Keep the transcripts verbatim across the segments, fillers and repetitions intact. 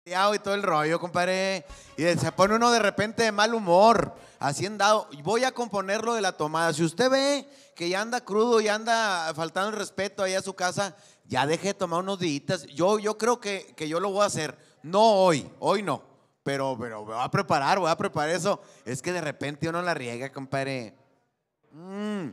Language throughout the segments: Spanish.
y todo el rollo, compadre. Y se pone uno de repente de mal humor, así andado. Voy a componer lo de la tomada. Si usted ve que ya anda crudo, ya anda faltando el respeto ahí a su casa, ya deje de tomar unos días. Yo, yo creo que, que yo lo voy a hacer. No hoy, hoy no. Pero, pero me voy a preparar, voy a preparar eso. Es que de repente uno la riega, compadre. Mm.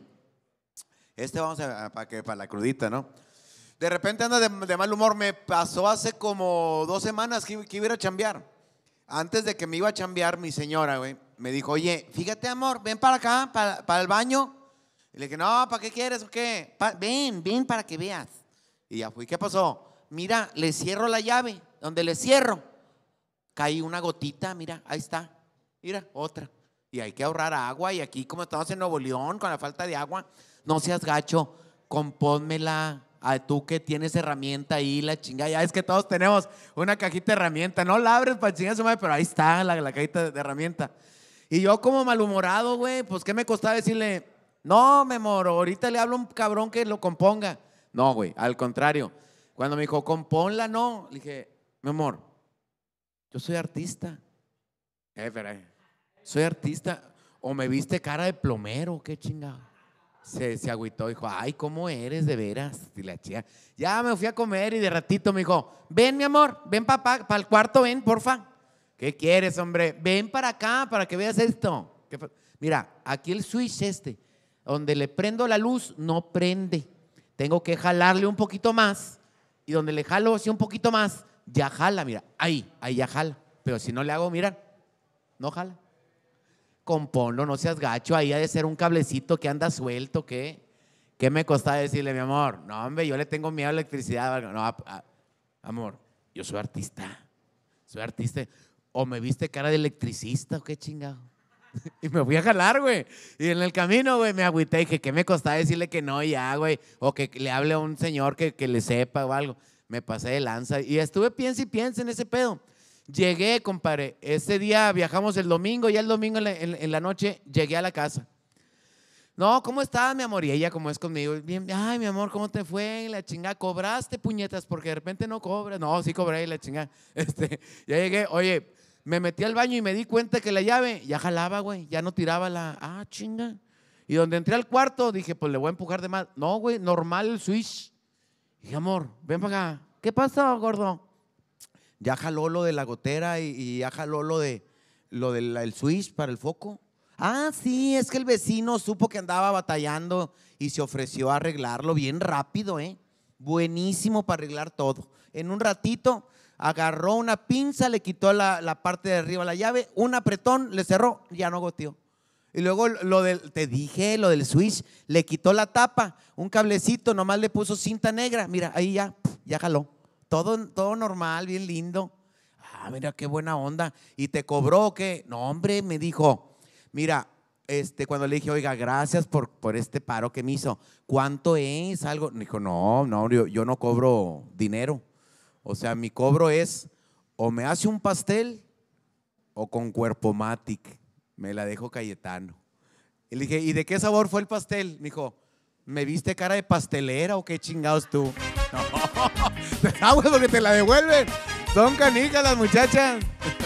Este vamos a para que para la crudita, ¿no? De repente anda de, de mal humor. Me pasó hace como dos semanas que, que iba a ir a chambear. Antes de que me iba a chambear, mi señora, güey, me dijo, oye, fíjate, amor, ven para acá, para, para el baño. Y le dije, no, ¿para qué quieres o qué? Pa, ven, ven para que veas. Y ya fui, ¿qué pasó? Mira, le cierro la llave. Donde le cierro, caí una gotita, mira, ahí está. Mira, otra. Y hay que ahorrar agua. Y aquí, como estamos en Nuevo León, con la falta de agua, no seas gacho, compónmela. A tú que tienes herramienta ahí, la chingada. Ya es que todos tenemos una cajita de herramienta. No la abres para chingar su madre, pero ahí está la, la cajita de herramienta. Y yo como malhumorado, güey, pues ¿qué me costaba decirle? No, mi amor, ahorita le hablo a un cabrón que lo componga. No, güey, al contrario. Cuando me dijo, compónla, no. Le dije, mi amor, yo soy artista. Eh, pero, eh, soy artista. O me viste cara de plomero, qué chingado. Se, se agüitó, dijo, ay, ¿cómo eres de veras? Y la chica, ya me fui a comer y de ratito me dijo, ven mi amor, ven papá, para el cuarto, ven, porfa. ¿Qué quieres, hombre? Ven para acá para que veas esto. Mira, aquí el switch este, donde le prendo la luz, no prende. Tengo que jalarle un poquito más y donde le jalo así un poquito más, ya jala, mira, ahí, ahí ya jala. Pero si no le hago, mira, no jala. Componlo, no seas gacho, ahí ha de ser un cablecito que anda suelto, ¿qué? ¿Qué me costaba decirle, mi amor? No, hombre, yo le tengo miedo a la electricidad. No, a, a, amor, yo soy artista, soy artista. O me viste cara de electricista, o qué chingado. Y me fui a jalar, güey. Y en el camino, güey, me agüité y dije, ¿qué me costaba decirle que no ya, güey? O que le hable a un señor que, que le sepa o algo. Me pasé de lanza y estuve piensa y piensa en ese pedo. Llegué, compadre, ese día viajamos el domingo, ya el domingo en la, en, en la noche llegué a la casa. No, ¿cómo estás, mi amor? Y ella, como es conmigo, bien, ay, mi amor, ¿cómo te fue? La chingada, ¿cobraste, puñetas? Porque de repente no cobras. No, sí cobré, la chingada. Este, ya llegué, oye, me metí al baño y me di cuenta que la llave ya jalaba, güey, ya no tiraba la, ah, chinga. Y donde entré al cuarto, dije, pues le voy a empujar de más. No, güey, normal el switch. Y dije, amor, ven para acá. ¿Qué pasó, gordo? Ya jaló lo de la gotera y, y ya jaló lo de lo del el switch para el foco. Ah, sí, es que el vecino supo que andaba batallando y se ofreció a arreglarlo bien rápido, ¿eh? Buenísimo para arreglar todo. En un ratito agarró una pinza, le quitó la, la parte de arriba la llave, un apretón, le cerró, ya no goteó. Y luego lo del, te dije, lo del switch, le quitó la tapa, un cablecito, nomás le puso cinta negra, mira, ahí ya, ya jaló. Todo, todo normal, bien lindo. Ah, mira qué buena onda. ¿Y te cobró qué? No, hombre, me dijo, mira, este, cuando le dije, oiga, gracias por, por este paro que me hizo, ¿cuánto es? Algo. Me dijo, no, no, yo, yo no cobro dinero. O sea, mi cobro es o me hace un pastel o con Cuerpo Matic. Me la dejo Cayetano. Y le dije, ¿y de qué sabor fue el pastel? Me dijo, ¿me viste cara de pastelera o qué chingados tú? No, ah, güey, porque te la devuelven. Son canijas las muchachas.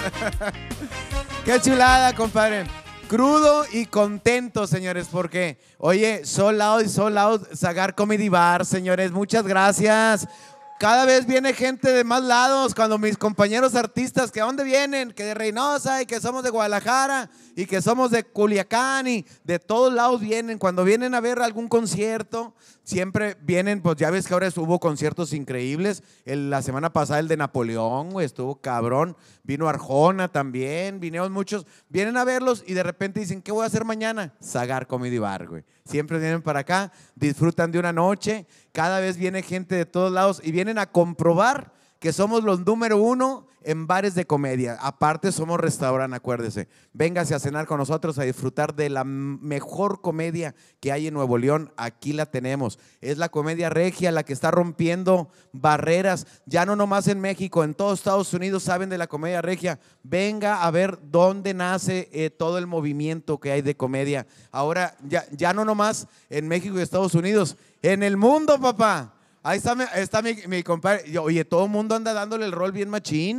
Qué chulada, compadre. Crudo y contento, señores, porque, oye, sold out y sold out Zagar Comedy Bar, señores, muchas gracias. Cada vez viene gente de más lados, cuando mis compañeros artistas, ¿que a dónde vienen? Que de Reynosa y que somos de Guadalajara y que somos de Culiacán y de todos lados vienen. Cuando vienen a ver algún concierto, siempre vienen, pues ya ves que ahora hubo conciertos increíbles. El, la semana pasada el de Napoleón, güey, estuvo cabrón. Vino Arjona también, vinieron muchos. Vienen a verlos y de repente dicen, ¿qué voy a hacer mañana? Zagar Comedy Bar, güey. Siempre vienen para acá, disfrutan de una noche. Cada vez viene gente de todos lados y vienen a comprobar que somos los número uno en bares de comedia. Aparte somos restaurante, acuérdese. Véngase a cenar con nosotros a disfrutar de la mejor comedia que hay en Nuevo León. Aquí la tenemos. Es la comedia regia la que está rompiendo barreras. Ya no nomás en México, en todos Estados Unidos saben de la comedia regia. Venga a ver dónde nace eh, todo el movimiento que hay de comedia. Ahora ya, ya no nomás en México y Estados Unidos, en el mundo, papá. Ahí está, está mi, mi compadre. Oye, todo el mundo anda dándole el rol bien machín.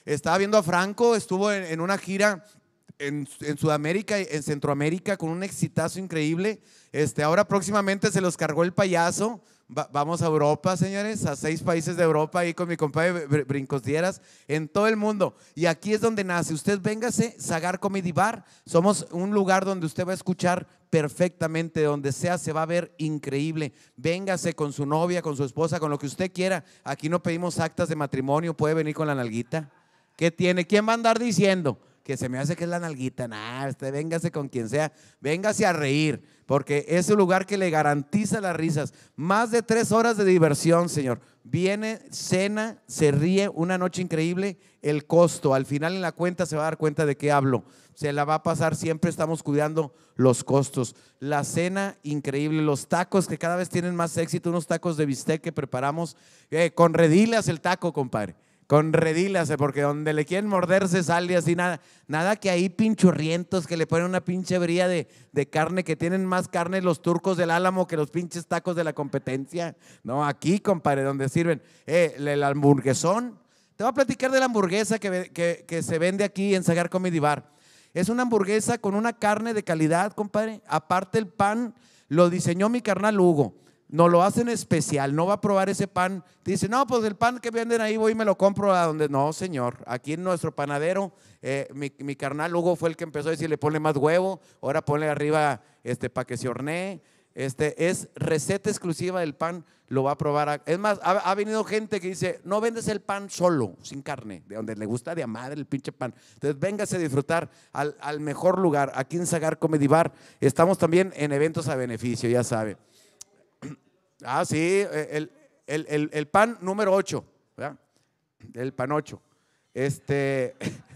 Estaba viendo a Franco, estuvo en, en una gira en, en Sudamérica, en Centroamérica, con un exitazo increíble. Este, ahora próximamente se los cargó el payaso. Va, vamos a Europa, señores, a seis países de Europa, ahí con mi compadre Br Brincos Dieras, en todo el mundo. Y aquí es donde nace. Usted véngase, Zagar Comedy Bar. Somos un lugar donde usted va a escuchar perfectamente, donde sea se va a ver increíble. Véngase con su novia, con su esposa, con lo que usted quiera. Aquí no pedimos actas de matrimonio, puede venir con la nalguita. ¿Qué tiene? ¿Quién va a andar diciendo que se me hace que es la nalguita? Nah, usted véngase con quien sea, véngase a reír, porque es un lugar que le garantiza las risas. Más de tres horas de diversión, señor. Viene, cena, se ríe, una noche increíble. El costo, al final en la cuenta se va a dar cuenta de qué hablo. Se la va a pasar, siempre estamos cuidando los costos. La cena increíble, los tacos que cada vez tienen más éxito, unos tacos de bistec que preparamos, eh, con redilas el taco, compadre. Con redilas, porque donde le quieren morderse sale así, nada, nada que ahí pinchurrientos que le ponen una pinche bría de, de carne, que tienen más carne los turcos del Álamo que los pinches tacos de la competencia. No, aquí, compadre, donde sirven eh, el hamburguesón. Te voy a platicar de la hamburguesa que, que, que se vende aquí en Zagar Comedy Bar. Es una hamburguesa con una carne de calidad, compadre. Aparte el pan lo diseñó mi carnal Hugo. No lo hacen especial, no va a probar ese pan. Te dice, no, pues el pan que venden ahí voy y me lo compro a donde. No, señor, aquí en nuestro panadero, eh, mi, mi carnal Hugo fue el que empezó a decir, le pone más huevo, ahora ponle arriba este, para que se hornee. Este, es receta exclusiva del pan, lo va a probar. A, es más, ha, ha venido gente que dice, no vendes el pan solo, sin carne, de donde le gusta de a madre el pinche pan. Entonces véngase a disfrutar al, al mejor lugar, aquí en Zagar Comedy Bar. Estamos también en eventos a beneficio, ya sabe. Ah, sí, el, el, el, el pan número ocho, ¿verdad? El pan ocho. Este,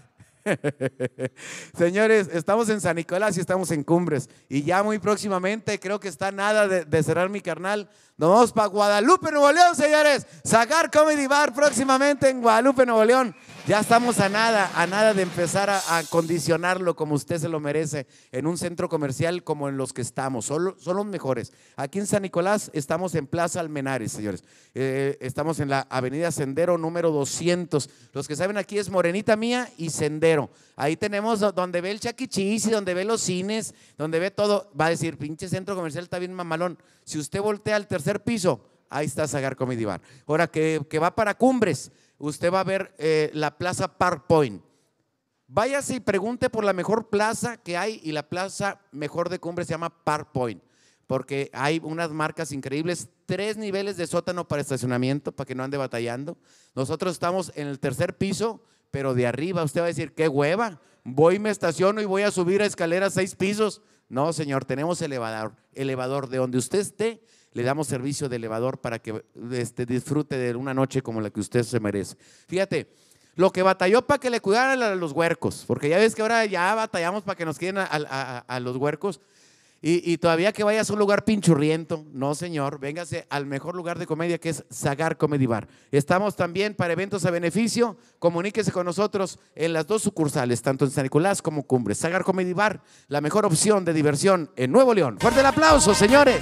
señores, estamos en San Nicolás y estamos en Cumbres. Y ya muy próximamente, creo que está nada de, de cerrar mi carnal. Nos vamos para Guadalupe, Nuevo León, señores. Zagar Comedy Bar próximamente en Guadalupe, Nuevo León. Ya estamos a nada, a nada de empezar a, a condicionarlo como usted se lo merece en un centro comercial como en los que estamos. Son, son los mejores. Aquí en San Nicolás estamos en Plaza Almenares, señores. Eh, estamos en la avenida Sendero número doscientos. Los que saben, aquí es Morenita Mía y Sendero. Ahí tenemos donde ve el Chuck E. Cheese y donde ve los cines, donde ve todo. Va a decir, pinche centro comercial está bien mamalón. Si usted voltea al tercer piso, ahí está Zagar Comedy Bar. Ahora que, que va para Cumbres, usted va a ver eh, la plaza Park Point. Váyase y pregunte por la mejor plaza que hay, y la plaza mejor de Cumbres se llama Park Point, porque hay unas marcas increíbles, tres niveles de sótano para estacionamiento, para que no ande batallando. Nosotros estamos en el tercer piso, pero de arriba. Usted va a decir, qué hueva, voy, me estaciono y voy a subir a escaleras seis pisos. No, señor, tenemos elevador, elevador de donde usted esté. Le damos servicio de elevador para que este, disfrute de una noche como la que usted se merece. Fíjate, lo que batalló para que le cuidaran a los huercos, porque ya ves que ahora ya batallamos para que nos queden a, a, a los huercos, y, y todavía que vayas a un lugar pinchurriento. No, señor, véngase al mejor lugar de comedia, que es Zagar Comedy Bar. Estamos también para eventos a beneficio. Comuníquese con nosotros en las dos sucursales, tanto en San Nicolás como Cumbres. Zagar Comedy Bar, la mejor opción de diversión en Nuevo León. Fuerte el aplauso, señores.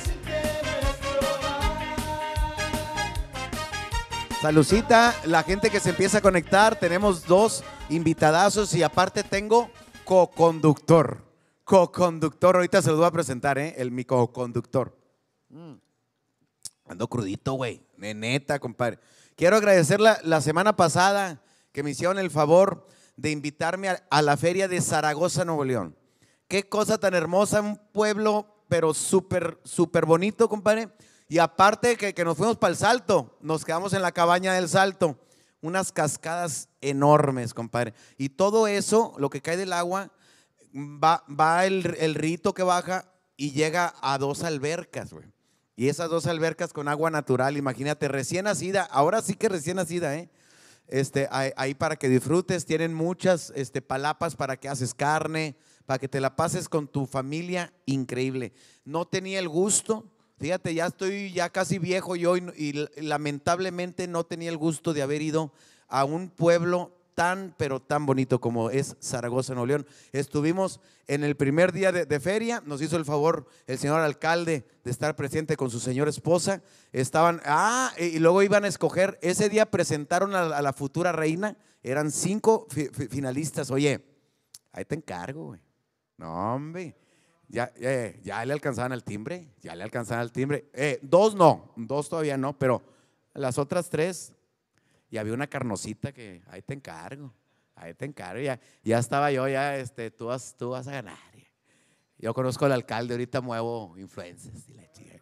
Salucita, la gente que se empieza a conectar. Tenemos dos invitadazos y aparte tengo co-conductor. Co-conductor, ahorita se los voy a presentar, ¿eh? El mi co-conductor. Mm. Ando crudito, güey. Neta, compadre. Quiero agradecer la, la semana pasada que me hicieron el favor de invitarme a, a la feria de Zaragoza, Nuevo León. Qué cosa tan hermosa, un pueblo, pero súper, súper bonito, compadre. Y aparte que, que nos fuimos para el Salto, nos quedamos en la cabaña del Salto, unas cascadas enormes, compadre. Y todo eso, lo que cae del agua, va, va el, el rito que baja y llega a dos albercas, güey. Y esas dos albercas con agua natural, imagínate, recién nacida, ahora sí que recién nacida, ¿eh? Este, ahí, ahí para que disfrutes, tienen muchas este, palapas para que haces carne, para que te la pases con tu familia, increíble. No tenía el gusto. Fíjate, ya estoy ya casi viejo yo y, y lamentablemente no tenía el gusto de haber ido a un pueblo tan, pero tan bonito como es Zaragoza, Nuevo León. Estuvimos en el primer día de, de feria, nos hizo el favor el señor alcalde de estar presente con su señora esposa. Estaban, ah, y luego iban a escoger, ese día presentaron a, a la futura reina, eran cinco fi, fi, finalistas. Oye, ahí te encargo, güey. No, hombre, ya, eh, ya le alcanzaban al timbre, ya le alcanzaban al timbre. Eh, dos no, dos todavía no, pero las otras tres. Y había una carnosita que ahí te encargo, ahí te encargo. Ya, ya estaba yo, ya, este, tú vas, tú vas a ganar. Yo conozco al alcalde, ahorita muevo influencers. Y la chica.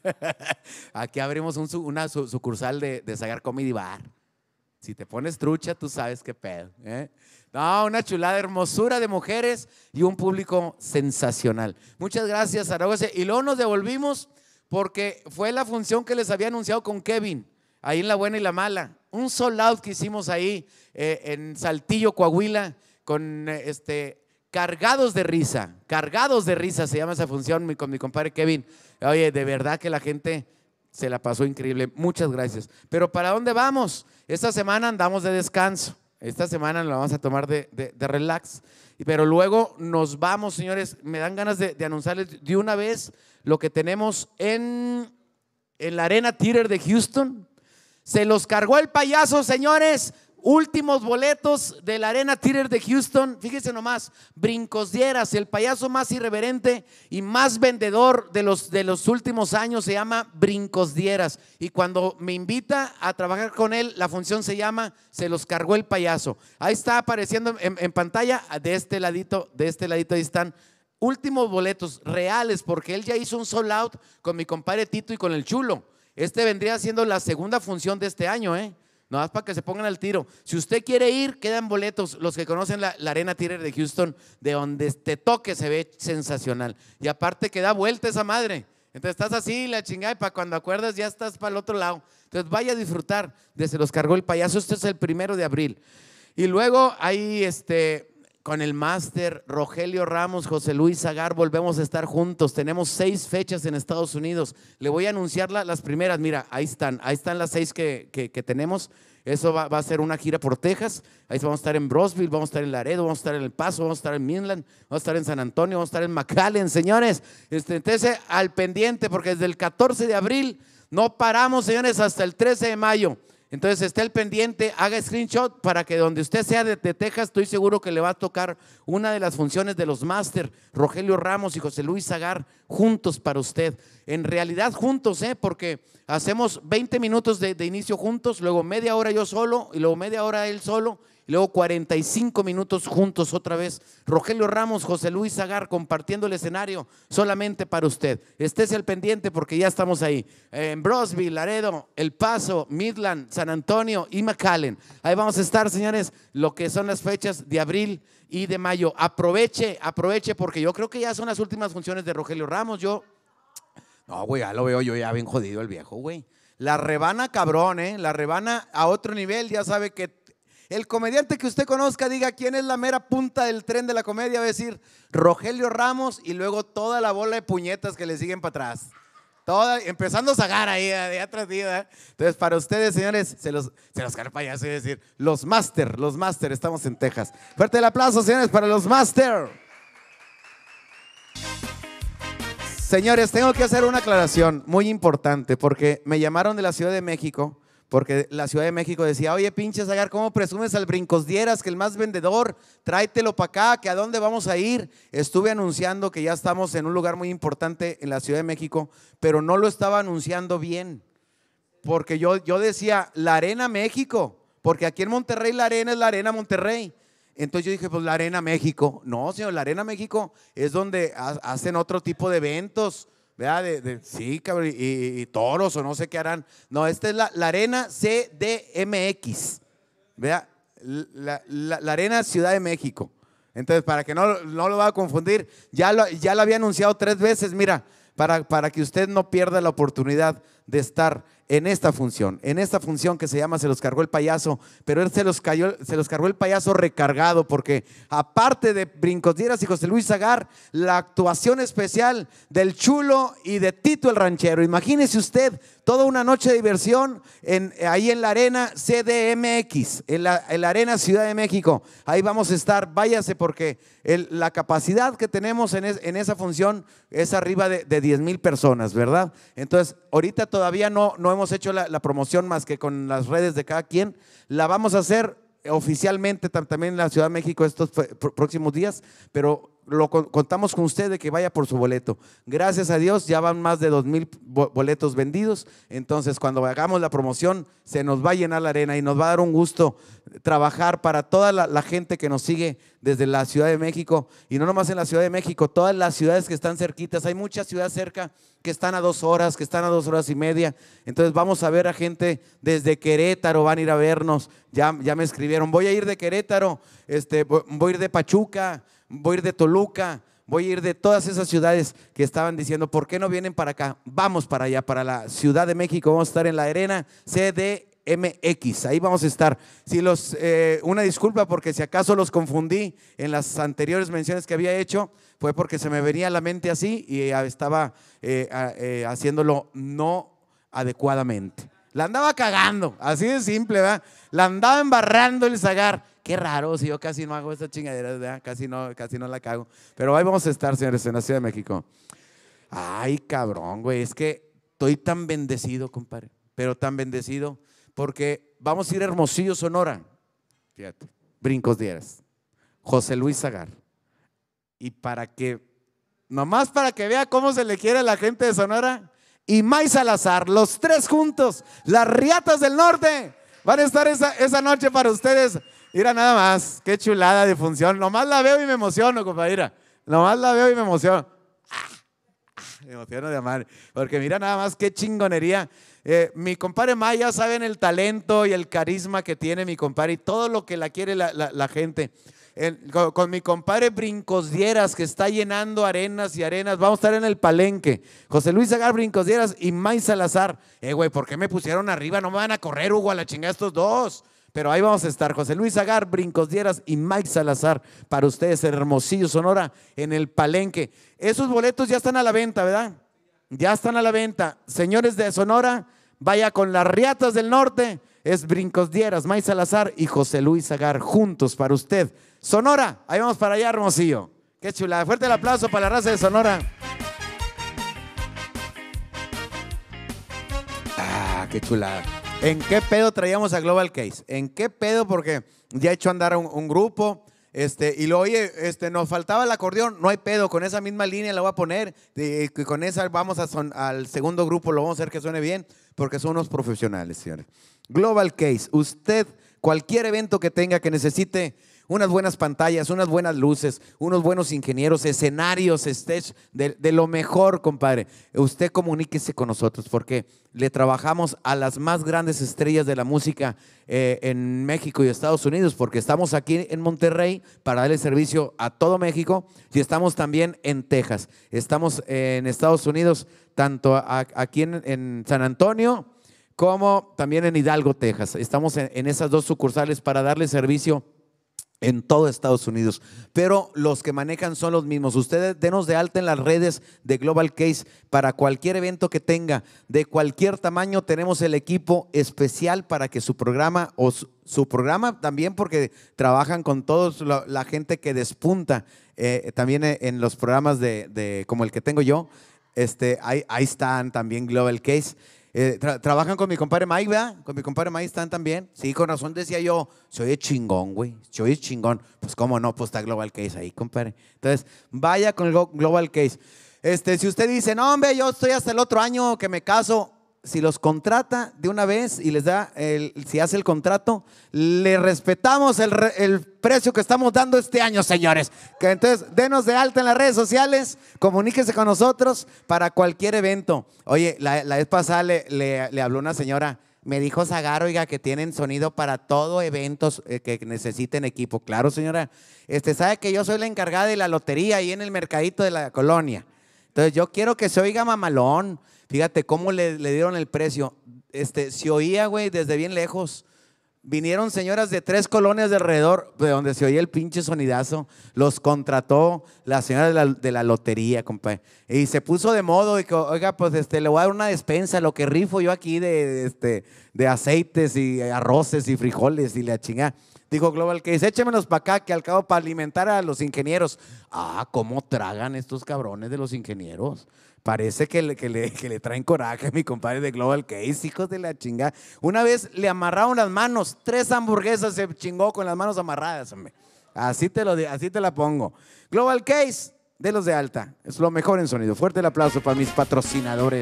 Aquí abrimos un, una sucursal de, de Zagar Comedy Bar. Si te pones trucha, tú sabes qué pedo, ¿eh? No, una chulada, hermosura de mujeres y un público sensacional. Muchas gracias, Zaragoza. Y luego nos devolvimos porque fue la función que les había anunciado con Kevin, ahí en La Buena y la Mala. Un sold out que hicimos ahí eh, en Saltillo, Coahuila, con eh, este, cargados de risa, cargados de risa se llama esa función mi, con mi compadre Kevin. Oye, de verdad que la gente se la pasó increíble, muchas gracias. Pero ¿para dónde vamos? Esta semana andamos de descanso, esta semana nos la vamos a tomar de, de, de relax, pero luego nos vamos, señores. Me dan ganas de, de anunciarles de una vez lo que tenemos en, en la Arena Theater de Houston. Se los cargó el payaso, señores. Últimos boletos de la Arena Theater de Houston. Fíjense nomás, Brincos Dieras, el payaso más irreverente y más vendedor de los, de los últimos años, se llama Brincos Dieras. Y cuando me invita a trabajar con él, la función se llama Se los cargó el payaso. Ahí está apareciendo en, en pantalla, de este ladito, de este ladito ahí están. Últimos boletos reales, porque él ya hizo un sold out con mi compadre Tito y con el Chulo. Este vendría siendo la segunda función de este año, ¿eh? No más para que se pongan al tiro. Si usted quiere ir, quedan boletos. Los que conocen la, la Arena Theater de Houston, de donde te toque, se ve sensacional. Y aparte que da vuelta esa madre. Entonces estás así, la chingada, y para cuando acuerdas ya estás para el otro lado. Entonces vaya a disfrutar de Se los cargó el payaso. Este es el primero de abril. Y luego ahí este, con el máster Rogelio Ramos, José Luis Zagar, volvemos a estar juntos. Tenemos seis fechas en Estados Unidos. Le voy a anunciar la, las primeras. Mira, ahí están, ahí están las seis que, que, que tenemos. Eso va, va a ser una gira por Texas. Ahí vamos a estar en Brosville, vamos a estar en Laredo, vamos a estar en El Paso, vamos a estar en Midland, vamos a estar en San Antonio, vamos a estar en McAllen, señores. Este, entonces, al pendiente, porque desde el catorce de abril no paramos, señores, hasta el trece de mayo. Entonces esté al pendiente, haga screenshot para que donde usted sea de, de Texas, estoy seguro que le va a tocar una de las funciones de los máster, Rogelio Ramos y José Luis Zagar, juntos para usted. En realidad juntos, ¿eh? Porque hacemos veinte minutos de, de inicio juntos, luego media hora yo solo y luego media hora él solo. Y luego cuarenta y cinco minutos juntos otra vez. Rogelio Ramos, José Luis Zagar compartiendo el escenario solamente para usted. Estése al pendiente porque ya estamos ahí. En Brosville, Laredo, El Paso, Midland, San Antonio y McAllen. Ahí vamos a estar, señores, lo que son las fechas de abril y de mayo. Aproveche, aproveche porque yo creo que ya son las últimas funciones de Rogelio Ramos. Yo, no, güey, ya lo veo yo ya bien jodido el viejo, güey. La rebana cabrón, ¿eh? La rebana a otro nivel, ya sabe que el comediante que usted conozca, diga quién es la mera punta del tren de la comedia, va a decir Rogelio Ramos y luego toda la bola de puñetas que le siguen para atrás. Toda, empezando a Zagar ahí, de atrás de ¿eh? Entonces, para ustedes, señores, se los, se los carpa ya, es decir, los máster, los máster, estamos en Texas. Fuerte el aplauso, señores, para los máster. Señores, tengo que hacer una aclaración muy importante porque me llamaron de la Ciudad de México. Porque la Ciudad de México decía, oye, pinche Zagar, ¿cómo presumes al Brincos Dieras, que el más vendedor? Tráetelo para acá, que a dónde vamos a ir. Estuve anunciando que ya estamos en un lugar muy importante en la Ciudad de México, pero no lo estaba anunciando bien. Porque yo, yo decía, la Arena México, porque aquí en Monterrey la arena es la Arena Monterrey. Entonces yo dije, pues la Arena México. No, señor, la Arena México es donde hacen otro tipo de eventos. ¿Verdad? De, de, sí, cabrón, y, y, y toros o no sé qué harán. No, esta es la, la Arena C D M X, ¿verdad? La, la, la Arena Ciudad de México. Entonces, para que no, no lo va a confundir, ya lo, ya lo había anunciado tres veces, mira, para, para que usted no pierda la oportunidad de estar en esta función, en esta función que se llama Se los cargó el payaso, pero él se los, cayó, se los cargó el payaso recargado, porque aparte de Brincos Dieras y José Luis Zagar, la actuación especial del Chulo y de Tito el Ranchero. Imagínese usted toda una noche de diversión en, ahí en la Arena C D M X, en la, en la Arena Ciudad de México. Ahí vamos a estar, váyase, porque el, la capacidad que tenemos en, es, en esa función es arriba de, de diez mil personas, ¿verdad? Entonces, ahorita todavía no, no hemos hecho la, la promoción más que con las redes de cada quien. La vamos a hacer oficialmente también en la Ciudad de México estos próximos días, pero lo contamos con usted de que vaya por su boleto. Gracias a Dios ya van más de dos mil boletos vendidos. Entonces cuando hagamos la promoción se nos va a llenar la arena y nos va a dar un gusto trabajar para toda la, la gente que nos sigue desde la Ciudad de México, y no nomás en la Ciudad de México, todas las ciudades que están cerquitas. Hay muchas ciudades cerca que están a dos horas, que están a dos horas y media. Entonces vamos a ver a gente desde Querétaro, van a ir a vernos. Ya, ya me escribieron, voy a ir de Querétaro, este, voy a ir de Pachuca, voy a ir de Toluca, voy a ir de todas esas ciudades que estaban diciendo, ¿por qué no vienen para acá? Vamos para allá, para la Ciudad de México. Vamos a estar en la Arena C D M X, ahí vamos a estar. Si los, eh, una disculpa porque si acaso los confundí en las anteriores menciones que había hecho, fue porque se me venía a la mente así y estaba eh, eh, haciéndolo no adecuadamente. La andaba cagando, así de simple, ¿verdad? La andaba embarrando el Zagar. Qué raro, si yo casi no hago esa chingadera, ¿verdad? Casi no, casi no la cago. Pero ahí vamos a estar, señores, en la Ciudad de México. Ay, cabrón, güey, es que estoy tan bendecido, compadre, pero tan bendecido, porque vamos a ir a Hermosillo, Sonora. Fíjate, Brincos Dieras, José Luis Zagar. Y para que, nomás para que vea cómo se le quiere a la gente de Sonora, y May Salazar, los tres juntos, las Riatas del Norte, van a estar esa, esa noche para ustedes. Mira nada más, qué chulada de función. Nomás la veo y me emociono, compadre. Nomás la veo y me emociono. Ah, ah, me emociono de amar. Porque mira nada más qué chingonería. Eh, mi compadre May, ya saben el talento y el carisma que tiene mi compadre y todo lo que la quiere la, la, la gente. El, con, con mi compadre Brincos Dieras, que está llenando arenas y arenas. Vamos a estar en el Palenque. José Luis Zagar, Brincos Dieras y May Salazar. Eh, güey, ¿por qué me pusieron arriba? No me van a correr, Hugo, a la chingada estos dos. Pero ahí vamos a estar, José Luis Zagar, Brincos Dieras y Mike Salazar, para ustedes en Hermosillo, Sonora, en el Palenque. Esos boletos ya están a la venta, ¿verdad? Ya están a la venta. Señores de Sonora, vaya con las Riatas del Norte. Es Brincos Dieras, Mike Salazar y José Luis Zagar, juntos para usted. Sonora, ahí vamos para allá, Hermosillo. Qué chulada. Fuerte el aplauso para la raza de Sonora. Ah, qué chulada. ¿En qué pedo traíamos a Global Case? ¿En qué pedo? Porque ya he hecho andar un, un grupo, este, y lo oye, este, nos faltaba el acordeón, no hay pedo, con esa misma línea la voy a poner, y con esa vamos a son, al segundo grupo, lo vamos a hacer que suene bien, porque son unos profesionales, señores. Global Case, usted, cualquier evento que tenga que necesite unas buenas pantallas, unas buenas luces, unos buenos ingenieros, escenarios, stage, de, de lo mejor, compadre. Usted comuníquese con nosotros porque le trabajamos a las más grandes estrellas de la música eh, en México y Estados Unidos, porque estamos aquí en Monterrey para darle servicio a todo México y estamos también en Texas. Estamos en Estados Unidos, tanto a, aquí en, en San Antonio como también en Hidalgo, Texas. Estamos en, en esas dos sucursales para darle servicio en todo Estados Unidos, pero los que manejan son los mismos. Ustedes denos de alta en las redes de Global Case para cualquier evento que tenga, de cualquier tamaño. Tenemos el equipo especial para que su programa o su, su programa también, porque trabajan con toda la, la gente que despunta eh, también en los programas de, de como el que tengo yo. Este, ahí, ahí están también Global Case. Eh, tra trabajan con mi compadre Mike, ¿verdad? Con mi compadre Mike están también. Sí, con razón decía yo, se oye chingón, güey, se oye chingón. Pues cómo no, pues está Global Case ahí, compadre. Entonces, vaya con el Global Case. Este, si usted dice, no, hombre, yo estoy hasta el otro año que me caso, si los contrata de una vez y les da, el, si hace el contrato, le respetamos el, el precio que estamos dando este año, señores. Que entonces, denos de alta en las redes sociales, comuníquese con nosotros para cualquier evento. Oye, la, la vez pasada le, le, le habló una señora, me dijo Zagar, oiga, que tienen sonido para todo eventos eh, que necesiten equipo. Claro, señora, este, sabe que yo soy la encargada de la lotería ahí en el mercadito de la colonia. Entonces, yo quiero que se oiga mamalón. Fíjate cómo le, le dieron el precio. este, se oía, güey, desde bien lejos. Vinieron señoras de tres colonias de alrededor, de donde se oía el pinche sonidazo. Los contrató la señora de la, de la lotería, compadre. Y se puso de modo, y que, oiga, pues este, le voy a dar una despensa, lo que rifo yo aquí de, de, este, de aceites y arroces y frijoles y la chingada. Dijo Global Case, échemelos para acá, que al cabo para alimentar a los ingenieros. Ah, ¿cómo tragan estos cabrones de los ingenieros? Parece que le, que, le, que le traen coraje a mi compadre de Global Case, hijos de la chingada. Una vez le amarraron las manos, tres hamburguesas se chingó con las manos amarradas, hombre. Así te, lo, así te la pongo. Global Case, de los de alta, es lo mejor en sonido. Fuerte el aplauso para mis patrocinadores.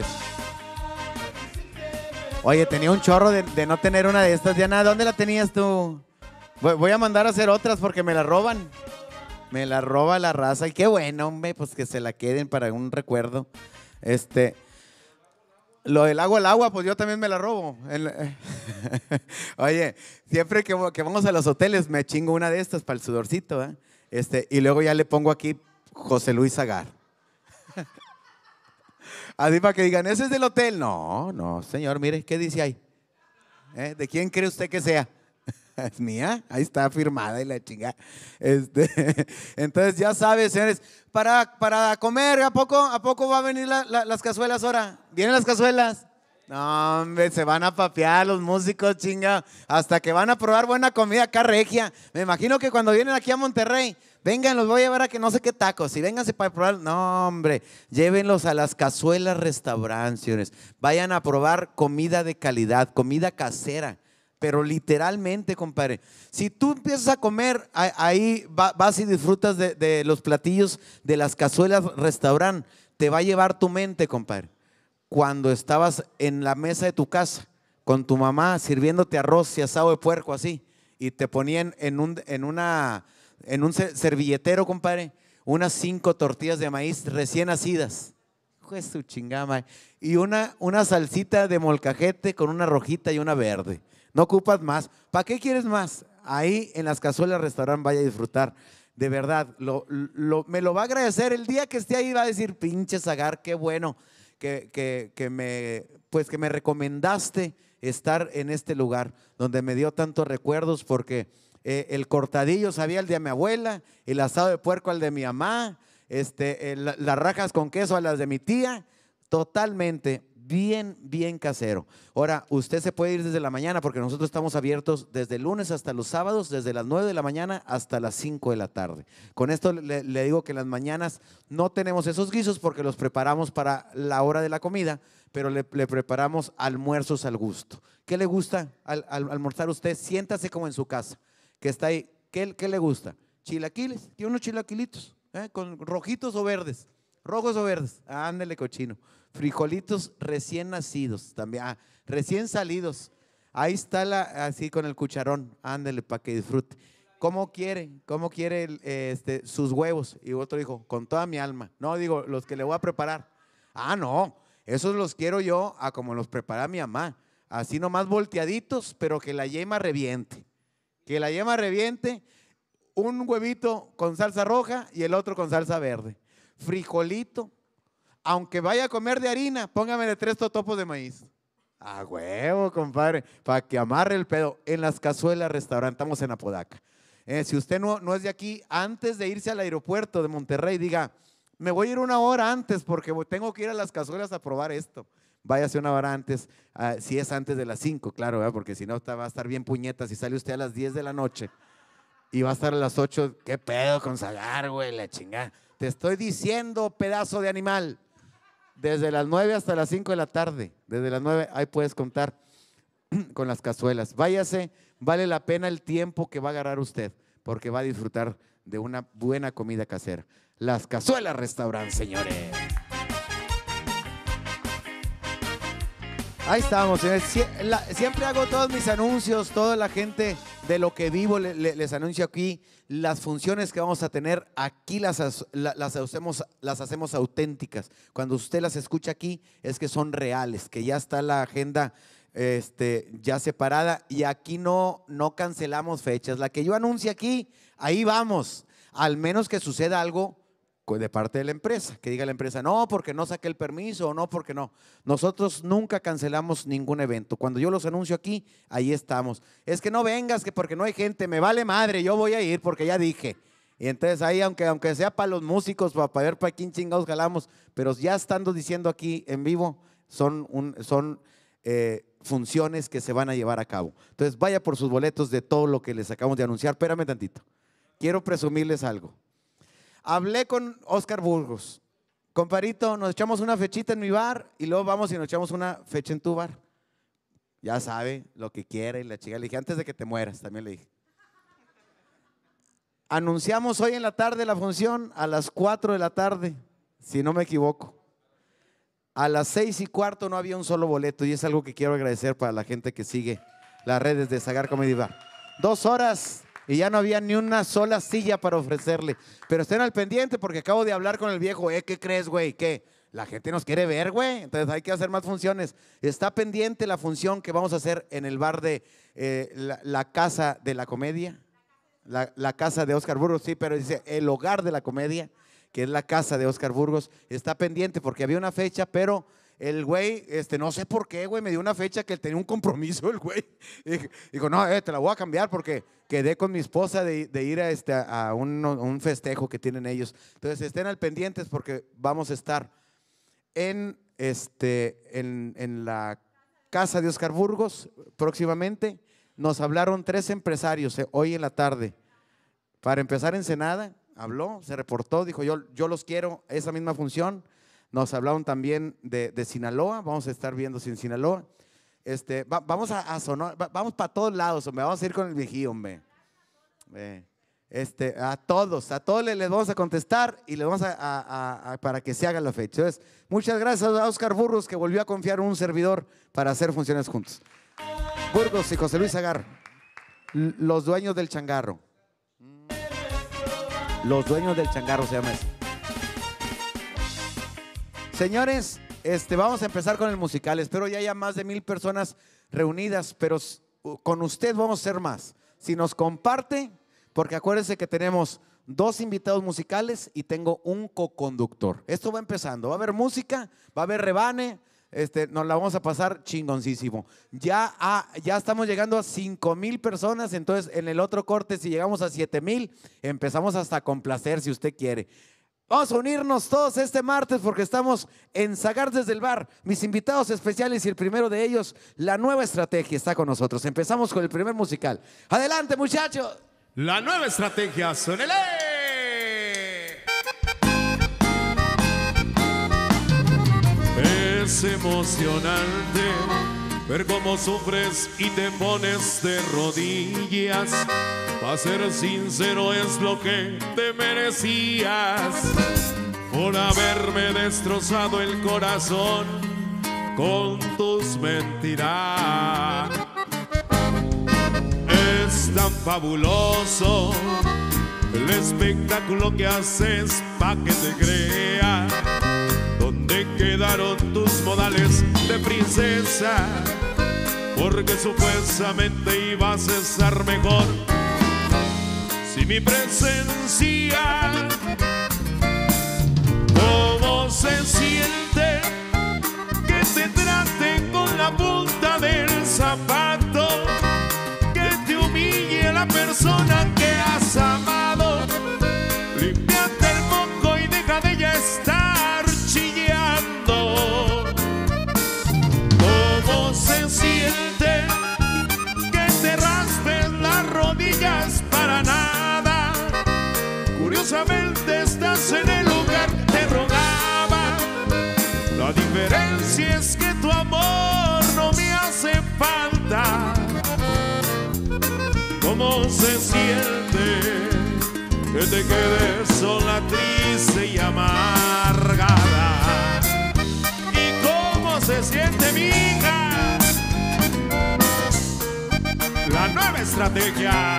Oye, tenía un chorro de, de no tener una de estas, Diana. ¿Dónde la tenías tú? Voy, voy a mandar a hacer otras porque me la roban. Me la roba la raza. Y qué bueno, hombre, pues que se la queden para un recuerdo. Este, lo del agua al agua, pues yo también me la robo. El, oye, siempre que, que vamos a los hoteles me chingo una de estas para el sudorcito, ¿eh? Este, y luego ya le pongo aquí José Luis Agar. Así para que digan, ¿ese es del hotel? No, no, señor, mire, ¿qué dice ahí? ¿Eh? ¿De quién cree usted que sea? Es mía, ahí está firmada y la chingada. Este, entonces ya sabes, señores, para, para comer, ¿a poco, ¿a poco va a venir la, la, las cazuelas ahora? ¿Vienen las cazuelas? No, hombre, se van a papear los músicos, chinga, hasta que van a probar buena comida acá regia. Me imagino que cuando vienen aquí a Monterrey, vengan, los voy a llevar a que no sé qué tacos, y vénganse para probar. No, hombre, llévenlos a las cazuelas restauraciones. Vayan a probar comida de calidad, comida casera. Pero literalmente, compadre, si tú empiezas a comer, ahí vas y disfrutas de, de los platillos de las cazuelas restaurante, te va a llevar tu mente, compadre. Cuando estabas en la mesa de tu casa con tu mamá sirviéndote arroz y asado de puerco así, y te ponían en un, en una, en un servilletero, compadre, unas cinco tortillas de maíz recién nacidas. Hijo de su chingada, madre. Y una, una salsita de molcajete con una rojita y una verde. No ocupas más. ¿Para qué quieres más? Ahí en las cazuelas restaurante vaya a disfrutar. De verdad, lo, lo, me lo va a agradecer. El día que esté ahí va a decir, pinche Zagar, qué bueno que, que, que, me, pues que me recomendaste estar en este lugar donde me dio tantos recuerdos, porque eh, el cortadillo sabía el de mi abuela, el asado de puerco al de mi mamá, este, el, las rajas con queso a las de mi tía, totalmente. Bien, bien casero. Ahora, usted se puede ir desde la mañana porque nosotros estamos abiertos desde el lunes hasta los sábados, desde las nueve de la mañana hasta las cinco de la tarde. Con esto le, le digo que en las mañanas no tenemos esos guisos porque los preparamos para la hora de la comida, pero le, le preparamos almuerzos al gusto. ¿Qué le gusta al, al almorzar usted? Siéntase como en su casa, que está ahí. ¿Qué, qué le gusta? Chilaquiles, tiene unos chilaquilitos, ¿eh? Con rojitos o verdes, rojos o verdes. Ándele, cochino. Frijolitos recién nacidos, también, ah, recién salidos. Ahí está la, así con el cucharón, ándele para que disfrute. ¿Cómo quiere? ¿Cómo quiere el, este, sus huevos? Y otro dijo, con toda mi alma. No, digo, los que le voy a preparar. Ah, no, esos los quiero yo a como los prepara mi mamá. Así nomás volteaditos, pero que la yema reviente. Que la yema reviente, un huevito con salsa roja y el otro con salsa verde. Frijolito. Aunque vaya a comer de harina, póngame de tres totopos de maíz. A huevo, compadre, para que amarre el pedo. En las cazuelas restaurante, estamos en Apodaca. Eh, si usted no, no es de aquí, antes de irse al aeropuerto de Monterrey, diga, me voy a ir una hora antes porque tengo que ir a las cazuelas a probar esto. Váyase una hora antes, uh, si es antes de las cinco, claro, ¿verdad? Porque si no va a estar bien puñeta. Si sale usted a las diez de la noche y va a estar a las ocho, ¿qué pedo con Zagar, güey? La chingada. Te estoy diciendo, pedazo de animal. Desde las nueve hasta las cinco de la tarde, desde las nueve, ahí puedes contar con las cazuelas. Váyase, vale la pena el tiempo que va a agarrar usted, porque va a disfrutar de una buena comida casera. Las cazuelas restaurante, señores. Ahí estamos, señores. Siempre hago todos mis anuncios, toda la gente de lo que vivo les anuncio aquí. Las funciones que vamos a tener aquí las, las, hacemos, las hacemos auténticas. Cuando usted las escucha aquí es que son reales, que ya está la agenda este, ya separada y aquí no, no cancelamos fechas. La que yo anuncie aquí, ahí vamos. Al menos que suceda algo de parte de la empresa, que diga la empresa, no, porque no saqué el permiso o no, porque no. Nosotros nunca cancelamos ningún evento. Cuando yo los anuncio aquí, ahí estamos. Es que no vengas, que porque no hay gente, me vale madre, yo voy a ir porque ya dije. Y entonces ahí, aunque, aunque sea para los músicos, para, para ver para quién chingados jalamos, pero ya estando diciendo aquí en vivo, son, un, son eh, funciones que se van a llevar a cabo. Entonces vaya por sus boletos de todo lo que les acabamos de anunciar. Espérame tantito, quiero presumirles algo. Hablé con Oscar Burgos. Comparito, nos echamos una fechita en mi bar y luego vamos y nos echamos una fecha en tu bar. Ya sabe lo que quiere y la chica. Le dije, antes de que te mueras, también le dije. Anunciamos hoy en la tarde la función a las cuatro de la tarde, si no me equivoco. A las seis y cuarto no había un solo boleto y es algo que quiero agradecer para la gente que sigue las redes de Zagar Comedy Bar. Dos horas y ya no había ni una sola silla para ofrecerle. Pero estén al pendiente porque acabo de hablar con el viejo. ¿Eh? ¿Qué crees, güey? ¿Qué? La gente nos quiere ver, güey. Entonces hay que hacer más funciones. Está pendiente la función que vamos a hacer en el bar de eh, la, la Casa de la Comedia. La, la casa de Oscar Burgos, sí, pero dice el hogar de la comedia, que es la casa de Oscar Burgos. Está pendiente porque había una fecha, pero el güey, este, no sé por qué, güey, me dio una fecha que él tenía un compromiso, el güey. Dijo, dijo, no, eh, te la voy a cambiar porque quedé con mi esposa de, de ir a, este, a un, un festejo que tienen ellos. Entonces estén al pendientes porque vamos a estar en, este, en, en la casa de Oscar Burgos próximamente. Nos hablaron tres empresarios eh, hoy en la tarde. Para empezar, Ensenada habló, se reportó, dijo yo, yo los quiero, esa misma función. Nos hablaron también de, de Sinaloa, vamos a estar viendo si en Sinaloa. Este, va, vamos a, a Sonora, va, vamos para todos lados, hombre, vamos a ir con el viejío, hombre. Eh, este, a todos, a todos les, les vamos a contestar y les vamos a, a, a, a para que se haga la fecha. Entonces, muchas gracias a Oscar Burgos que volvió a confiar en un servidor para hacer funciones juntos. Burgos y José Luis Zagar, los dueños del changarro. Los dueños del changarro se llama eso. Señores, este, vamos a empezar con el musical. Espero ya haya más de mil personas reunidas, pero con usted vamos a ser más. Si nos comparte, porque acuérdense que tenemos dos invitados musicales y tengo un coconductor. Esto va empezando, va a haber música, va a haber rebane, este, nos la vamos a pasar chingoncísimo. Ya, a, ya estamos llegando a cinco mil personas, entonces en el otro corte si llegamos a siete mil, empezamos hasta a complacer si usted quiere. Vamos a unirnos todos este martes porque estamos en Zagar desde el bar. Mis invitados especiales y el primero de ellos, La Nueva Estrategia, está con nosotros. Empezamos con el primer musical. Adelante, muchachos. La Nueva Estrategia, sonele. Es emocionante ver cómo sufres y te pones de rodillas. Para ser sincero es lo que te merecías por haberme destrozado el corazón con tus mentiras. Es tan fabuloso el espectáculo que haces pa' que te crea. ¿Dónde quedaron tus modales de princesa? Porque supuestamente ibas a estar mejor si mi presencia. ¿Cómo se siente que te traten con la punta del zapato? Que te humille la persona que has amado. Límpiate el moco y deja de ya estar chillando. ¿Cómo se siente que te raspes las rodillas para nada? Curiosamente estás en el lugar que te rogaba. La diferencia es que tu amor no me hace falta. ¿Cómo se siente que te quedes sola, triste y amargada? ¿Y cómo se siente, mi hija? La Nueva Estrategia.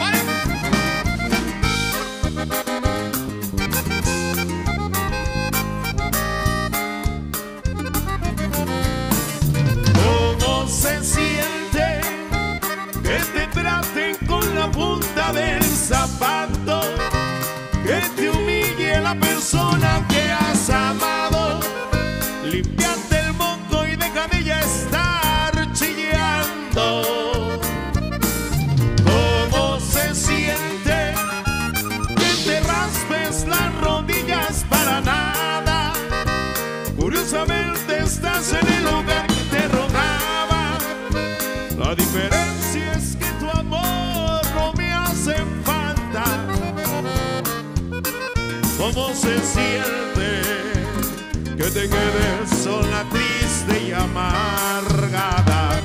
¿Cómo se siente que te traten con la punta del zapato? Que te humille la la persona que has amado. Límpiate el moco y deja de ya estar chillando. ¿Cómo se siente que te raspes las rodillas para nada? Curiosamente estás en el lugar que te rogaba. La diferencia es que tu amor no me hace falta. ¿Cómo se siente que te quedes sola, triste y amargada?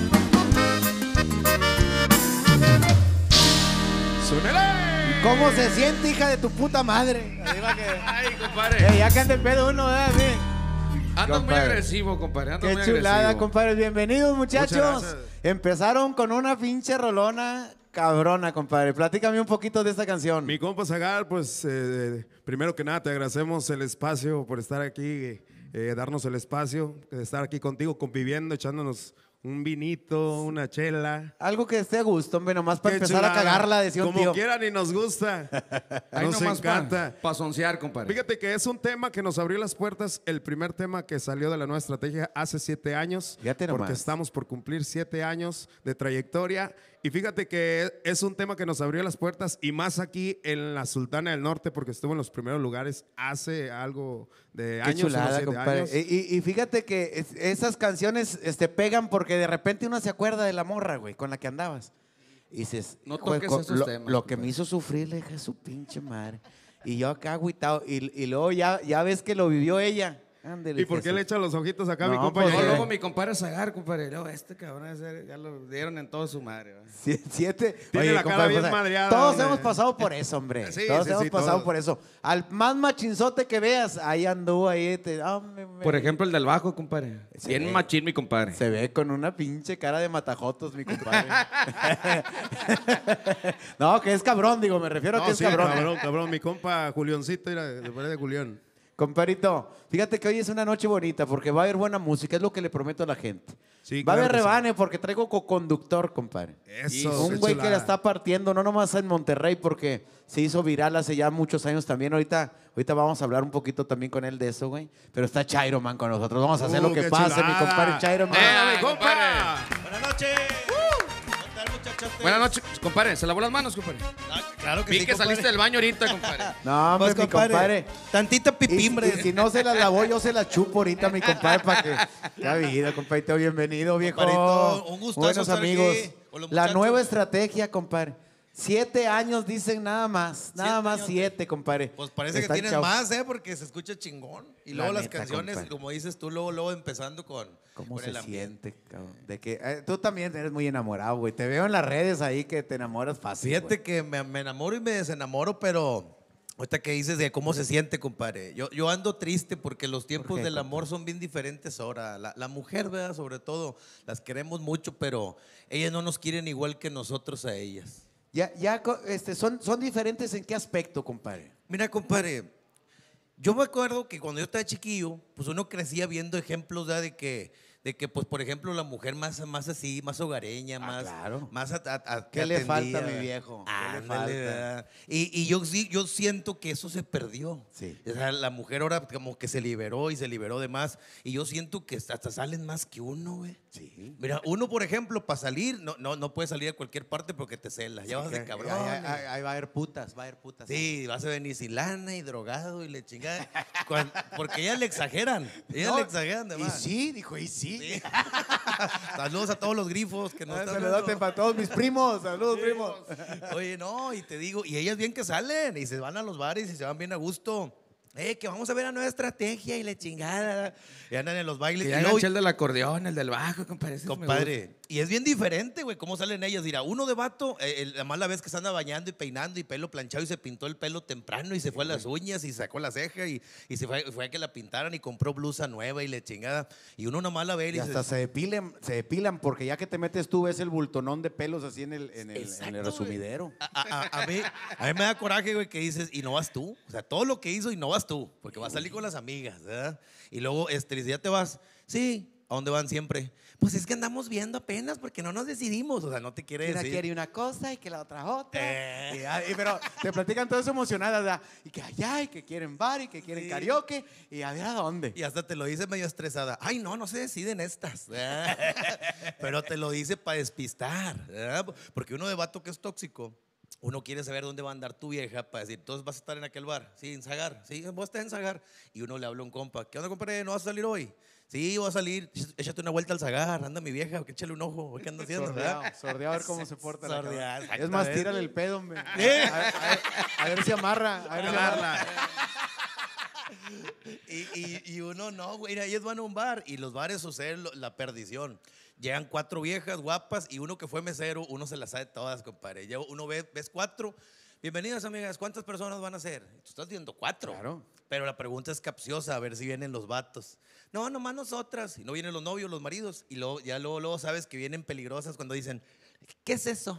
¡Súnele! ¿Cómo se siente, hija de tu puta madre? Que... Ay, compadre. Eh, ya que anda el pedo uno, ¿verdad? Sí. Andas muy Compadre. agresivo, compadre. Andas Qué muy chulada, agresivo. compadre. Bienvenidos, muchachos. gracias. Empezaron con una pinche rolona cabrona, compadre. Platícame un poquito de esta canción. Mi compa Zagar, pues eh, primero que nada te agradecemos el espacio por estar aquí, eh, darnos el espacio, de estar aquí contigo, conviviendo, echándonos un vinito, una chela. Algo que esté a gusto, hombre, nomás para Qué empezar chulada. a cagarla, decía un Como tío. quieran y nos gusta. Ahí Nos nomás encanta. Para soncear, compadre. Fíjate que es un tema que nos abrió las puertas, el primer tema que salió de la nueva estrategia hace siete años, Fíjate porque nomás. estamos por cumplir siete años de trayectoria. Y fíjate que es un tema que nos abrió las puertas y más aquí en la Sultana del Norte, porque estuvo en los primeros lugares hace algo de Qué años, unos chulada, siete compadre. años. Y, y- y fíjate que es- esas canciones este, pegan porque de repente uno se acuerda de la morra, güey, con la que andabas. Y dices, No "Joder, toques co- esos lo, temas, lo que compadre". me hizo sufrir, le dije, su pinche madre. Y yo acá agüitado. Y, y luego ya, ya ves que lo vivió ella. Ándele, ¿Y por qué Jesús. le echa los ojitos acá a No, mi compa? pues, Luego, Yair? luego mi compadre Zagar, compadre. Luego, este cabrón ese, ya lo dieron en toda su madre. ¿verdad? Sie- Siete. Tiene la cara bien madreada, Todos hombre. hemos pasado por eso, hombre. Sí, todos sí, hemos sí, pasado todos. por eso. Al más machinzote que veas, ahí anduvo, ahí. Te, ah, me- me- Por ejemplo, el del bajo, compadre. Sí. Bien machín, mi compadre. Se ve con una pinche cara de matajotos, mi compadre. No, que es cabrón, digo, me refiero a que No, es sí, cabrón. cabrón, cabrón. Mi compa Julioncito, era de de Julián. Compadrito, fíjate que hoy es una noche bonita porque va a haber buena música, es lo que le prometo a la gente. Sí, va a claro haber que sí. rebane porque traigo co-conductor, compadre. Eso, Un qué güey que la chulada. está partiendo, no nomás en Monterrey, porque se hizo viral hace ya muchos años también. Ahorita, ahorita vamos a hablar un poquito también con él de eso, güey. Pero está Chairo Man con nosotros. Vamos a hacer Uh, lo que qué pase, chulada. mi compadre Chairo Man. ¡Eh, ¡Ah, mi compadre! compa! Buenas noches. ¿Qué tal, muchachos? Buenas noches, compadre. ¿Se lavó las manos, compadre? Ah, claro que Vi sí, que compadre. saliste del baño ahorita, compadre. No, hombre, Pues, mi compadre. Tantita Y, pipimbre. y si no se las lavó, yo se las chupo ahorita, mi compadre, para que... Ya vida, compadrito, bienvenido, viejo. Compadrito, un gustazo Buenos estar amigos. aquí con los La muchachos. nueva estrategia, compadre. Siete años dicen nada más, nada Siete más años. siete, compadre. Pues parece que Están tienes chavos. más, ¿eh? Porque se escucha chingón. Y La luego las neta, canciones, compadre. como dices tú, luego, luego empezando con, ¿Cómo con se el ambiente. siente, cabrón? De que, eh, tú también eres muy enamorado, güey. Te veo en las redes ahí que te enamoras fácil, Fíjate güey. que me, me enamoro y me desenamoro, pero ahorita que dices de cómo se siente, compadre. Yo, yo ando triste porque los tiempos qué, del compadre? amor son bien diferentes ahora. La, la mujer, ¿verdad? Sobre todo, las queremos mucho, pero ellas no nos quieren igual que nosotros a ellas. Ya, ya, co- este, son, son diferentes en qué aspecto, compadre. Mira, compadre, yo me acuerdo que cuando yo estaba chiquillo, pues uno crecía viendo ejemplos ¿verdad? de que, de que, pues por ejemplo, la mujer más, más así, más hogareña, más, claro. más a- a- a- ¿Qué que le atendía, falta a mi ¿verdad? viejo? ¿Qué le Ándale, falta? ¿verdad? Y, y yo sí, yo siento que eso se perdió. Sí. O sea, la mujer ahora como que se liberó y se liberó de más. Y yo siento que hasta salen más que uno, güey. Sí. Mira, uno, por ejemplo, para salir, no, no, no puede salir a cualquier parte porque te celas. Ya vas de Que- cabrón. Ahí, ahí- ahí va a haber putas, va a haber putas. Sí, vas a venir sin lana y drogado y le chingada. Cuan- porque ellas le exageran. Ellas No, le exageran de Y más. sí, dijo, y sí. Sí. Saludos a todos los grifos que nos Ah, están saludote viendo. para todos mis primos, saludos, primos. Oye, no, y te digo, y ellas bien que salen y se van a los bares y se van bien a gusto. Eh, que vamos a ver la nueva estrategia y la chingada. Y andan en los bailes. Que y ya luego- enganché el del acordeón, el del bajo, compadre. ese sí me Compadre, y es bien diferente, güey, cómo salen ellas. Mira, uno de vato, eh, el- además la vez que se anda bañando y peinando y pelo planchado y se pintó el pelo temprano y se fue a las uñas y sacó la ceja y, y se fue, fue a que la pintaran y compró blusa nueva y le chingada. Y uno nomás la ve y Y dice, hasta se depilan, se depilan porque ya que te metes tú ves el bultonón de pelos así en el, en el, en Exacto, el resumidero. a, a- a mí, a mí me da coraje, güey, que dices, y no vas tú. O sea, todo lo que hizo y no vas tú, porque vas a salir con las amigas, ¿verdad? Y luego, este, dice, ya te vas. Sí, ¿A dónde van siempre? Pues es que andamos viendo apenas porque no nos decidimos. O sea, no te quiere Una decir. quiere una cosa y que la otra otra. Eh. Y, ah, y pero te platican todo eso emocionadas, ¿verdad? Y que allá, y que quieren bar, y que quieren Sí. karaoke, y a ver a dónde. Y hasta te lo dice medio estresada. Ay, no, no se deciden estas. Pero te lo dice para despistar. ¿Verdad? Porque uno de vato que es tóxico, uno quiere saber dónde va a andar tu vieja para decir, entonces vas a estar en aquel bar. Sí, en Zagar. Sí, vos estás en Zagar. Y uno le habla a un compa. ¿Qué onda, compadre? ¿No vas a salir hoy? Sí, voy a salir. Échate una vuelta al Zagar. Anda mi vieja, que échale un ojo. ¿Qué anda haciendo? Sordeado, ¿verdad? sordeado a ver cómo se porta la Sordeado, cabra. Es más, exactamente. tírale el pedo, hombre. A, ¿Eh? a ver, a ver- a ver si amarra. A ver si amarra. Y, y, y uno no, güey, ellos van a un bar y los bares suceden lo- la perdición. Llegan cuatro viejas guapas y uno que fue mesero, uno se las sabe todas, compadre. Ya uno ve, ves cuatro. Bienvenidas, amigas. ¿Cuántas personas van a ser? Tú estás viendo cuatro. Claro. Pero la pregunta es capciosa, a ver si vienen los vatos. No, nomás nosotras. Y no vienen los novios, los maridos. Y luego, ya luego, luego sabes que vienen peligrosas cuando dicen, ¿qué es eso?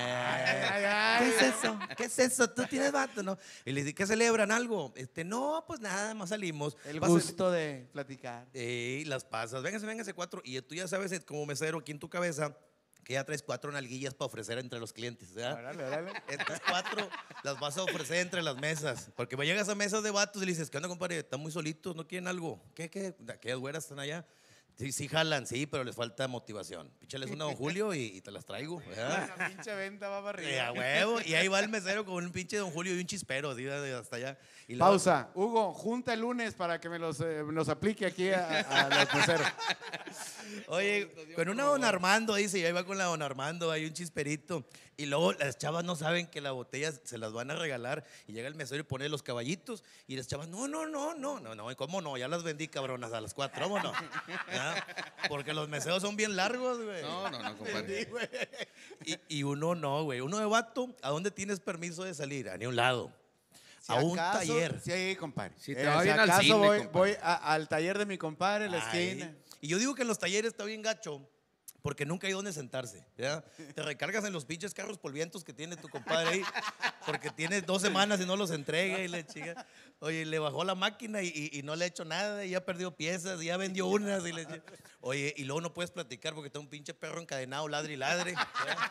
ay, ay. ¿Qué es eso? ¿Qué es eso? ¿Tú tienes vato, no? Y les dice, ¿qué celebran? ¿Algo? Este, no, pues nada, más salimos. El Pasa- gusto de platicar. y las pasas, véngase, véngase cuatro. Y tú ya sabes, como mesero aquí en tu cabeza, que ya traes cuatro nalguillas para ofrecer entre los clientes. ¿Verdad? Órale, órale. Estas cuatro las vas a ofrecer entre las mesas. Porque llegas a mesas de vatos y le dices, ¿qué onda, compadre? Están muy solitos, ¿no quieren algo? ¿Qué, qué? ¿Aquellas güeras están allá? Sí, sí jalan, sí, pero les falta motivación. Píchales una a Don Julio y, y te las traigo. ¿verdad? La pinche venta va para Y a arriba. huevo. Y ahí va el mesero con un pinche Don Julio y un chispero, así, hasta allá. Y luego- Pausa. Hugo, junta el lunes para que me los, eh, me los aplique aquí a, a los meseros. Oye, con una Don Armando, dice, y ahí va con la Don Armando, hay un chisperito. Y luego las chavas no saben que la botella se las van a regalar. Y llega el mesero y pone los caballitos. Y las chavas, no, no, no, no, no, no, ¿cómo no? Ya las vendí, cabronas, a las cuatro, ¿cómo no? ¿Ah? Porque los meseros son bien largos, güey. No, no, no, compadre. Y, y uno no, güey. Uno de vato, ¿a dónde tienes permiso de salir? A ni un lado. Si a un acaso- taller. Sí, compadre. Si te va bien al acaso cine, voy, compadre. voy a- al taller de mi compadre en la Ay. esquina. Y yo digo que en los talleres está bien gacho. Porque nunca hay donde sentarse. ¿ya? Te recargas en los pinches carros polvientos que tiene tu compadre ahí. Porque tiene dos semanas y no los entrega y le chica. Oye, le bajó la máquina y, y- y no le ha hecho nada. Y ya perdió piezas y ya vendió unas. Y le chi- Oye, y luego no puedes platicar porque está un pinche perro encadenado, ladre y ladre. ¿ya?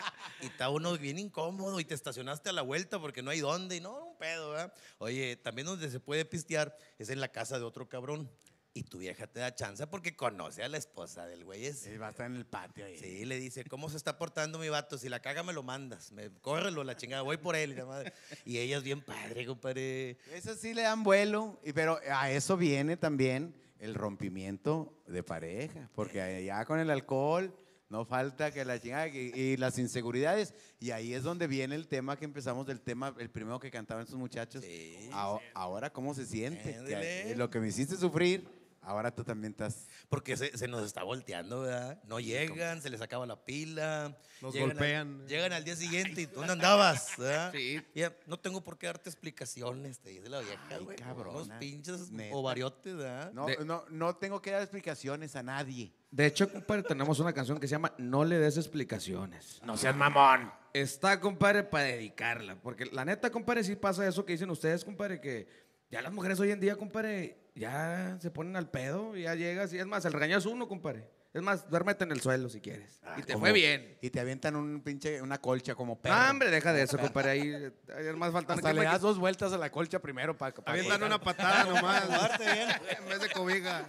Y está uno bien incómodo y te estacionaste a la vuelta porque no hay dónde. Y no, un pedo, ¿verdad? Oye, también donde se puede pistear es en la casa de otro cabrón. Y tu vieja te da chance porque conoce a la esposa del güey ese. Sí, va a estar en el patio ahí. Sí, le dice, ¿cómo se está portando mi vato? Si la caga me lo mandas, me, córrelo la chingada, voy por él. Y, la madre. Y ella es bien padre, compadre. Eso sí le dan vuelo, y, pero a eso viene también el rompimiento de pareja, porque ya con el alcohol no falta que la chingada y, y las inseguridades, y ahí es donde viene el tema que empezamos del tema, el primero que cantaban estos muchachos. Sí. Aho- ahora, ¿cómo se siente? Ándele. Que, lo que me hiciste sufrir, ahora tú también estás... Porque se, se nos está volteando, ¿verdad? No llegan, se les acaba la pila. Nos llegan golpean. Al, llegan al día siguiente y tú dónde andabas, ¿verdad? Sí. Ya, no tengo por qué darte explicaciones, te dice la vieja, Ay, güey. cabrona. Unos pinches Neta. ovariotes, ¿verdad? No, De- no, no tengo que dar explicaciones a nadie. De hecho, compadre, tenemos una canción que se llama No le des explicaciones. No seas mamón. Está, compadre, para dedicarla. Porque la neta, compadre, sí pasa eso que dicen ustedes, compadre, que ya las mujeres hoy en día, compadre, ya se ponen al pedo, y ya llegas y es más, el regaño es uno, compadre. Es más, duérmete en el suelo si quieres. y te Como- fue bien. Y te avientan un pinche, una colcha como perro. No, hombre, deja de eso, compadre. Ahí, ahí es más falta. Hasta le das dos vueltas a la colcha primero para... Avientan una patada nomás. Jugarte bien. En vez de cobija.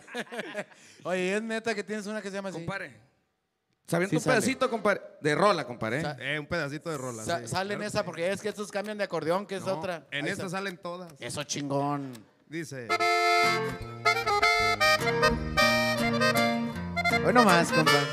Oye, es neta que tienes una que se llama así. Compadre. Sabiendo Sí un sale. pedacito, compadre, de rola, compadre. ¿eh? Sa- Eh, un pedacito de rola. Sa- sí. sale en Claro esa que porque es que estos cambian de acordeón, que es sí. No, otra. En Ahí esta está. salen todas. Eso chingón. Dice. Hoy nomás, compadre.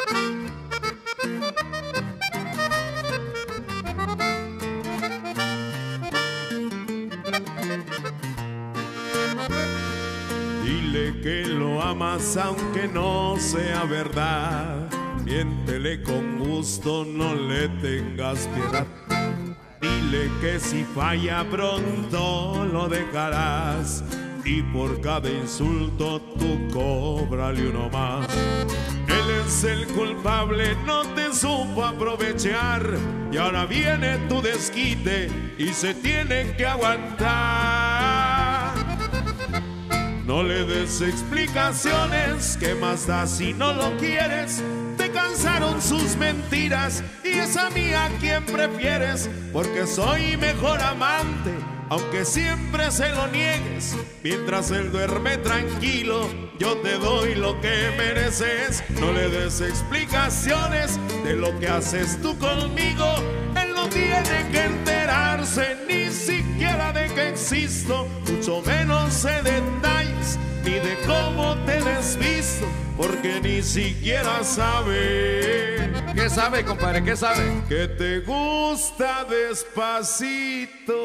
Dile que lo amas aunque no sea verdad. Miéntele con gusto, no le tengas piedad. Dile que si falla pronto lo dejarás. Y por cada insulto tú cóbrale uno más. Él es el culpable, no te supo aprovechar. Y ahora viene tu desquite y se tiene que aguantar. No le des explicaciones, ¿qué más da si no lo quieres? Te cansaron sus mentiras y es a mí a quien prefieres, porque soy mejor amante, aunque siempre se lo niegues. Mientras él duerme tranquilo, yo te doy lo que mereces. No le des explicaciones de lo que haces tú conmigo. Él no tiene que enterarse ni siquiera de que existo, mucho menos de detalles ni de cómo te desvisto, porque ni siquiera sabe. ¿Qué sabe, compadre? ¿Qué sabe? Que te gusta despacito.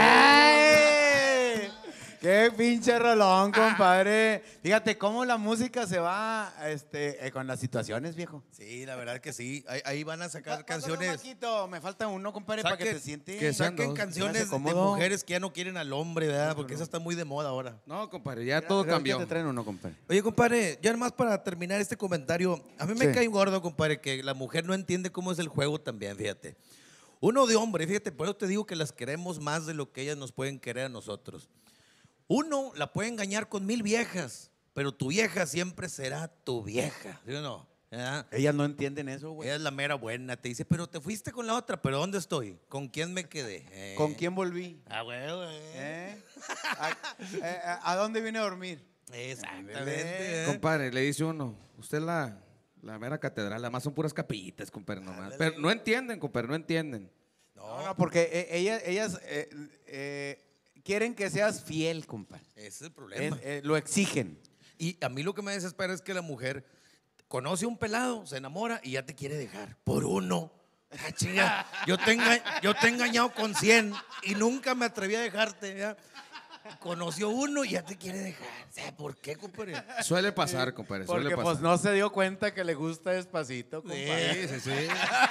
¡Ay! ¡Qué pinche rolón, compadre! Fíjate cómo la música se va este, eh, con las situaciones, viejo. Sí, la verdad que sí. Ahí, ahí van a sacar Pásame un canciones. maquito, me falta uno, compadre, para que te sientes. que sean Saquen dos. canciones Se me hace de cómodo. mujeres que ya no quieren al hombre, ¿verdad? Porque esa está muy de moda ahora. No, compadre, ya todo Creo que cambió. te traen uno, compadre. Oye, compadre, ya nomás para terminar este comentario, a mí me Sí. cae gordo, compadre, que la mujer no entiende cómo es el juego también, fíjate. Uno de hombre, fíjate, por eso te digo que las queremos más de lo que ellas nos pueden querer a nosotros. Uno la puede engañar con mil viejas, pero tu vieja siempre será tu vieja, ¿sí o no? ¿Verdad? Ellas no entienden eso, güey. Ella es la mera buena, te dice, pero te fuiste con la otra, pero ¿dónde estoy? ¿Con quién me quedé? Eh. ¿Con quién volví? Ah, güey, güey. ¿Eh? ¿A, eh, a- a dónde vine a dormir? Exactamente. ¿eh? Compadre, le dice uno, usted es la, la mera catedral, además son puras capillitas, compadre, nomás. Pero no entienden, compadre, no entienden. No, no, porque eh, ellas, ellas eh, eh, quieren que seas fiel, compadre. Ese es el Eh, problema. eh, lo exigen. Y a mí lo que me desespera es que la mujer conoce a un pelado, se enamora y ya te quiere dejar por uno. Ah, chinga, yo, te enga- yo te he engañado con cien y nunca me atreví a dejarte. ¿ya? Conoció uno y ya te quiere dejar. O sea, ¿por qué, compadre? Suele pasar, compadre, suele Porque pasar. pues no se dio cuenta que le gusta despacito, compadre. Sí, sí, sí.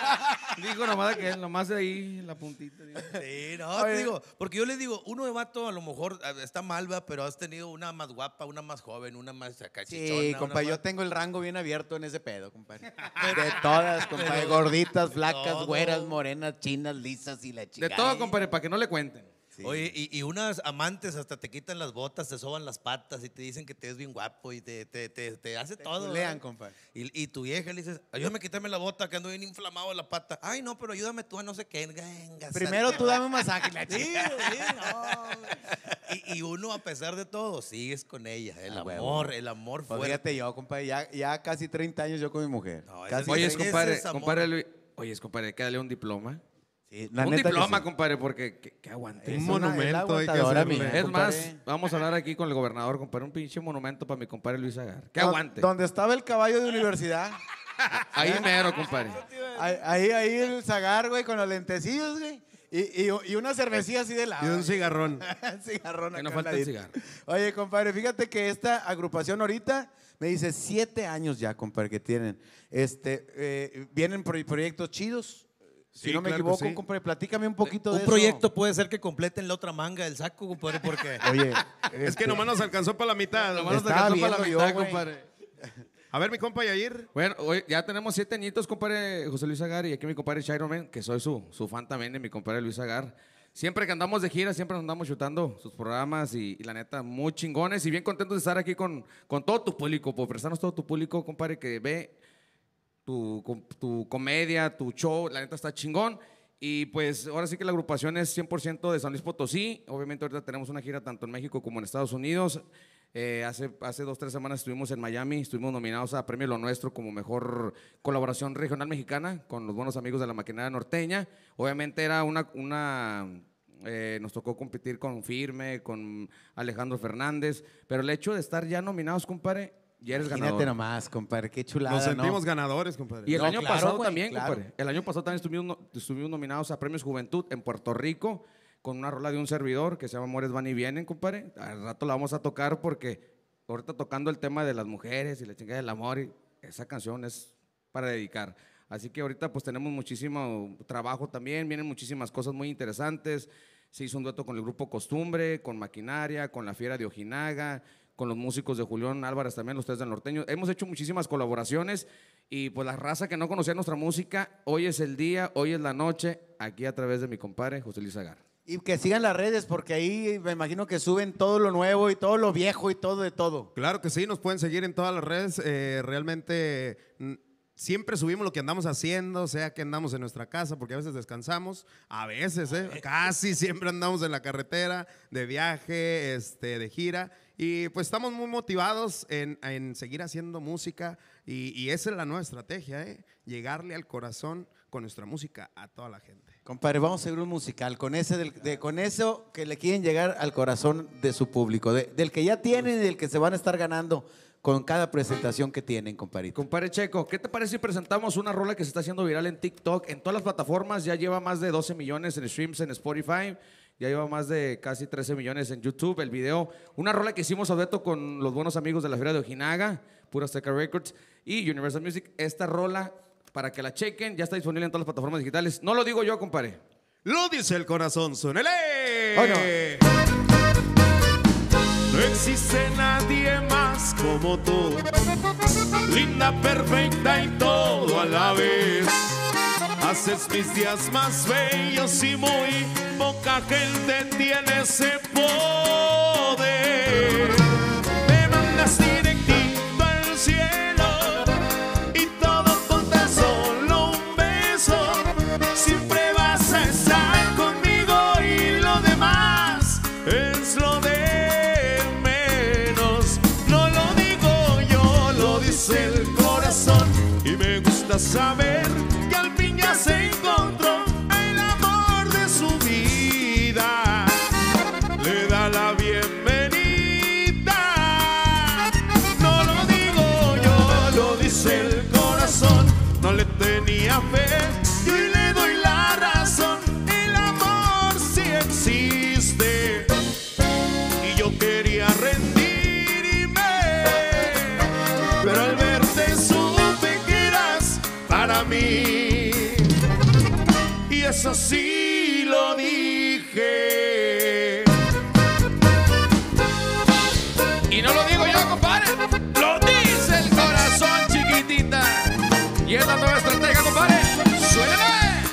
Digo nomás de que él, nomás de ahí, la puntita. digo. Sí, no, Oye. te digo, porque yo les digo, uno de vato a lo mejor ah, está mal, ¿va? Pero has tenido una más guapa, una más joven, una más acá chichona. Sí, una compadre, yo más- tengo el rango bien abierto en ese pedo, compadre. De todas, compadre. Gorditas, flacas, todo. güeras, morenas, chinas, lisas y la De chica. todo, compadre, para que no le cuenten. Sí. Oye, y, y unas amantes hasta te quitan las botas, te soban las patas y te dicen que te ves bien guapo y te, te, te, te hace todo. culean, ¿verdad? compadre. Y, y tu vieja le dices, ayúdame a quitarme la bota que ando bien inflamado de la pata. Ay, no, pero ayúdame tú a no sé qué. Venga, Primero salte, tú va. dame un masaje, la Sí, chica. sí, no. Y, y uno, a pesar de todo, sigues con ella. El Ah, amor, huevo. el amor Pues fuerte. fíjate yo, compadre, ya, ya casi treinta años yo con mi mujer. No, ese Casi sí Oye, ese compadre, es amor. compadre Luis. Oye, compadre, hay que darle un diploma. Sí, la un neta que diploma, sí. compadre, porque que, que aguante. Es Un una- monumento es la hay que aguantadora hacerle. mía, Es compadre. más, vamos a hablar aquí con el gobernador, compadre, un pinche monumento para mi compadre Luis Agar. Que Do- aguante. Donde estaba el caballo de universidad. Ahí mero, compadre. Ahí, ahí, ahí el zagar, güey, con los lentecillos, güey. Y, y, y una cervecilla así de lado. Y un cigarrón. cigarrón Que no acá falte al el ladito. cigarro. Oye, compadre, fíjate que esta agrupación ahorita me dice siete años ya, compadre, que tienen. Este, eh, vienen pro- proyectos chidos. Si Sí, no me claro que equivoco, sí. compadre, platícame un poquito de Un eso. proyecto puede ser que completen la otra manga del saco, compadre, porque... Oye, Es que nomás nos alcanzó para la mitad. Nomás nos Estaba alcanzó para la viendo mitad, yo, güey. compadre. A ver, mi compa Yair. Bueno, hoy ya tenemos siete añitos, compadre José Luis Agar, y aquí mi compadre Chiron Man, que soy su, su fan también de mi compadre Luis Agar. Siempre que andamos de gira, siempre nos andamos chutando sus programas y, y la neta, muy chingones y bien contentos de estar aquí con, con todo tu público, por prestarnos todo tu público, compadre, que ve tu, com- tu comedia, tu show, la neta está chingón. Y pues ahora sí que la agrupación es cien por ciento de San Luis Potosí. Obviamente ahorita tenemos una gira tanto en México como en Estados Unidos. Eh, hace, hace dos, tres semanas estuvimos en Miami, estuvimos nominados a Premio Lo Nuestro como mejor colaboración regional mexicana con los buenos amigos de la Maquinaria Norteña. Obviamente era una, una eh, nos tocó competir con Firme, con Alejandro Fernández, pero el hecho de estar ya nominados, compadre, ya eres imagínate ganador. nomás, compadre, qué chulada, Nos sentimos ¿no? ganadores, compadre. Y el No, año claro, pasado güey, también, claro. compadre. El año pasado también estuvimos, no- estuvimos nominados a Premios Juventud en Puerto Rico con una rola de un servidor que se llama Amores Van y Vienen, compadre. Al rato la vamos a tocar porque ahorita tocando el tema de las mujeres y la chingada del amor, y esa canción es para dedicar. Así que ahorita pues tenemos muchísimo trabajo también, vienen muchísimas cosas muy interesantes. Se hizo un dueto con el grupo Costumbre, con Maquinaria, con La Fiera de Ojinaga, con los músicos de Julián Álvarez también, los tres del norteño. Hemos hecho muchísimas colaboraciones y pues la raza que no conocía nuestra música, hoy es el día, hoy es la noche, aquí a través de mi compadre José Luis Agar. Y que sigan las redes, porque ahí me imagino que suben todo lo nuevo y todo lo viejo y todo de todo. Claro que sí, nos pueden seguir en todas las redes. Eh, realmente mm, siempre subimos lo que andamos haciendo, sea que andamos en nuestra casa, porque a veces descansamos, a veces, ¿eh? Casi siempre andamos en la carretera, de viaje, este, de gira. Y pues estamos muy motivados en, en seguir haciendo música y, y esa es la nueva estrategia, ¿eh? Llegarle al corazón con nuestra música a toda la gente. Compadre, vamos a seguir un musical con ese del, de, con eso que le quieren llegar al corazón de su público, de, del que ya tienen y del que se van a estar ganando con cada presentación que tienen, compadrito. Compadre Checo, ¿qué te parece si presentamos una rola que se está haciendo viral en TikTok? En todas las plataformas ya lleva más de doce millones en streams en Spotify, ya lleva más de casi trece millones en YouTube, el video. Una rola que hicimos a dueto con los buenos amigos de la Feria de Ojinaga, Pura Azteca Records y Universal Music. Esta rola, para que la chequen, ya está disponible en todas las plataformas digitales. No lo digo yo, compadre. Lo dice el corazón, suénele. Bueno. No existe nadie más como tú, linda, perfecta y todo a la vez. Haces mis días más bellos y muy poca gente tiene ese poder. Me mandas directito al cielo y todo con tan solo un beso. Siempre vas a estar conmigo y lo demás es lo de menos. No lo digo yo, lo dice el corazón y me gusta saber que al fin ya se encontró el amor de su vida. Le da la bienvenida. No lo digo yo, lo dice el corazón. No le tenía fe y hoy le doy la razón. El amor sí existe y yo quería rendirme, pero al verte supe que eras para mí y eso sí lo dije. Y no lo digo yo, compadre, lo dice el corazón, chiquitita. Y es la nueva estrategia, compadre. ¡Suéleme!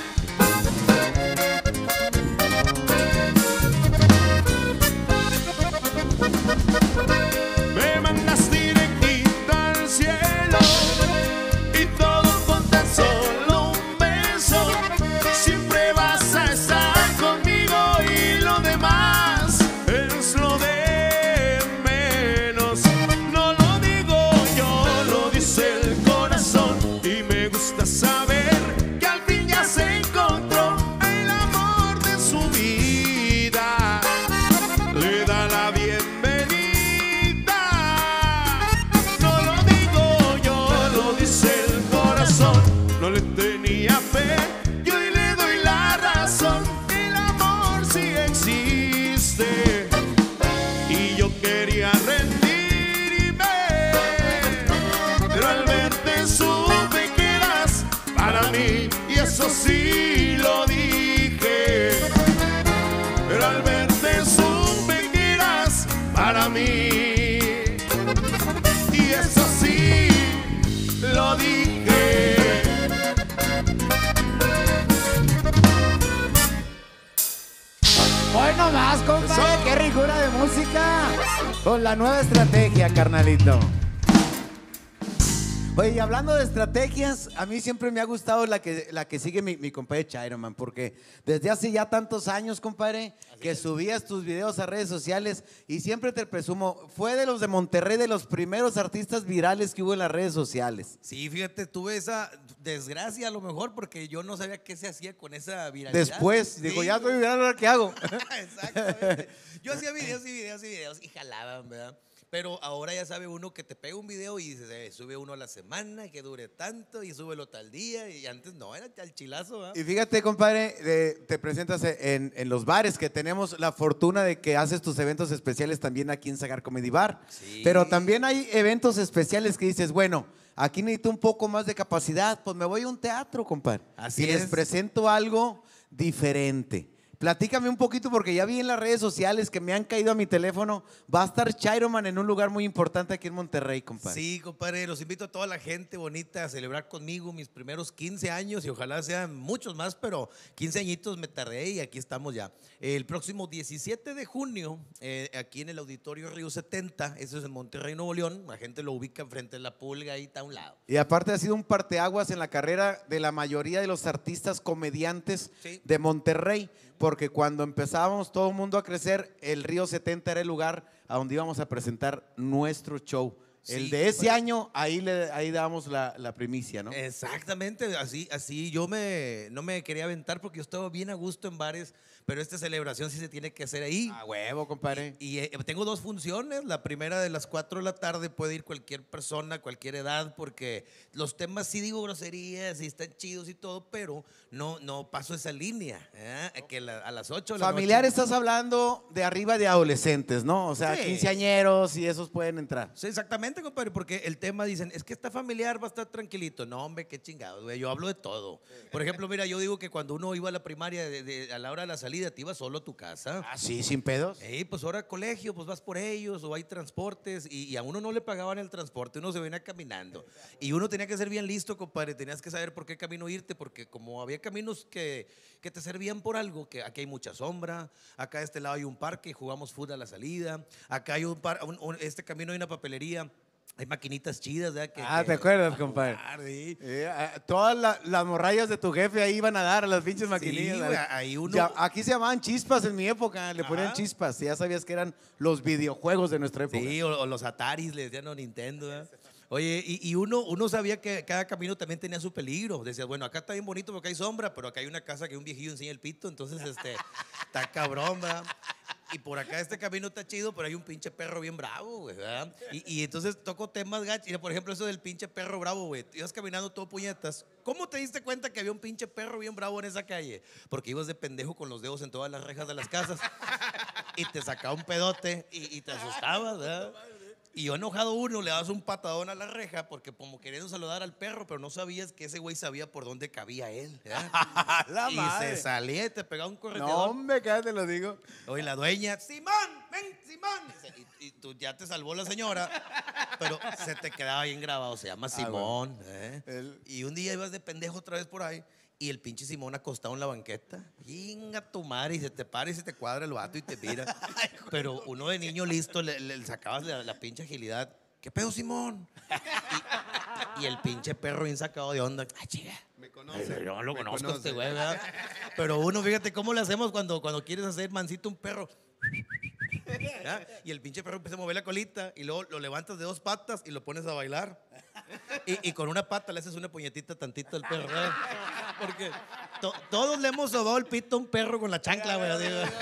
Me mandas directito al cielo y todo con tan solo un beso. Siempre vas a estar conmigo y lo demás es lo de menos. No lo digo yo, lo dice el corazón y me gusta saber que al fin ya se encontró el amor de su vida. Le da la bienvenida. No lo digo yo, lo dice el corazón. No le tenía fe y hoy le doy la razón. El amor sí existe y yo quería rendirme, pero al verte supe que eras para mí y eso sí lo dije. Pero al verte supe que eras para mí y eso sí lo dije. Hoy nomás, compadre, qué ricura de música. Con la nueva estrategia, carnalito. Oye, y hablando de estrategias, a mí siempre me ha gustado la que, la que sigue mi, mi compadre Chairoman, porque desde hace ya tantos años, compadre, que subías tus videos a redes sociales y siempre te presumo, fue de los de Monterrey, de los primeros artistas virales que hubo en las redes sociales. Sí, fíjate, tuve esa desgracia a lo mejor porque yo no sabía qué se hacía con esa viralidad. Después, Sí, digo, ya güey. estoy viral, ¿ahora qué hago? Exactamente. Yo hacía videos y videos y videos y jalaban, ¿verdad? Pero ahora ya sabe uno que te pega un video y se sube uno a la semana, que dure tanto y súbelo tal día. Y antes no, era al chilazo, ¿verdad? Y fíjate, compadre, eh, te presentas en, en los bares, que tenemos la fortuna de que haces tus eventos especiales también aquí en Sagar Comedy Bar. Sí. Pero también hay eventos especiales que dices, bueno, aquí necesito un poco más de capacidad, pues me voy a un teatro, compadre. Así y les es. presento algo diferente. Platícame un poquito porque ya vi en las redes sociales que me han caído a mi teléfono. Va a estar Chairoman en un lugar muy importante aquí en Monterrey, compadre. Sí, compadre, los invito a toda la gente bonita a celebrar conmigo mis primeros quince años y ojalá sean muchos más, pero quince añitos me tardé y aquí estamos ya. El próximo diecisiete de junio, eh, aquí en el Auditorio Río setenta, eso es en Monterrey, Nuevo León, la gente lo ubica enfrente de la Pulga, ahí está a un lado. Y aparte ha sido un parteaguas en la carrera de la mayoría de los artistas comediantes Sí. de Monterrey, porque cuando empezábamos todo el mundo a crecer, el Río setenta era el lugar a donde íbamos a presentar nuestro show. El Sí, de ese pues. año, ahí le ahí dábamos la, la primicia, ¿no? Exactamente, así, así yo me, no me quería aventar porque yo estaba bien a gusto en bares, pero esta celebración sí se tiene que hacer ahí. A huevo, compadre. Y eh, tengo dos funciones. La primera de las cuatro de la tarde puede ir cualquier persona, cualquier edad, porque los temas sí digo groserías y están chidos y todo, pero no, no paso esa línea. ¿eh? Que la- a las ocho de la Familiar, noche. estás hablando de arriba de adolescentes, ¿no? O sea, Sí. quinceañeros y esos pueden entrar. Sí, exactamente, compadre, porque el tema dicen, es que esta familiar va a estar tranquilito. No, hombre, qué chingados, güey. Yo hablo de todo. Por ejemplo, mira, yo digo que cuando uno iba a la primaria, de- de- a la hora de la salida, te ibas solo a tu casa. Ah, sí, sin pedos. Ey, pues ahora colegio, pues vas por ellos o hay transportes y, y a uno no le pagaban el transporte, uno se venía caminando. Y uno tenía que ser bien listo, compadre, tenías que saber por qué camino irte, porque como había caminos que, que te servían por algo, que aquí hay mucha sombra, acá de este lado hay un parque y jugamos fútbol a la salida, acá hay un, par, un- un- este camino hay una papelería. Hay maquinitas chidas, ¿verdad? Que- Ah, que- ¿te acuerdas, compadre? Ah, sí. Eh, ah, todas la- las morrayas de tu jefe ahí iban a dar a las pinches Sí, maquinillas. güey, ahí uno- Ya, aquí se llamaban chispas en mi época, le ponían Ajá. chispas. Y ya sabías que eran los videojuegos de nuestra época. Sí, o, o los Ataris, le decían a Nintendo. ¿verdad? Oye, y, y uno, uno sabía que cada camino también tenía su peligro. Decías, bueno, acá está bien bonito porque hay sombra, pero acá hay una casa que un viejillo enseña el pito, entonces este, está cabrón, ¿verdad? Y por acá este camino está chido, pero hay un pinche perro bien bravo, güey, ¿verdad? Y, y entonces toco temas gachos. Mira, por ejemplo, eso del pinche perro bravo, güey. Ibas caminando todo puñetas. ¿Cómo te diste cuenta que había un pinche perro bien bravo en esa calle? Porque ibas de pendejo con los dedos en todas las rejas de las casas y te sacaba un pedote y, y te asustabas, ¿verdad? Y yo enojado uno, le dabas un patadón a la reja porque como queriendo saludar al perro, pero no sabías que ese güey sabía por dónde cabía él. ¿verdad? La y madre. se salía y te pegaba un No, correteador. hombre, cállate, lo digo. Oye, la dueña, Simón, ven, Simón. Y, y tú ya te salvó la señora, pero se te quedaba bien grabado. Se llama Simón. ¿eh? El- Y un día ibas de pendejo otra vez por ahí y el pinche Simón acostado en la banqueta. Inga tu madre, y se te para y se te cuadra el vato y te mira. Pero uno de niño listo le, le sacabas la, la pinche agilidad. ¿Qué pedo, Simón? Y, y el pinche perro bien sacado de onda. Ay, chica. Me Ay, conoce. yo no lo me conozco conoce. este güey, ¿verdad? Pero uno, fíjate cómo le hacemos cuando, cuando quieres hacer mansito un perro. ¿Ya? Y el pinche perro empieza a mover la colita y luego lo levantas de dos patas y lo pones a bailar. Y, y con una pata le haces una puñetita tantito al perro, ¿verdad? Porque to- todos le hemos sobado el pito a un perro con la chancla, güey. así, güey.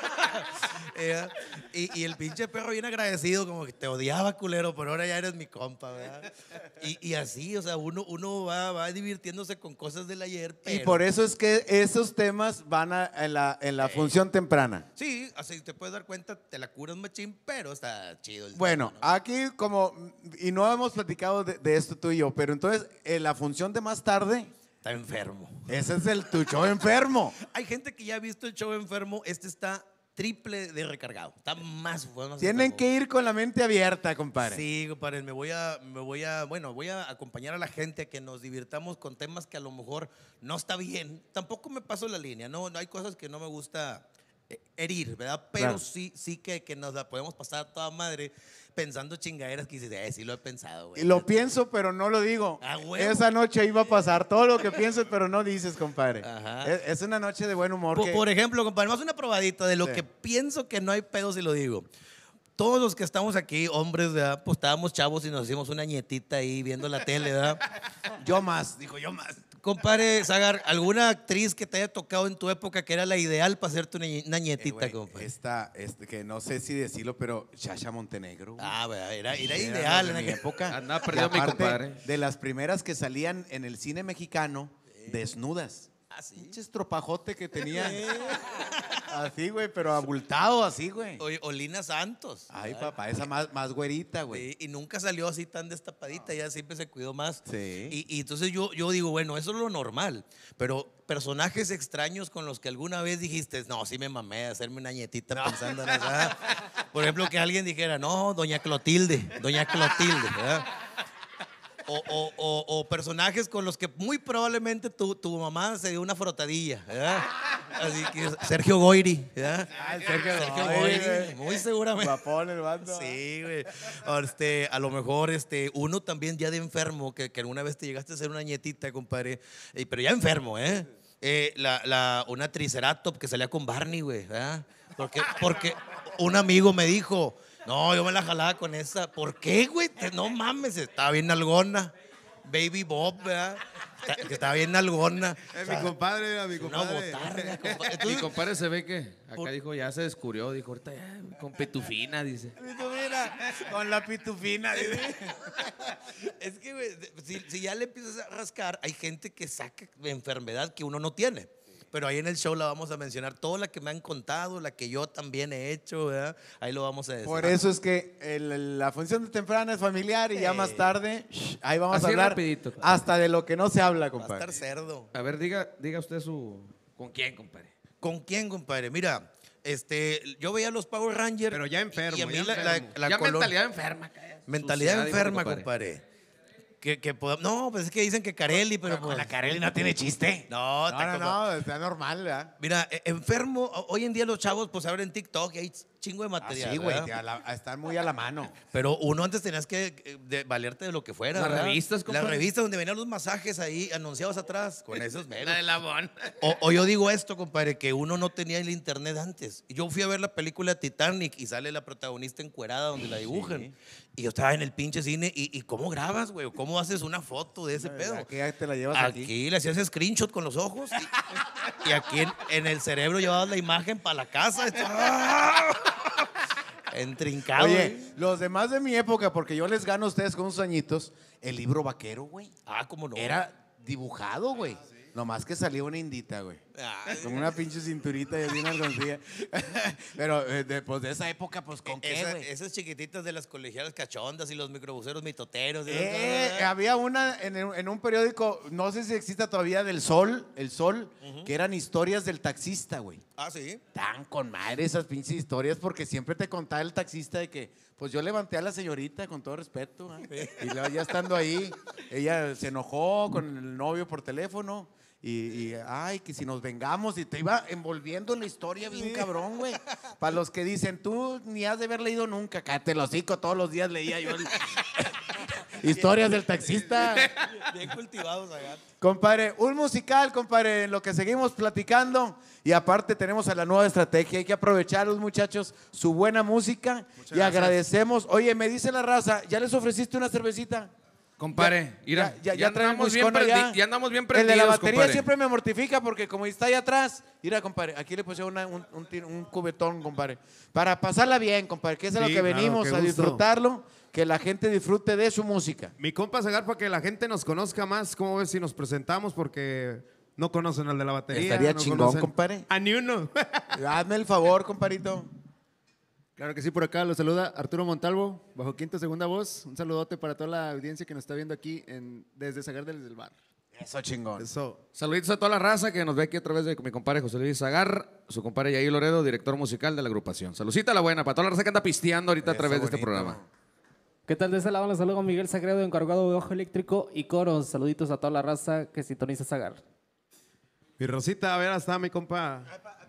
Eh, y, y el pinche perro bien agradecido, como que te odiaba, culero, pero ahora ya eres mi compa, ¿verdad? Y, y así, o sea, uno, uno va, va divirtiéndose con cosas del ayer, pero... Y por eso es que esos temas van a- en la, en la función temprana. Sí, así te puedes dar cuenta, te la curas machín, pero está chido el Bueno, tema, ¿no? aquí como, y no hemos platicado de, de esto tú y yo, pero entonces en la función de más tarde, Está enfermo. ese es el tu show enfermo. Hay gente que ya ha visto el show enfermo, este está triple de recargado, está más, más Tienen enfermo. que ir con la mente abierta, compadre. Sí, compadre, me voy a, me voy a, bueno, voy a acompañar a la gente a que nos divirtamos con temas que a lo mejor no está bien. Tampoco me paso la línea, no, no hay cosas que no me gusta eh, herir, ¿verdad? Pero Claro. sí, sí que, que nos la podemos pasar a toda madre pensando chingaderas que dices, eh, sí lo he pensado, güey. Y lo pienso, pero no lo digo. Ah, huevo. Esa noche iba a pasar todo lo que piensas, pero no dices, compadre. Ajá. Es, es una noche de buen humor. Por, que- por ejemplo, compadre, más una probadita de lo Sí. que pienso que no hay pedo si lo digo. Todos los que estamos aquí, hombres, ¿verdad? Pues estábamos chavos y nos hicimos una nietita ahí viendo la tele, ¿verdad? Yo más, dijo yo más. Compadre, Zagar, ¿alguna actriz que te haya tocado en tu época que era la ideal para hacerte una, ñe- una Eh, nietita, güey, compadre? esta, este, que no sé si decirlo, pero Shasha Montenegro. güey. Ah, ¿verdad? Era, era Era ideal. de en mi aquel- época. Andaba Y perdido mi aparte, compadre. de las primeras que salían en el cine mexicano, desnudas. Ah, sí. Pinches tropajote que tenía. Así, güey, pero abultado así, güey. O, Olina Santos. Ay, papá, esa más, más güerita, güey. Sí, y nunca salió así tan destapadita, ella siempre se cuidó más. Sí. Y, y entonces yo, yo digo, bueno, eso es lo normal, pero personajes extraños con los que alguna vez dijiste, no, sí me mamé a hacerme una nietita pensando en eso. ¿verdad? Por ejemplo, que alguien dijera, no, doña Clotilde, doña Clotilde, ¿verdad? O, o, o, o personajes con los que muy probablemente tu, tu mamá se dio una frotadilla, ¿verdad? Así que Sergio Goyri, ¿verdad? Ay, Sergio Sergio Goyri, Goyri, güey. muy seguramente. Guapón el vato. Sí, güey. Este, a lo mejor este, uno también ya de enfermo, que, que alguna vez te llegaste a hacer una nietita, compadre, eh, pero ya enfermo, ¿eh? eh la, la, una triceratop que salía con Barney, güey, ¿verdad? Porque, porque un amigo me dijo, no, yo me la jalaba con esa. ¿Por qué, güey? Te- No mames, estaba bien nalgona. Baby Bob, ¿verdad? Está- que estaba bien nalgona. Es mi compadre, era mi Una compadre. botarga, compadre. Mi Entonces, compadre se ve que acá Por- dijo, ya se descubrió, dijo, ahorita ya con petufina, dice. Con la pitufina. es que, güey, si, si ya le empiezas a rascar, hay gente que saca enfermedad que uno no tiene. Pero ahí en el show la vamos a mencionar, toda la que me han contado, la que yo también he hecho, ¿verdad? Ahí lo vamos a decir. Por eso es que el- la función de temprana es familiar y ya más tarde, shh, ahí vamos Así a hablar rapidito. hasta de lo que no se habla, Va a compadre. estar cerdo. A ver, diga, diga usted su... ¿Con quién, compadre? ¿Con quién, compadre? Mira, este, yo veía los Power Rangers. Pero ya enfermo, Y a mí ya la, la- enfermo. la ya colo- mentalidad enferma. cállate. mentalidad Suciedad, dijo mi enferma, compadre. compadre. Que, que poda- no, pues es que dicen que Carelli, pero pues, La Carelli no tiene chiste. No, no, está no, como- no, está normal, ¿verdad? Mira, eh, enfermo, o- hoy en día los chavos pues abren TikTok y hay chingo de material. Así, güey, ¿verdad? a la- a estar muy a la mano. Pero uno antes tenías que eh, de- valerte de lo que fuera. Las ¿verdad? revistas, compadre. Las revistas donde venían los masajes ahí anunciados atrás. Con esos meros. La de Labón. O, o yo digo esto, compadre, que uno no tenía el internet antes. Yo fui a ver la película Titanic y sale la protagonista encuerada donde la dibujan. Y yo estaba en el pinche cine. ¿Y, y cómo grabas, güey? ¿Cómo haces una foto de ese pedo? Aquí ya te la llevas Aquí aquí. le hacías screenshot con los ojos y, y aquí en, en el cerebro llevabas la imagen para la casa. ¡Ah! Entrincado. Oye, güey. los demás de mi época, porque yo les gano a ustedes con unos añitos, el libro vaquero, güey. Ah, cómo no. Era dibujado, güey. Nomás que salía una indita, güey. Ah, Con una pinche cinturita y así una algoncilla. Pero eh, de, pues de esa época, pues con qué, Esa- güey. esas chiquititas de las colegialas cachondas y los microbuseros mitoteros. y Eh, esas cosas. había una en, el- en un periódico, no sé si exista todavía, del Sol, El Sol, que eran historias del taxista, güey. Ah, sí. Tan con madre esas pinches historias porque siempre te contaba el taxista de que, pues yo levanté a la señorita con todo respeto. ¿ah? Y luego ya estando ahí, ella se enojó con el novio por teléfono. Y, y, ay, que si nos vengamos, y te iba envolviendo en la historia bien cabrón, güey. Para los que dicen, tú ni has de haber leído nunca, cállate el hocico, todos los días leía yo el- historias del taxista. Bien cultivados allá. Compadre, un musical, compadre, en lo que seguimos platicando. Y aparte tenemos a la nueva estrategia. Hay que aprovechar, los muchachos, su buena música. y gracias. agradecemos. Oye, me dice la raza, ¿ya les ofreciste una cervecita? Compadre, mira, ya, ya, ya traen andamos bien buscón allá. prendi- ya andamos bien El prendidos, de la batería compadre. siempre me mortifica porque como está ahí atrás, mira, compadre, aquí le puse una- un, un tir- un cubetón, compadre, para pasarla bien, compadre, que eso es Sí, lo que claro, venimos qué a gusto. disfrutarlo, que la gente disfrute de su música. Mi compa Zagar, para que la gente nos conozca más, ¿cómo ves si nos presentamos? Porque no conocen al de la batería. Estaría no chingón, conocen compadre. A ni uno. Hazme el favor, compadrito. Claro que sí, por acá los saluda Arturo Montalvo, bajo quinta segunda voz. Un saludote para toda la audiencia que nos está viendo aquí en, desde Zagar desde el bar. Eso chingón. Eso. Saluditos a toda la raza que nos ve aquí a través de mi compadre José Luis Zagar, su compadre Yair Loredo, director musical de la agrupación. Saludcita a la buena, para toda la raza que anda pisteando ahorita a Eso, través de este bonito. programa. ¿Qué tal de ese lado? Les saludo Miguel Sagredo, encargado de Ojo Eléctrico y Coros. Saluditos a toda la raza que sintoniza Zagar. Mi Rosita, a ver, hasta mi compa.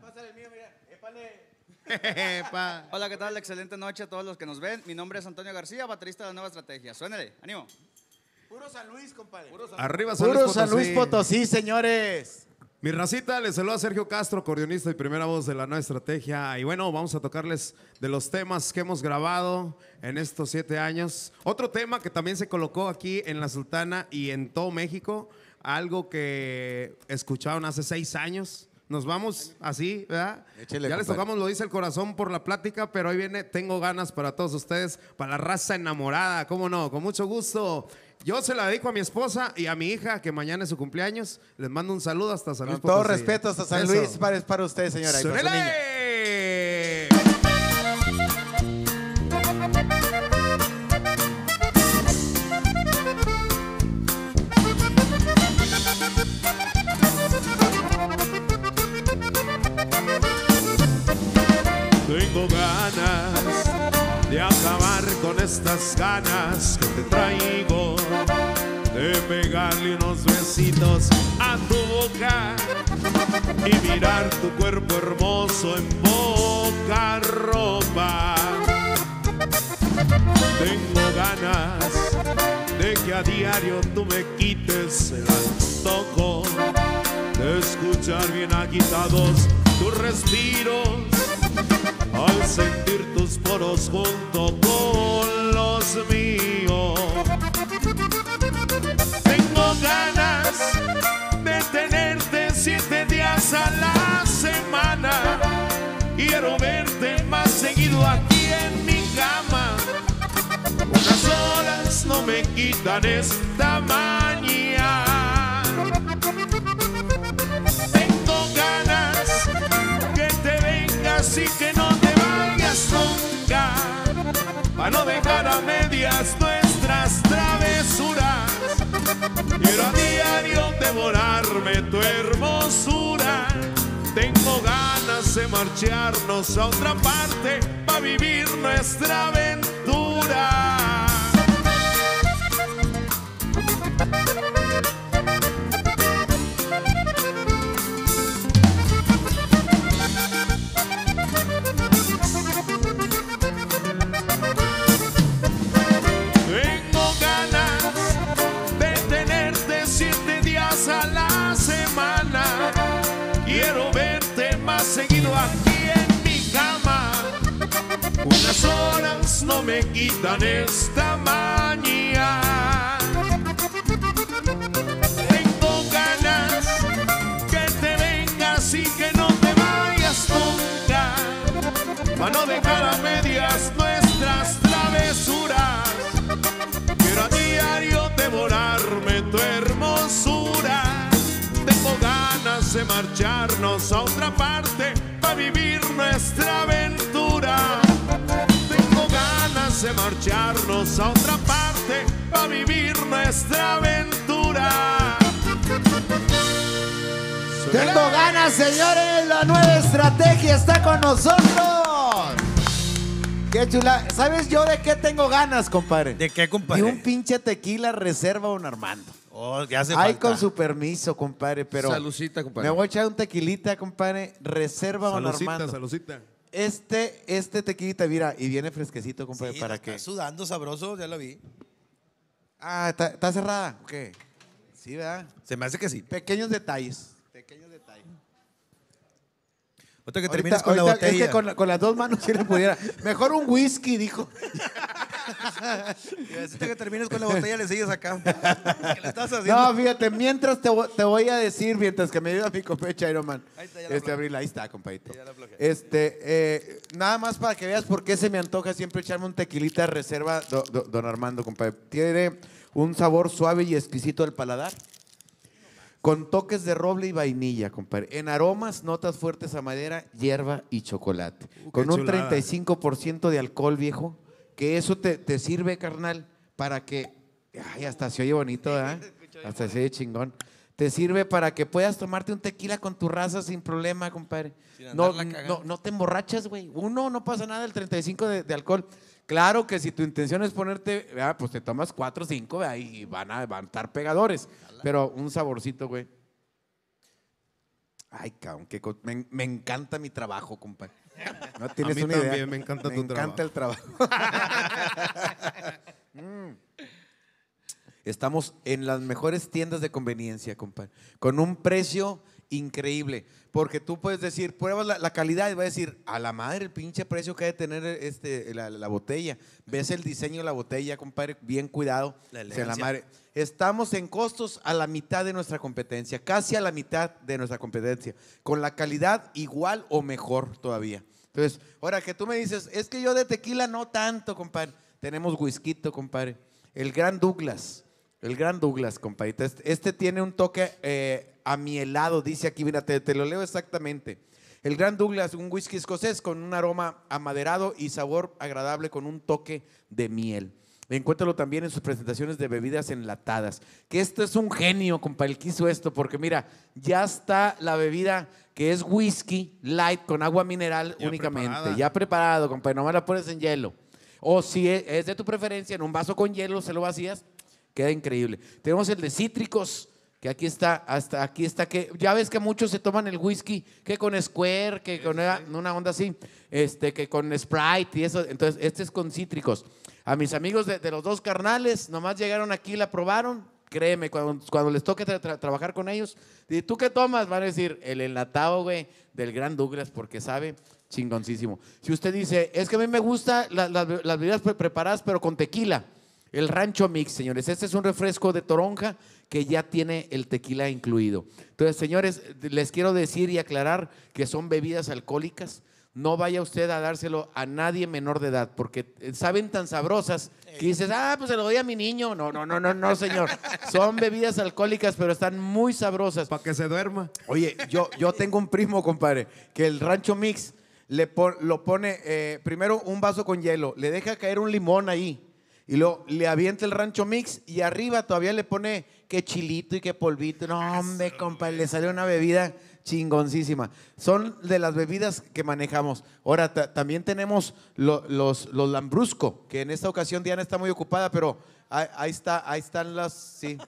Pa. Hola, ¿qué tal? Excelente noche a todos los que nos ven. Mi nombre es Antonio García, baterista de la Nueva Estrategia. Suénele, ánimo. Puro San Luis, compadre. Arriba San Luis Puro San Luis Potosí. Potosí, señores. Mi racita, les saluda Sergio Castro, acordeonista y primera voz de la nueva estrategia. Y bueno, vamos a tocarles de los temas que hemos grabado en estos siete años. Otro tema que también se colocó aquí en La Sultana y en todo México, algo que escucharon hace seis años. Nos vamos así, ¿verdad? Échele, ya les compadre. tocamos, lo dice el corazón por la plática, pero ahí viene, tengo ganas para todos ustedes, para la raza enamorada, ¿cómo no? Con mucho gusto. Yo se la dedico a mi esposa y a mi hija, que mañana es su cumpleaños. Les mando un saludo hasta San Luis Con todo Potosí. respeto hasta San Eso. Luis, para, es para usted, señora. y para su niña. ¡Súrele! Tengo ganas de acabar con estas ganas que te traigo, de pegarle unos besitos a tu boca y mirar tu cuerpo hermoso en poca ropa. Tengo ganas de que a diario tú me quites el antojo, de escuchar bien agitados tus respiros al sentir tus poros junto con los míos. Tengo ganas de tenerte siete días a la semana. Quiero verte más seguido aquí en mi cama. Unas horas no me quitan esta mañana. Tengo ganas que te vengas y que no te vayas nunca, para no dejar a medias nuestras travesuras. Quiero a diario devorarme tu hermosura. Tengo ganas de marcharnos a otra parte para vivir nuestra aventura. Tengo ganas de tenerte siete días a la semana. Quiero verte más seguido aquí en mi cama. Unas horas no me quitan esta mañana. Tengo ganas que te vengas y que no te vayas nunca, para no dejar a medias nuestras travesuras. Quiero a diario devorarme tu hermosura. Tengo ganas de marcharnos a otra parte para vivir nuestra aventura. Tengo ganas de marcharnos a otra parte para vivir nuestra aventura. Tengo ganas, señores, la nueva estrategia está con nosotros. Qué chula. ¿Sabes yo de qué tengo ganas, compadre? ¿De qué, compadre? De un pinche tequila reserva Don Armando. Oh, ya hace Ay, falta. con su permiso, compadre, pero Salucita, compadre. me voy a echar un tequilita, compadre, reserva Don Salucita, Armando. salucita. Este, este tequilita, mira, y viene fresquecito, compadre, Sí, para está que... sudando sabroso, ya lo vi. Ah, ¿está, está cerrada? ¿O qué? Sí, ¿verdad? Se me hace que sí. Pequeños detalles. Pequeños detalles. Otra que Ahorita- termines con la ahorita es botella. que con, la- con las dos manos si le pudiera. Mejor un whisky, dijo. Y ahorita que termines con la botella le sigues acá. ¿Qué le estás haciendo? No, fíjate, mientras te, vo- te voy a decir, mientras que me ayuda mi compa Iron Man. Ahí está, ya la Este, aflojé. Abril, ahí está, compadito. Ya la aflojé. Este, eh, nada más para que veas por qué se me antoja siempre echarme un tequilita reserva, do- do- don Armando, compadre. Tiene un sabor suave y exquisito al paladar, con toques de roble y vainilla, compadre. En aromas, notas fuertes a madera, hierba y chocolate. Uh, con qué un chulada. treinta y cinco por ciento de alcohol, viejo, que eso te, te sirve, carnal, para que... Ay, hasta se oye bonito, ¿verdad? Hasta se oye chingón. Te sirve para que puedas tomarte un tequila con tu raza sin problema, compadre. Sin No, andarla cagando. no, no te emborrachas, güey. Uno, no pasa nada el treinta y cinco de, de alcohol. Claro que si tu intención es ponerte, ¿verdad? Pues te tomas cuatro o cinco y van a, van a estar pegadores. Pero un saborcito, güey. Ay, cabrón, qué co- me, me encanta mi trabajo, compadre. No tienes mí una idea. también me encanta tu Me encanta el trabajo. Mm. Estamos en las mejores tiendas de conveniencia, compadre. Con un precio increíble. Porque tú puedes decir, pruebas la, la calidad y vas a decir, a la madre el pinche precio que ha de tener este, la, la botella. Ves el diseño de la botella, compadre, bien cuidado. La O sea, la elegancia. madre. Estamos en costos a la mitad de nuestra competencia, casi a la mitad de nuestra competencia, con la calidad igual o mejor todavía. Entonces, ahora que tú me dices, es que yo de tequila no tanto, compadre. Tenemos whisky, compadre. El Gran Douglas, el Gran Douglas, compadre. Este, este tiene un toque eh, amielado, dice aquí, mira, te, te lo leo exactamente. El Gran Douglas, un whisky escocés con un aroma amaderado y sabor agradable con un toque de miel. Encuéntralo también en sus presentaciones de bebidas enlatadas. Que esto es un genio, compa, el que hizo esto, porque mira, ya está la bebida que es whisky light con agua mineral Ya únicamente. preparada. Ya preparado, compa, nomás la pones en hielo. O si es es de tu preferencia, en un vaso con hielo se lo vacías, queda increíble. Tenemos el de cítricos, que aquí está, hasta aquí está, que ya ves que muchos se toman el whisky, que con Square, que con una, una onda así, este, que con Sprite y eso. Entonces, este es con cítricos. A mis amigos de, de los dos carnales, nomás llegaron aquí, la probaron. Créeme, cuando, cuando les toque tra- tra- trabajar con ellos, ¿y tú qué tomas? Van a decir, el enlatado, güey, del Gran Douglas, porque sabe chingoncísimo. Si usted dice, es que a mí me gusta la- la- las bebidas pre- preparadas, pero con tequila. El Rancho Mix, señores. Este es un refresco de toronja que ya tiene el tequila incluido. Entonces, señores, les quiero decir y aclarar que son bebidas alcohólicas. No vaya usted a dárselo a nadie menor de edad, porque saben tan sabrosas que dices, ah, pues se lo doy a mi niño. No, no, no, no, no, señor. Son bebidas alcohólicas, pero están muy sabrosas. Para que se duerma. Oye, yo, yo tengo un primo, compadre, que el Rancho Mix le pon- lo pone eh, primero un vaso con hielo, le deja caer un limón ahí y luego le avienta el Rancho Mix y arriba todavía le pone que chilito y que polvito. No, hombre, compadre, le sale una bebida chingoncísima. Son de las bebidas que manejamos. Ahora, ta- también tenemos lo- los, los Lambrusco, que en esta ocasión Diana está muy ocupada, pero ahí, ahí está, ahí están las, sí.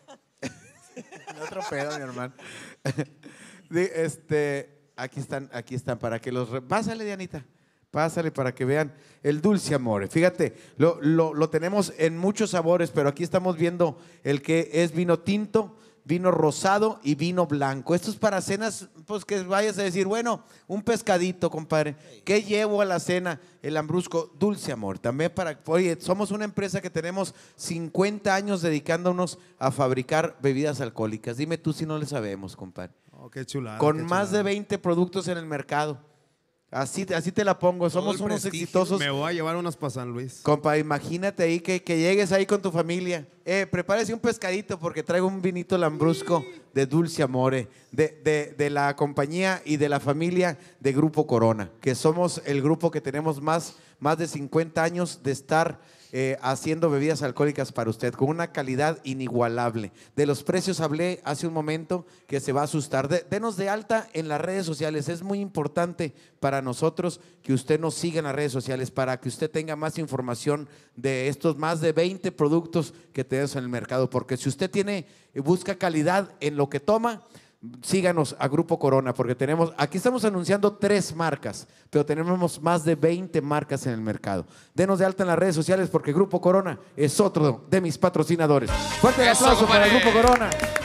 Otro pedo, mi hermano. Di- Este, aquí están, aquí están para que los... re- Pásale, Dianita. Pásale para que vean el dulce amor. Fíjate, lo, lo, lo tenemos en muchos sabores, pero aquí estamos viendo el que es vino tinto, vino rosado y vino blanco. Esto es para cenas, pues que vayas a decir, bueno, un pescadito, compadre. ¿Qué llevo a la cena? El Lambrusco, dulce amor. También para, oye, somos una empresa que tenemos cincuenta años dedicándonos a fabricar bebidas alcohólicas. Dime tú si no le sabemos, compadre. Oh, qué chulada. Con qué más de chulada. veinte productos en el mercado. Así, así te la pongo. Somos el unos prestigio. exitosos. Me voy a llevar unos para San Luis. Compa, imagínate ahí que, que llegues ahí con tu familia. Eh, prepárese un pescadito porque traigo un vinito lambrusco de dulce amore, de, de, de la compañía y de la familia de Grupo Corona, que somos el grupo que tenemos más, más de cincuenta años de estar eh, haciendo bebidas alcohólicas para usted, con una calidad inigualable. De los precios hablé hace un momento que se va a asustar. De- denos de alta en las redes sociales. Es muy importante para nosotros que usted nos siga en las redes sociales para que usted tenga más información de estos más de veinte productos que tenemos en el mercado. Porque si usted tiene, busca calidad en lo que toma, síganos a Grupo Corona, porque tenemos, aquí estamos anunciando tres marcas, pero tenemos más de veinte marcas en el mercado. Denos de alta en las redes sociales porque Grupo Corona es otro de mis patrocinadores. Fuerte el Eso, aplauso para el compadre. Grupo Corona.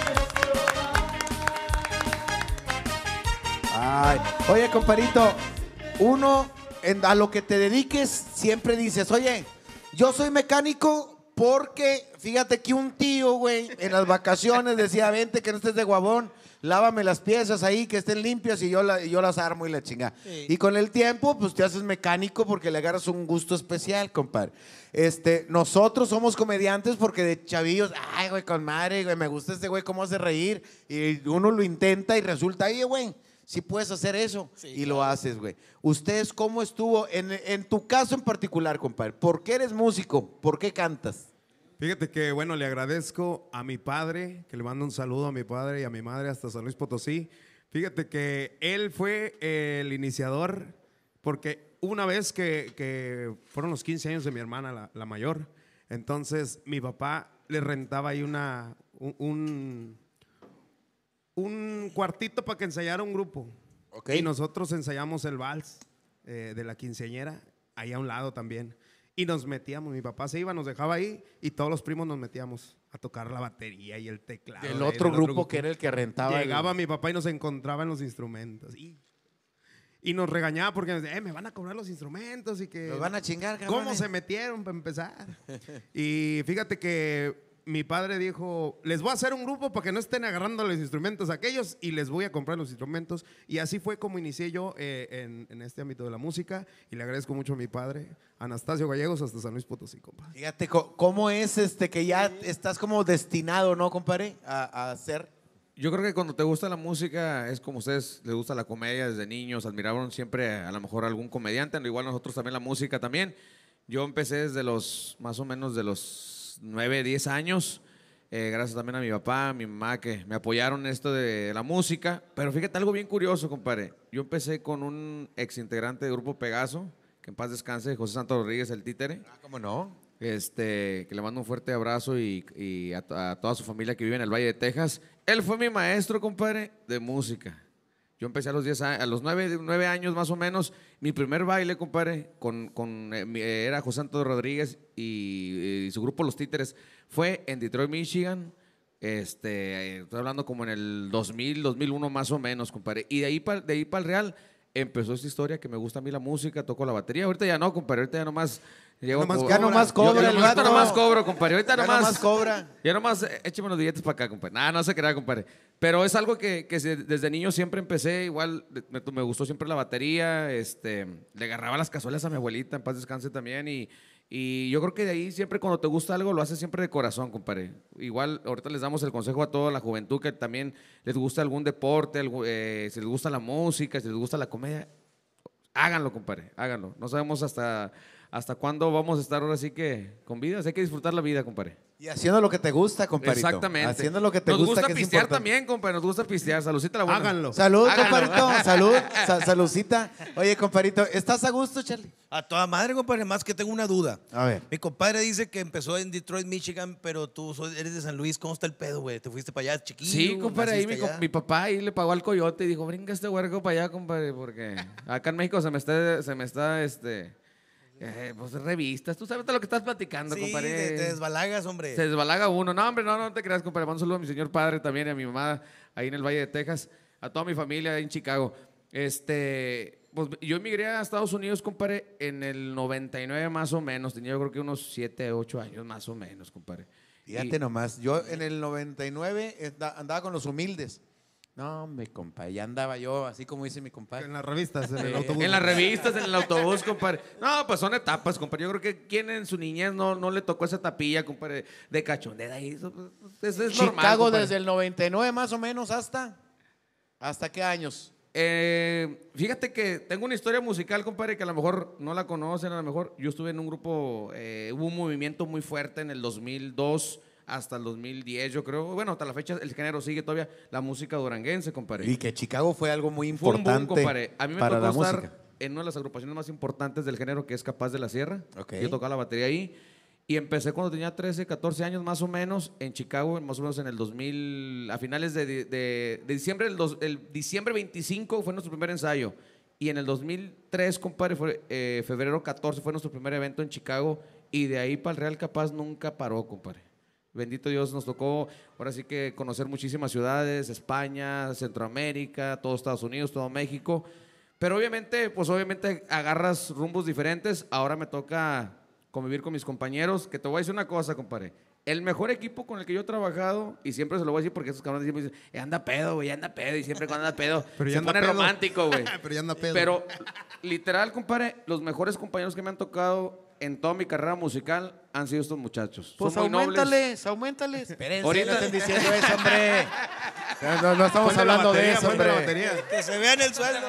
Ay, oye, comparito, uno en- a lo que te dediques siempre dices, oye, yo soy mecánico porque fíjate que un tío, güey, en las vacaciones decía, vente que no estés de guabón, lávame las piezas ahí, que estén limpias y yo, la- y yo las armo y la chinga. Y con el tiempo, pues te haces mecánico porque le agarras un gusto especial, compadre. Este, nosotros somos comediantes porque de chavillos, ay, güey, con madre, güey, me gusta este güey, cómo hace reír. Y uno lo intenta y resulta, oye, güey, sí puedes hacer eso. Y lo haces, güey. ¿Ustedes cómo estuvo, en, en tu caso en particular, compadre? ¿Por qué eres músico? ¿Por qué cantas? Fíjate que, bueno, le agradezco a mi padre, que le mando un saludo a mi padre y a mi madre hasta San Luis Potosí. Fíjate que él fue el iniciador, porque una vez que, que fueron los quince años de mi hermana, la, la mayor, entonces mi papá le rentaba ahí una, un, un, un cuartito para que ensayara un grupo. Ok. Y nosotros ensayamos el vals eh, de la quinceañera, ahí a un lado también. Y nos metíamos, mi papá se iba, nos dejaba ahí y todos los primos nos metíamos a tocar la batería y el teclado. Del de- otro del grupo que era el que rentaba. el- Llegaba mi papá y nos encontraba en los instrumentos. Y, y nos regañaba porque nos decía, eh, me van a cobrar los instrumentos y que... Nos van a chingar, ¿Cómo cabrones? se metieron para empezar? Y fíjate que mi padre dijo, les voy a hacer un grupo para que no estén agarrando los instrumentos aquellos y les voy a comprar los instrumentos. Y así fue como inicié yo eh, en, en este ámbito de la música y le agradezco mucho a mi padre, Anastasio Gallegos, hasta San Luis Potosí, compa. Fíjate co- cómo es este que ya estás como destinado, ¿no, compadre? A, a hacer. Yo creo que cuando te gusta la música es como a ustedes les gusta la comedia desde niños, admiraron siempre a lo mejor algún comediante, igual nosotros también la música también. Yo empecé desde los, más o menos de los nueve, diez años, eh, gracias también a mi papá, a mi mamá que me apoyaron en esto de la música. Pero fíjate algo bien curioso, compadre. Yo empecé con un ex integrante del grupo Pegaso, que en paz descanse, José Santos Rodríguez, el títere. Ah, ¿cómo no? Este, que le mando un fuerte abrazo y, y a, a toda su familia que vive en el Valle de Texas. Él fue mi maestro, compadre, de música. Yo empecé a los diez años, a los nueve años más o menos. Mi primer baile, compadre, con, con, eh, era José Santos Rodríguez y, y su grupo Los Títeres. Fue en Detroit, Michigan. Este, estoy hablando como en el dos mil, dos mil uno más o menos, compadre. Y de ahí para de ahí para el Real empezó esta historia que me gusta a mí la música, toco la batería. Ahorita ya no, compadre, ahorita ya nomás... Llego nomás co- ya nomás cobra Yo- el yo- Ahorita vato. nomás cobro, compadre. Ahorita Ya nomás, nomás cobra. Ya nomás eh, écheme los billetes para acá, compadre. Nada, no se crea, compadre. Pero es algo que, que se- desde niño siempre empecé. Igual me, me gustó siempre la batería. Este, le agarraba las cazuelas a mi abuelita, en paz descanse también. Y, y yo creo que de ahí siempre cuando te gusta algo lo haces siempre de corazón, compadre. Igual ahorita les damos el consejo a toda la juventud que también les gusta algún deporte, algo, eh, si les gusta la música, si les gusta la comedia. Háganlo, compadre, háganlo. No sabemos hasta, hasta cuándo vamos a estar ahora sí que con vida. Hay que disfrutar la vida, compadre. Y haciendo lo que te gusta, compadrito. Exactamente. Haciendo lo que te Nos gusta, gusta que es pistear importante. también, compadre. Nos gusta pistear. Saludcita la buena. Háganlo. Salud, Háganlo. compadrito. Salud. Sa- saludcita. Oye, compadrito, ¿estás a gusto, Charlie? A toda madre, compadre, más que tengo una duda. A ver. Mi compadre dice que empezó en Detroit, Michigan, pero tú soy- eres de San Luis. ¿Cómo está el pedo, güey? ¿Te fuiste para allá chiquillo? Sí, compadre, ahí mi, ¿Naciste co- allá? mi papá ahí le pagó al coyote y dijo, brinca este huerco para allá, compadre, porque acá en México se me está, se me está, este, eh, pues revistas, tú sabes de lo que estás platicando, Sí, compadre. te, te desbalagas, hombre. Se desbalaga uno. No, hombre, no, no te creas, compadre. Mando un saludo a mi señor padre también y a mi mamá ahí en el Valle de Texas, a toda mi familia ahí en Chicago. Este, pues yo emigré a Estados Unidos, compadre, en el noventa y nueve más o menos. Tenía yo creo que unos siete, ocho años más o menos, compadre. Fíjate Y- nomás, yo en el noventa y nueve anda- andaba con los humildes. No, hombre, compadre, ya andaba yo, así como dice mi compadre. En las revistas, en el Eh, autobús. En las revistas, en el autobús, compadre. No, pues son etapas, compadre. Yo creo que quien en su niñez no, no le tocó esa tapilla, compadre, de cachondera. Y eso, pues, eso es normal, Chicago compadre. desde el noventa y nueve más o menos hasta... ¿Hasta qué años? Eh, fíjate que tengo una historia musical, compadre, que a lo mejor no la conocen, a lo mejor yo estuve en un grupo, eh, hubo un movimiento muy fuerte en el dos mil dos hasta el dos mil diez, yo creo. Bueno, hasta la fecha el género sigue todavía, la música duranguense, compadre. Y que Chicago fue algo muy Fue un importante boom, compadre. A mí me para tocó la estar música. en una de las agrupaciones más importantes del género, que es Capaz de la Sierra. Ok. Yo tocaba la batería ahí. Y empecé cuando tenía trece, catorce años más o menos en Chicago, más o menos en el dos mil, a finales de, de- de- de diciembre, el, dos- el diciembre veinticinco fue nuestro primer ensayo. Y en el dos mil tres, compadre, fue, eh, febrero catorce fue nuestro primer evento en Chicago. Y de ahí para el Real Capaz nunca paró, compadre. Bendito Dios, nos tocó ahora sí que conocer muchísimas ciudades, España, Centroamérica, todo Estados Unidos, todo México. Pero obviamente, pues obviamente agarras rumbos diferentes. Ahora me toca convivir con mis compañeros, que te voy a decir una cosa, compadre. El mejor equipo con el que yo he trabajado, y siempre se lo voy a decir porque esos cabrones siempre dicen, "Eh, anda pedo, güey, anda pedo", y siempre cuando anda pedo, Pero ya se anda pone pedo. romántico, güey. Pero ya anda pedo. Pero literal, compadre, los mejores compañeros que me han tocado en toda mi carrera musical han sido estos muchachos. Pues Son muy nobles. aumentales, aumentales. Espérense, Ahorita- no estén diciendo eso, hombre. No, no estamos Ponle la hablando de batería, eso, ponle la hombre. batería. Que se vea en el sueldo.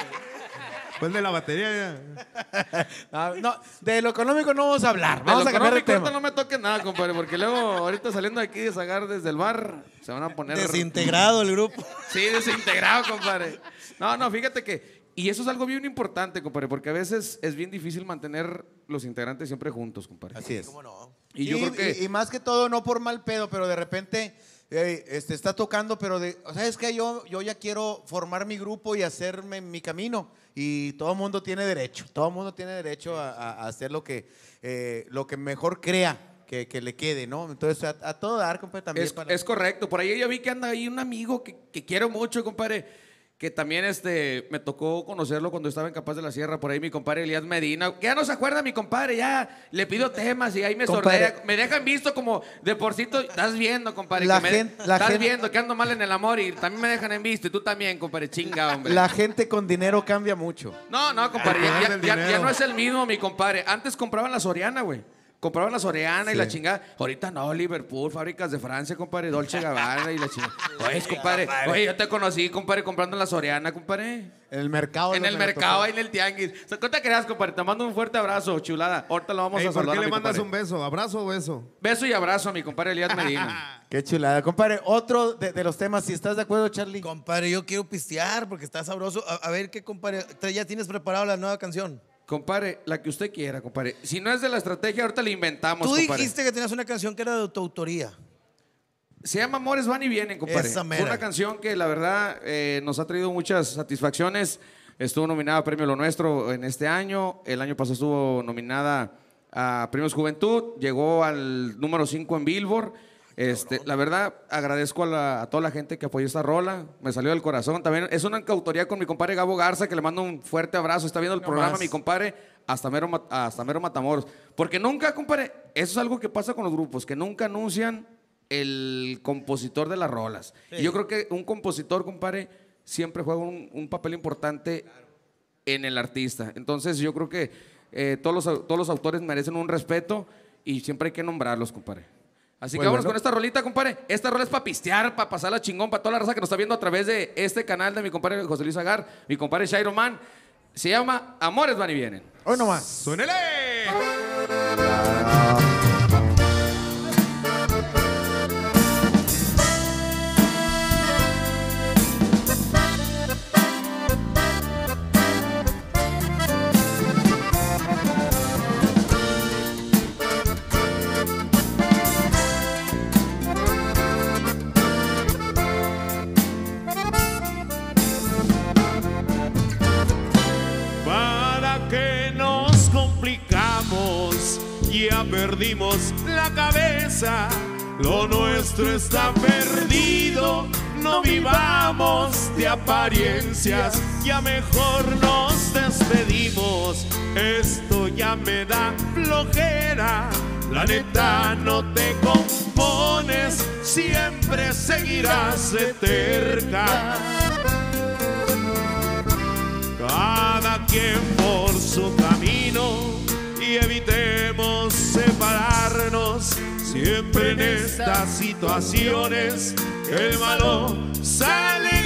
Pues de la batería ya. No, no, de lo económico no vamos a hablar. De Vamos lo a cambiar de económico, ahorita tema. no me toque nada, compadre, porque luego ahorita saliendo de aquí de Zagar desde el bar, se van a poner... Desintegrado el grupo. Sí, desintegrado, compadre. No, no, fíjate que... Y eso es algo bien importante, compadre, porque a veces es bien difícil mantener los integrantes siempre juntos, compadre. Así es. ¿Cómo no? Y yo creo que... y- y más que todo, no por mal pedo, pero de repente eh, este, está tocando, pero de, o sea, es que yo, yo ya quiero formar mi grupo y hacerme mi camino. Y todo el mundo tiene derecho, todo el mundo tiene derecho a, a- a hacer lo que, eh, lo que mejor crea que, que le quede, ¿no? Entonces, a, a todo dar, compadre, también. Es, para- es correcto. Por ahí yo vi que anda ahí un amigo que, que quiero mucho, compadre. Que también este, me tocó conocerlo cuando estaba en Capaz de la Sierra. Por ahí mi compadre Elías Medina. Que ya no se acuerda mi compadre. Ya le pido temas y ahí me Compadre. sordea. Me dejan visto como de porcito. Estás viendo, compadre. La que me- gen- la estás gen- viendo que ando mal en el amor y también me dejan en visto. Y tú también, compadre. Chinga, hombre. La gente con dinero cambia mucho. No, no, compadre. Al Ya, poder ya- del ya- ya dinero. no es el mismo, mi compadre. Antes compraban la Soriana, güey. Compraban la Soriana y la Sí. chingada. Ahorita no, Liverpool, fábricas de Francia, compadre, Dolce Gabbana y la chingada. Oye, compadre, oye, yo te conocí, compadre, comprando en la Soriana, compadre. En el mercado. En lo el que me mercado, tocó. ahí en el tianguis. ¿Cuánto te creas, compadre? Te mando un fuerte abrazo, chulada. Ahorita lo vamos Ey, a ¿por saludar qué a le mi mandas compadre. un beso? ¿Abrazo o beso? Beso y abrazo a mi compadre Elías Medina. Qué chulada. Compadre, otro de, de los temas, si estás de acuerdo, Charlie. Compadre, yo quiero pistear porque está sabroso. A, a ver qué, compadre. ¿Ya tienes preparado la nueva canción? Compadre, la que usted quiera, compadre. Si no es de la estrategia, ahorita la inventamos, Tú compadre. dijiste que tenías una canción que era de tu autoría. Se llama Amores van y vienen, compadre. Esa Fue mera. una canción que la verdad eh, nos ha traído muchas satisfacciones. Estuvo nominada a Premio Lo Nuestro en este año. El año pasado estuvo nominada a Premios Juventud. Llegó al número cinco en Billboard. Este, la verdad, agradezco a, la- a toda la gente que apoyó esta rola. Me salió del corazón. También es una coautoría con mi compadre Gabo Garza, que le mando un fuerte abrazo. Está viendo el programa, más. mi compadre, hasta mero, Ma- hasta mero Matamoros. Porque nunca, compadre, eso es algo que pasa con los grupos, que nunca anuncian el compositor de las rolas. Y yo creo que un compositor, compadre, siempre juega un, un papel importante en el artista. Entonces, yo creo que eh, todos, los, au- todos los autores merecen un respeto y siempre hay que nombrarlos, compadre. Así Pues que vámonos bueno. con esta rolita, compadre. Esta rola es para pistear, para pasarla chingón, para toda la raza que nos está viendo a través de este canal de mi compadre José Luis Agar, mi compadre Shairo Man. Se llama Amores van y vienen. Hoy nomás. ¡Suénele! ¿Para qué nos complicamos? Ya perdimos la cabeza. Lo nuestro está perdido. No vivamos de apariencias. Ya mejor nos despedimos. Esto ya me da flojera. La neta, no te compones. Siempre seguirás de terca. Cada quien por su camino y evitemos separarnos. Siempre en estas situaciones el malo sale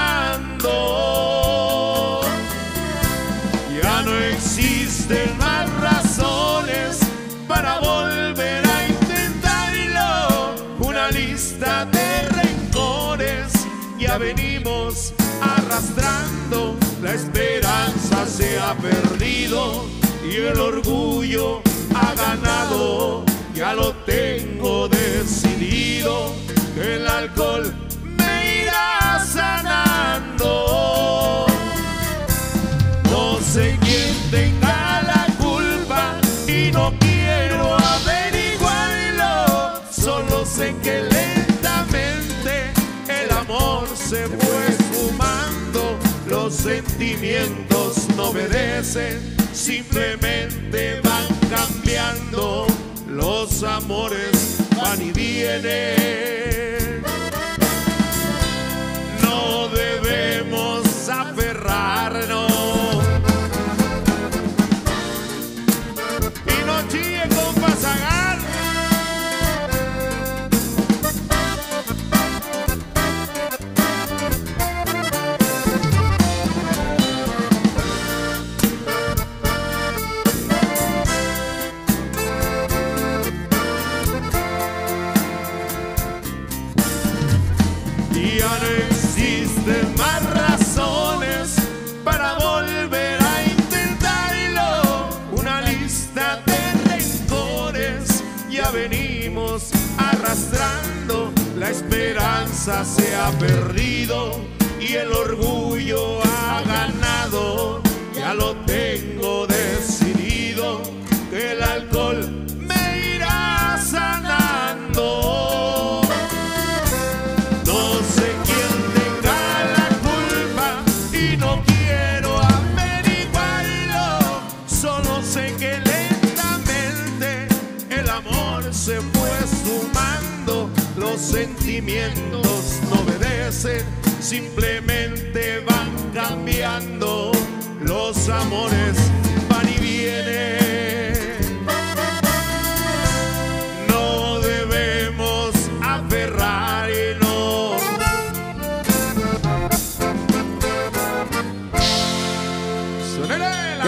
ganando. Ya no existen más razones para volver a intentarlo. Una lista de rencores ya venimos arrastrando. La esperanza se ha perdido y el orgullo ha ganado. Ya lo tengo decidido, que el alcohol me irá sanando. No sé quién tenga la culpa y no quiero averiguarlo. Solo sé que lentamente el amor se fue esfumando. Los sentimientos no obedecen, simplemente van cambiando. Los amores van y vienen. No debemos aferrarnos. Y no chille con pasagar. Y ya no existen más razones para volver a intentarlo. Una lista de rencores ya venimos arrastrando. La esperanza se ha perdido y el orgullo ha ganado. Ya lo tengo decidido, que el alcohol me irá sanando. No sé quién tenga la culpa y no quiero averiguarlo. Solo sé que lentamente el amor se fue sumando. Los sentimientos no obedecen, simplemente van cambiando. Los amores van y vienen.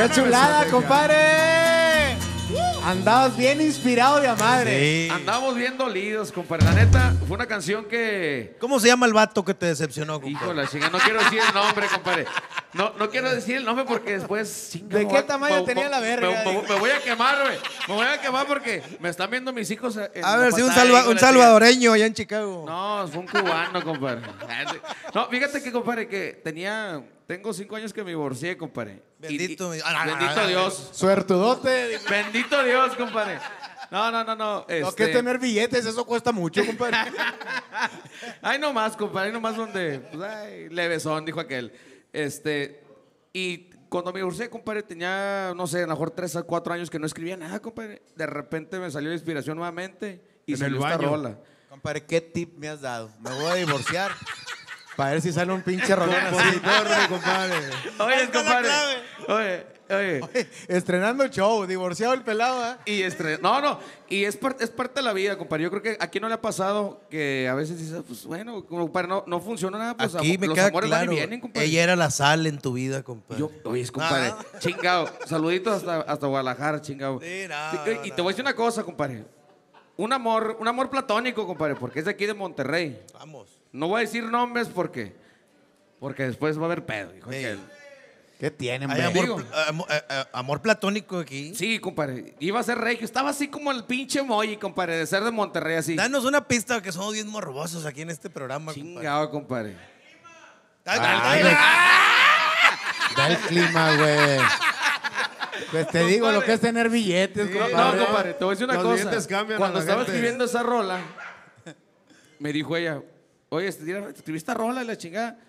¡Qué chulada, compadre! Andabas bien inspirado de a madre. Sí. Andamos bien dolidos, compadre. La neta, fue una canción que... ¿Cómo se llama el vato que te decepcionó, compadre? Hijo de la chinga, no quiero decir el nombre, compadre. No, no quiero decir el nombre porque después... Chinga, ¿De me qué voy- tamaño me- tenía me- la verga? Me, me- me voy a quemar, güey. Me voy a quemar porque me están viendo mis hijos en A la ver, si un, pantalla, salva- hijo de un la salvadoreño allá en Chicago. chinga. No, fue un cubano, compadre. No, fíjate que, compadre, que tenía... Tengo cinco años que me divorcié, compadre. Y- Bendito y- mi- ah, no, no, Bendito no, no. Dios. Suertudote. Bendito Dios, compadre. No, no, no, no. No, que es este- tener billetes, eso cuesta mucho, compadre. Ay, no más, compadre, no más donde, pues, ay, levesón, dijo aquel. Este, y cuando me divorcié, compadre, tenía, no sé, a lo mejor tres a cuatro años que no escribía nada, compadre. De repente me salió la inspiración nuevamente y En salió el esta baño. rola. Compadre, ¿qué tip me has dado? Me voy a divorciar. Para ver si sale un pinche rolón así. Compositor, mi compadre. Oye, compadre. Oye, oye. Oye, estrenando show, divorciado el pelado, ¿eh? Y estre- no, no, y es, parte es parte de la vida, compadre. Yo creo que aquí no le ha pasado que a veces dices, pues bueno, compadre, no, no funciona nada, pues Aquí amo- me los queda amores van y claro. vienen, compadre. Ella era la sal en tu vida, compadre. Yo, oye, es compadre, Ah. chingado. Saluditos hasta, hasta Guadalajara, chingado. Sí, no, Sí, y no, te voy a decir una cosa, compadre. Un amor, un amor platónico, compadre, porque es de aquí de Monterrey. Vamos. No voy a decir nombres porque, porque después va a haber pedo, hijo de Sí. aquel. ¿Qué tienen, Hay hombre? amor, pl- amor, eh, eh, amor platónico aquí. Sí, compadre. Iba a ser regio. Estaba así como el pinche Moy, compadre, de ser de Monterrey, así. Danos una pista que somos bien morbosos aquí en este programa, compadre. Chingado, compadre. Ay, Ay, ay, güey. Da el clima, güey. Pues te digo lo que es tener billetes, No, compadre. no, compadre, te voy a decir una Los cosa. billetes cambian a Cuando la estaba gente. escribiendo esa rola, me dijo ella, oye, escribiste esta rola y la chingada.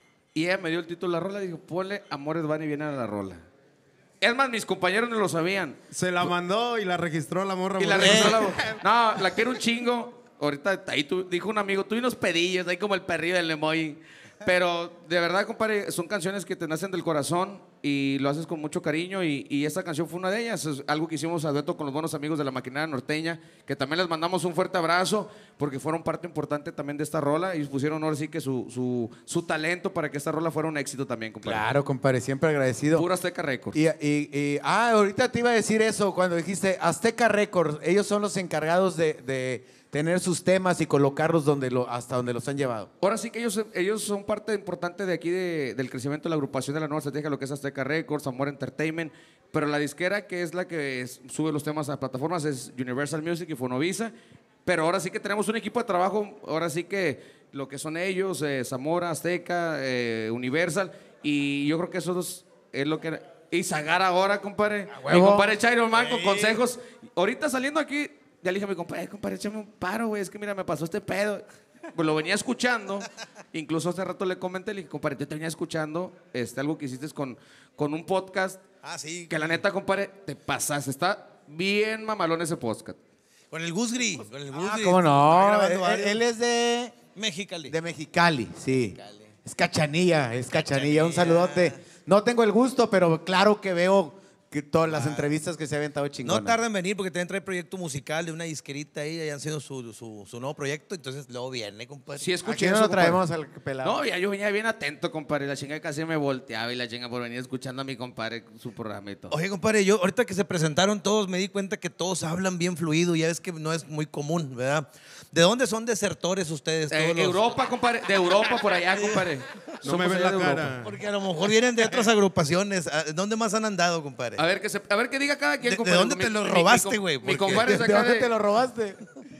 Y ella me dio el título de la rola y dijo, ponle Amores van y vienen a la rola. Es más, mis compañeros no lo sabían. Se la mandó y la registró la morra. Y la morra. registró la... No, la quiero un chingo. Ahorita ahí tu- dijo un amigo, tú y unos pedillos, ahí como el perrillo del Lemoy. Pero de verdad, compadre, son canciones que te nacen del corazón y lo haces con mucho cariño. Y, y esta canción fue una de ellas. Es algo que hicimos a dueto con los buenos amigos de la Maquinaria Norteña, que también les mandamos un fuerte abrazo porque fueron parte importante también de esta rola y pusieron ahora sí que su, su, su talento para que esta rola fuera un éxito también, compadre. Claro, compadre, siempre agradecido. Pura Azteca Records. Y, y- y- ah, ahorita te iba a decir eso cuando dijiste Azteca Records. Ellos son los encargados de, de tener sus temas y colocarlos donde lo, hasta donde los han llevado. Ahora sí que ellos, ellos son parte importante de aquí de- del crecimiento de la agrupación de la nueva estrategia, lo que es Azteca Records, Amor Entertainment, pero la disquera que es la que es- sube los temas a plataformas es Universal Music y Fonovisa, pero ahora sí que tenemos un equipo de trabajo, ahora sí que lo que son ellos, eh, Zamora, Azteca, eh, Universal, y yo creo que eso es, es lo que... Y Zagar ahora, compadre, mi huevo. compadre Chairo Man con consejos. Ahorita saliendo aquí, ya le dije a mi compadre, compadre, échame un paro, güey, es que mira, me pasó este pedo. Pues lo venía escuchando, incluso hace rato le comenté, le dije, compadre, yo te venía escuchando este, algo que hiciste con, con un podcast, Ah, sí. que la neta, compadre, te pasaste, está bien mamalón ese podcast. Con el Gusgri. Con el Ah, Gusgri. ¿cómo Está no? grabando Él, varios. él es de, Mexicali. de Mexicali, sí. Es Cachanilla, es Cachanilla. Un saludote. No tengo el gusto, pero claro que veo que todas las entrevistas que se han aventado chingonas. No tarda en venir porque también trae proyecto musical de una disquerita ahí, ya han sido su, su, su nuevo proyecto, entonces luego viene, compadre. Sí, escuché Aquí no eso, lo compadre. traemos al pelado. No, ya yo venía bien atento, compadre, la chinga casi me volteaba y la chinga por venir escuchando a mi compadre su programa y todo. Oye, compadre, yo ahorita que se presentaron todos me di cuenta que todos hablan bien fluido, ya ves que no es muy común, ¿verdad? ¿De dónde son desertores ustedes? Eh, todos los- Europa, compadre, de Europa por allá, compadre. No Somos me ves allá la de Europa. cara. Porque a lo mejor vienen de otras agrupaciones. ¿A- ¿Dónde más han andado, compadre? A ver, que se, a ver que diga cada quien, ¿De- de compadre. dónde Mi- te lo mi- robaste, mi com- güey? Mi Porque- compadre es ¿De acá dónde de- te lo robaste?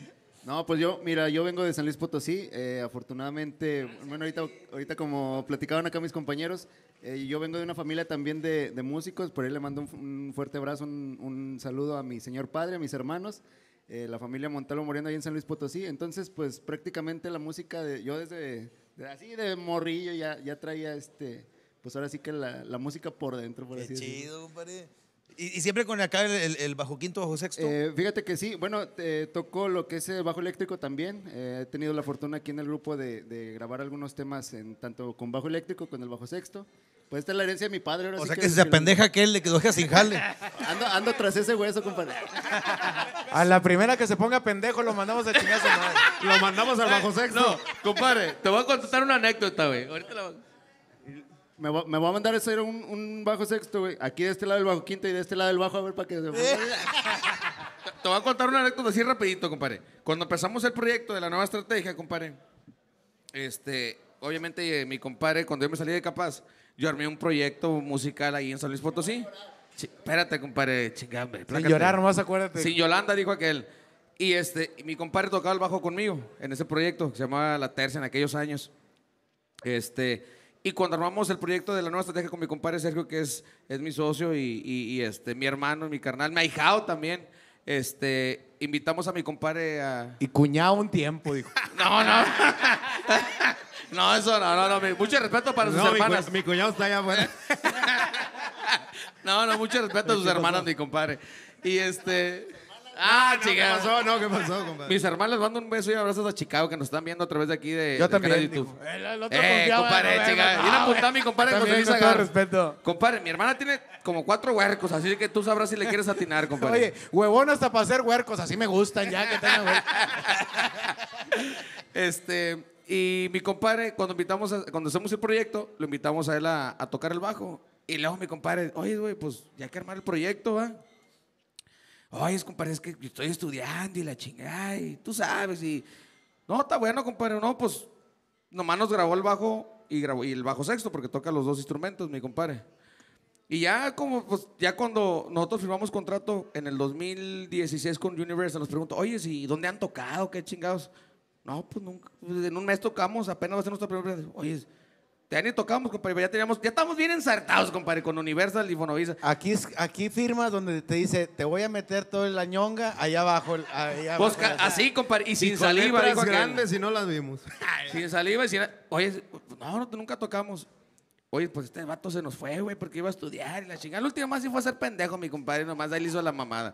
No, pues yo, mira, yo vengo de San Luis Potosí. eh, afortunadamente, bueno, ahorita, ahorita como platicaban acá mis compañeros, eh, yo vengo de una familia también de, de músicos. Por ahí le mando un, un fuerte abrazo, un, un saludo a mi señor padre, a mis hermanos, eh, la familia Montalvo Moreno ahí en San Luis Potosí. Entonces, pues prácticamente la música, de, yo desde de- así de morrillo ya, ya traía este, pues ahora sí que la, la música por dentro, por Qué así decirlo. chido, compadre. ¿Y, y siempre con acá el, el- el bajo quinto, bajo sexto? Eh, fíjate que sí, bueno, eh, tocó lo que es el bajo eléctrico también. Eh, he tenido la fortuna aquí en el grupo de, de grabar algunos temas en, tanto con bajo eléctrico, con el bajo sexto. Pues esta es la herencia de mi padre. Ahora o sí sea que, que si se apendeja aquel, le quedó sin jale. Ando, ando tras ese hueso, compadre. A la primera que se ponga pendejo lo mandamos a chingar a su madre. Lo mandamos al bajo sexto. No, compadre, te voy a contar una anécdota, güey. Ahorita la voy- Me voy, me voy a mandar a hacer un, un bajo sexto, güey. Aquí de este lado el bajo quinto y de este lado el bajo, a ver para que se... Te voy a contar una anécdota así rapidito, compadre. Cuando empezamos el proyecto de la nueva estrategia, compadre, este, obviamente eh, mi compadre, cuando yo me salí de Capaz, yo armé un proyecto musical ahí en San Luis Potosí. Ch espérate, compadre, chingada. Sin llorar, nomás acuérdate. Sin Yolanda, dijo aquel. Y este, y mi compadre tocaba el bajo conmigo en ese proyecto, que se llamaba La Tercia en aquellos años. Este, y cuando armamos el proyecto de la nueva estrategia con mi compadre Sergio, que es, es mi socio y, y, y este, mi hermano, mi carnal, mi ahijado también, este, invitamos a mi compadre a... Y cuñado un tiempo, dijo. No, no. No, eso no, no, no. mi- Mucho respeto para sus No, mi, hermanas. cu- mi cuñado está allá afuera. No, no, mucho respeto a sus hermanas, mi compadre. Y este... Ah, No, ¿qué chica. pasó? No, ¿qué pasó, compadre? Mis hermanos les mando un beso y abrazos a Chicago que nos están viendo a través de aquí de, Yo del canal también. de YouTube. dijo. El, el otro Eh, confiaba, compadre, no, chica. no, Viene a apuntar a mi compadre José también, Luis con todo Agar. respeto. Compadre, mi hermana tiene como cuatro huercos, así que tú sabrás si le quieres atinar, compadre. Oye, huevón hasta para hacer huercos, así me gustan ya que tengan huercos. Este, y mi compadre, cuando invitamos a- cuando hacemos el proyecto, lo invitamos a él a, a tocar el bajo. Y luego mi compadre, oye, güey, pues ya hay que armar el proyecto, ¿va? Oye, compadre, es que yo estoy estudiando y la chingada, y tú sabes, y... No, está bueno, compadre, no, pues nomás nos grabó el bajo y, grabó, y el bajo sexto, porque toca los dos instrumentos, mi compadre. Y ya como, pues, ya cuando nosotros firmamos contrato en el dos mil dieciséis con Universal, nos preguntó, oye, ¿y dónde han tocado? ¿Qué chingados? No, pues nunca, pues, en un mes tocamos, apenas va a ser nuestra primera vez. Oye, ya ni tocamos, compadre, pero ya teníamos, ya estamos bien ensartados, compadre, con Universal y Fonovisa. Aquí, es- aquí firmas donde te dice, te voy a meter toda la ñonga allá abajo. el- Allá Pues, abajo. ca- así, compadre, y sin Con saliva, letras dijo aquel. grandes y no las vimos. Sin saliva y sin... Oye, no, no, nunca tocamos. Oye, pues este vato se nos fue, güey, porque iba a estudiar y la chingada. La última más sí fue a ser pendejo, mi compadre, nomás ahí le hizo la mamada.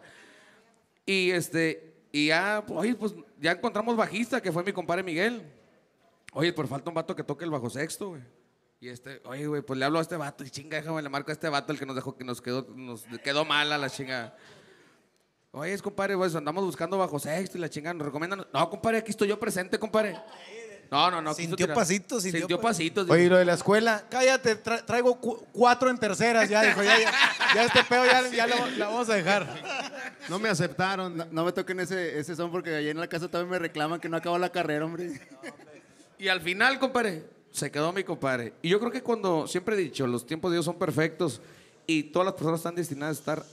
Y este, y ya, pues, oye, pues ya encontramos bajista, que fue mi compadre Miguel. Oye, pues falta un vato que toque el bajo sexto, güey. Y este, oye, güey, pues le hablo a este vato y chinga, déjame, le marco a este vato, el que nos dejó, que nos quedó, nos quedó mala la chinga. Oye, es compadre, pues andamos buscando bajo sexto y la chinga, nos recomiendan. No, compadre, aquí estoy yo presente, compadre. No, no, no. quiso Sintió tirar. pasitos, sintió Sintió pasitos. Oye, y lo de la escuela, cállate, tra- traigo cu- cuatro en terceras ya, dijo, ya, ya, ya este pedo ya, ya lo, la vamos a dejar. No me aceptaron. No, no me toquen ese, ese son porque allá en la casa también me reclaman que no acabó la carrera, hombre. Y al final, compadre, se quedó mi compadre. Y yo creo que cuando, siempre he dicho, los tiempos de Dios son perfectos y todas las personas están destinadas a estar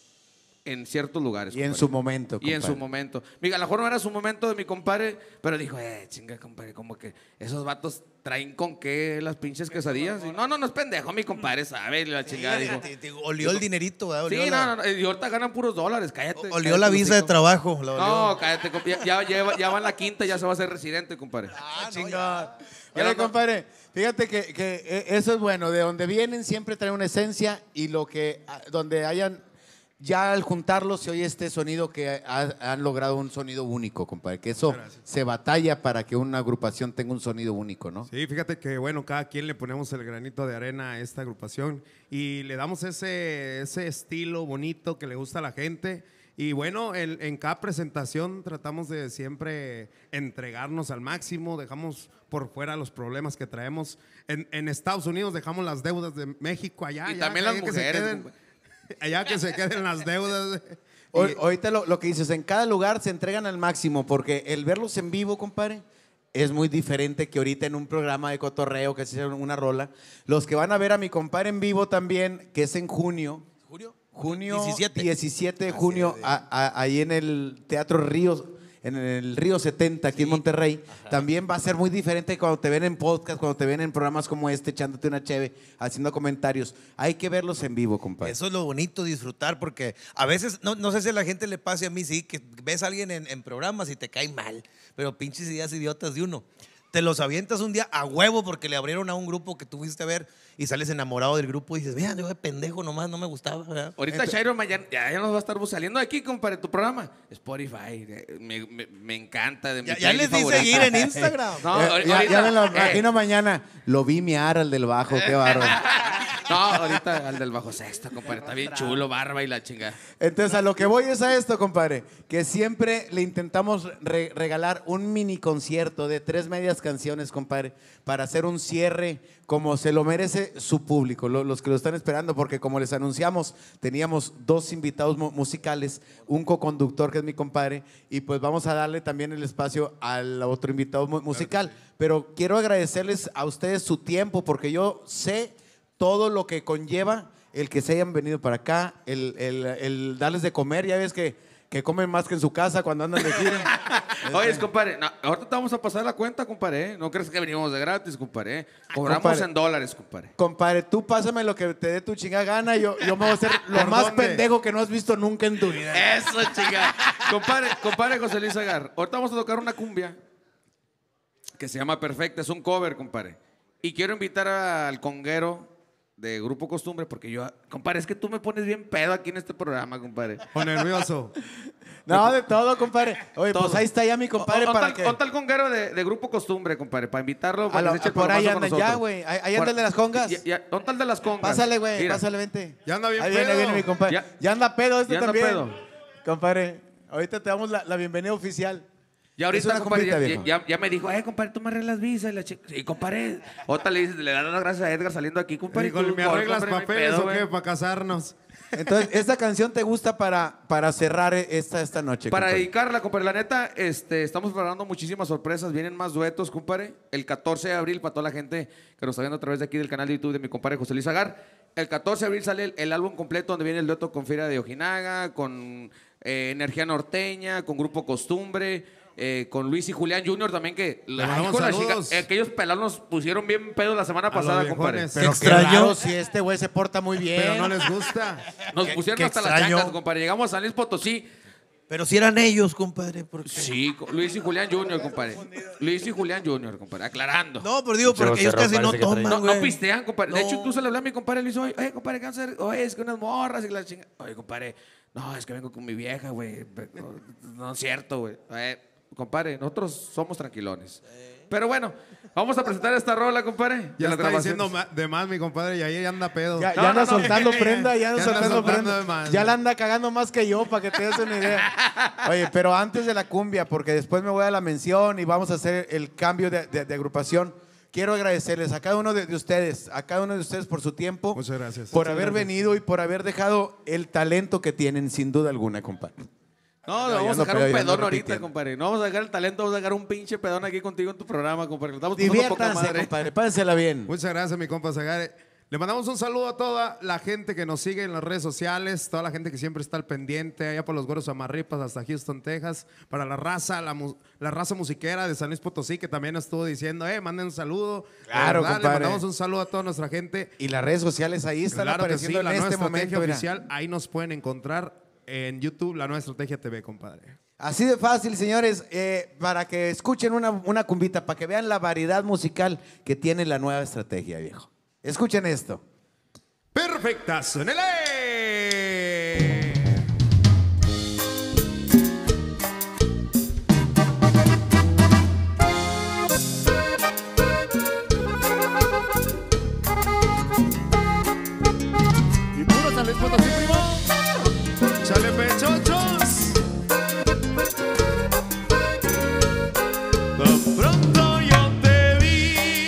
en ciertos lugares. Y en compadre. su momento, Y en su compadre. momento. Mira, a lo mejor no era su momento de mi compadre, pero dijo, eh, chinga, compadre, como que esos vatos traen con qué las pinches quesadillas. Y, no, no, no es pendejo, mi compadre sabe, y la chingada, dijo. Te- te- olió el dinerito, ¿verdad? Olió Sí, la, no, no, no, y ahorita ganan puros dólares, cállate. olió cállate, la visa de hocico. trabajo. la olió. No, cállate, compa, ya, ya, lleva- ya va en la quinta, ya se va a hacer residente, compadre. Ah, no, Chingón. ya. Oye, no- compadre, fíjate que, que, eh, eso es bueno. De donde vienen siempre traen una esencia y lo que, ah, donde hayan, ya al juntarlos se oye este sonido que ha- han logrado un sonido único, compadre. Que eso se batalla para que una agrupación tenga un sonido único, ¿no? Sí, fíjate que bueno, cada quien le ponemos el granito de arena a esta agrupación y le damos ese, ese estilo bonito que le gusta a la gente. Y bueno, en, en cada presentación tratamos de siempre entregarnos al máximo, dejamos por fuera los problemas que traemos. En, en Estados Unidos dejamos las deudas de México allá. Y allá, también allá las que se mujeres, queden- compa. allá que se queden las deudas. Hoy- Y- ahorita lo, lo que dices, en cada lugar se entregan al máximo, porque el verlos en vivo, compadre, es muy diferente que ahorita en un programa de cotorreo que se hace una rola. Los que van a ver a mi compadre en vivo también, que es en junio. ¿Julio? Junio diecisiete. diecisiete de junio, a- a- ahí en el Teatro Ríos, en el Río setenta, aquí en Monterrey. También va a ser muy diferente cuando te ven en podcast, cuando te ven en programas como este, echándote una cheve, haciendo comentarios. Hay que verlos en vivo, compadre. Eso es lo bonito, disfrutar, porque a veces, no, no sé si a la gente le pase, a mí sí, que ves a alguien en, en programas y te cae mal, pero pinches ideas idiotas de uno. Te los avientas un día a huevo porque le abrieron a un grupo que tú fuiste a ver y sales enamorado del grupo y dices, vean, yo de pendejo nomás, no me gustaba, ¿verdad? Ahorita Chairo ya, ya, ya nos va a estar saliendo aquí, compadre, tu programa. Spotify, eh, me, me, me encanta. De mi Ya, ya les di playlist seguir favorita. en Instagram. No, Eh, ahorita- ya, ya me lo eh, imagino mañana. Lo vi miar al del bajo, qué bárbaro. No, ahorita al del bajo sexto, compadre. Está bien chulo, barba y la chingada. Entonces, a lo que voy es a esto, compadre, que siempre le intentamos re- regalar un mini concierto de tres medias canciones, compadre, para hacer un cierre como se lo merece su público, lo- los que lo están esperando, porque como les anunciamos, teníamos dos invitados mu- musicales, un coconductor que es mi compadre, y pues vamos a darle también el espacio al otro invitado mu- musical. Pero quiero agradecerles a ustedes su tiempo, porque yo sé todo lo que conlleva el que se hayan venido para acá, el, el- el darles de comer. Ya ves que, que comen más que en su casa cuando andan de gira. Oye, compadre, no, ahorita te vamos a pasar la cuenta, compadre. ¿eh? No crees que venimos de gratis, compadre. ¿eh? Cobramos Compadre. en dólares, compadre. Compadre, tú pásame lo que te dé tu chingada gana. Yo, yo me voy a hacer lo ¿Por más dónde? pendejo que no has visto nunca en tu vida. Eso, chica. compadre, compadre José Luis Agar. Ahorita vamos a tocar una cumbia que se llama Perfecta. Es un cover, compadre. Y quiero invitar al conguero de Grupo Costumbre, porque yo, compadre, es que tú me pones bien pedo aquí en este programa, compadre. O nervioso. No, de todo, compadre. Oye, Todo. pues ahí está ya mi compadre O- o- para tal- que... o tal conguero de, de Grupo Costumbre, compadre, para invitarlo, A para lo- que se eche el por ahí palomazo con anda ya, nosotros. güey. Ahí- ahí Por- anda el de las congas. Ya- ya- ¿Dónde está el de las congas? Pásale, güey, Mira, pásale, vente. Ya anda bien Ahí viene, pedo. viene mi compadre. Ya- Ya, anda pedo este ya anda también. pedo. Compadre, ahorita te damos la, la bienvenida oficial. Ya Es ahorita, una compadre, ya, compita, ya, viejo. ya- ya me dijo, eh, compadre, tú me arreglas visa y la chica. Y compadre, otra le dices, le dan las gracias a Edgar saliendo aquí, compadre. Digo, tú, ¿me por- arreglas compadre, no hay papeles pedo, o qué güey. para casarnos? Entonces, esta canción te gusta para, para cerrar esta, esta noche. Para compadre. dedicarla, compadre, la neta, este, estamos preparando muchísimas sorpresas. Vienen más duetos, compadre. El catorce de abril, para toda la gente que nos está viendo a través de aquí del canal de YouTube de mi compadre José Luis Agar. El catorce de abril sale el, el álbum completo donde viene el dueto con Fiera de Ojinaga, con eh, Energía Norteña, con Grupo Costumbre. Eh, con Luis y Julián junior también, que la, mandamos hijo de la saludos. chica, aquellos pelados nos pusieron bien pedos la semana A los pasada, compadre. viejones. Pero Qué qué extraño. raro si este güey se porta muy bien. Pero no les gusta. Nos Qué- pusieron qué hasta las extraño. chanclas, compadre. Llegamos a San Luis Potosí. Pero si eran ellos, compadre. Porque... Sí, co- Luis y Julián junior, compadre. Luis y Julián junior, compadre. Aclarando. No, pero digo, porque ellos casi no toman, No, güey. no pistean, compadre. De No. hecho, incluso le hablé a mi compadre Luis, oye, oye, compadre, ¿qué vas a hacer? Oye, es que unas morras y la chinga. Oye, compadre, no, es que vengo con mi vieja, güey. No, no es cierto, güey. Eh, compadre, nosotros somos tranquilones. Pero bueno, vamos a presentar esta rola, compadre. Ya de las está grabaciones. diciendo ma- de más mi compadre y ahí anda pedo. Ya, No, ya anda no, no. soltando prenda, ya anda Ya anda soltando soltando prenda. de más. Ya la anda cagando más que yo, para que te des una idea. Oye, pero antes de la cumbia, porque después me voy a la mención y vamos a hacer el cambio de, de- de agrupación. Quiero agradecerles a cada uno de, de ustedes, a cada uno de ustedes por su tiempo. Muchas gracias. Por Muchas haber gracias. venido y por haber dejado el talento que tienen, sin duda alguna, compadre. No, Ya, vamos ya a ando dejar pedo, un ya ando pedón ahorita, repitiendo. compadre. No vamos a dejar el talento, vamos a dejar un pinche pedón aquí contigo en tu programa, compadre. Lo estamos pasando poca Diviértanse, madre. compadre, pásensela bien. Muchas gracias, mi compa Zagare. Le mandamos un saludo a toda la gente que nos sigue en las redes sociales, toda la gente que siempre está al pendiente, allá por los Güeros Amarripas hasta Houston, Texas, para la raza, la, mu- la raza musiquera de San Luis Potosí, que también estuvo diciendo, eh, manden un saludo. Claro, De verdad, compadre. Le mandamos un saludo a toda nuestra gente. Y las redes sociales ahí están Claro que sí, apareciendo la en nueva este estrategia momento. mira. oficial, ahí nos pueden encontrar en YouTube, la nueva estrategia T V, compadre. Así de fácil, señores, eh, para que escuchen una, una cumbita, para que vean la variedad musical que tiene la nueva estrategia, viejo. Escuchen esto. Perfectazo en el aire. Y puro San Luis Potosí, primo. Chale pechochos. Tan pronto yo te vi,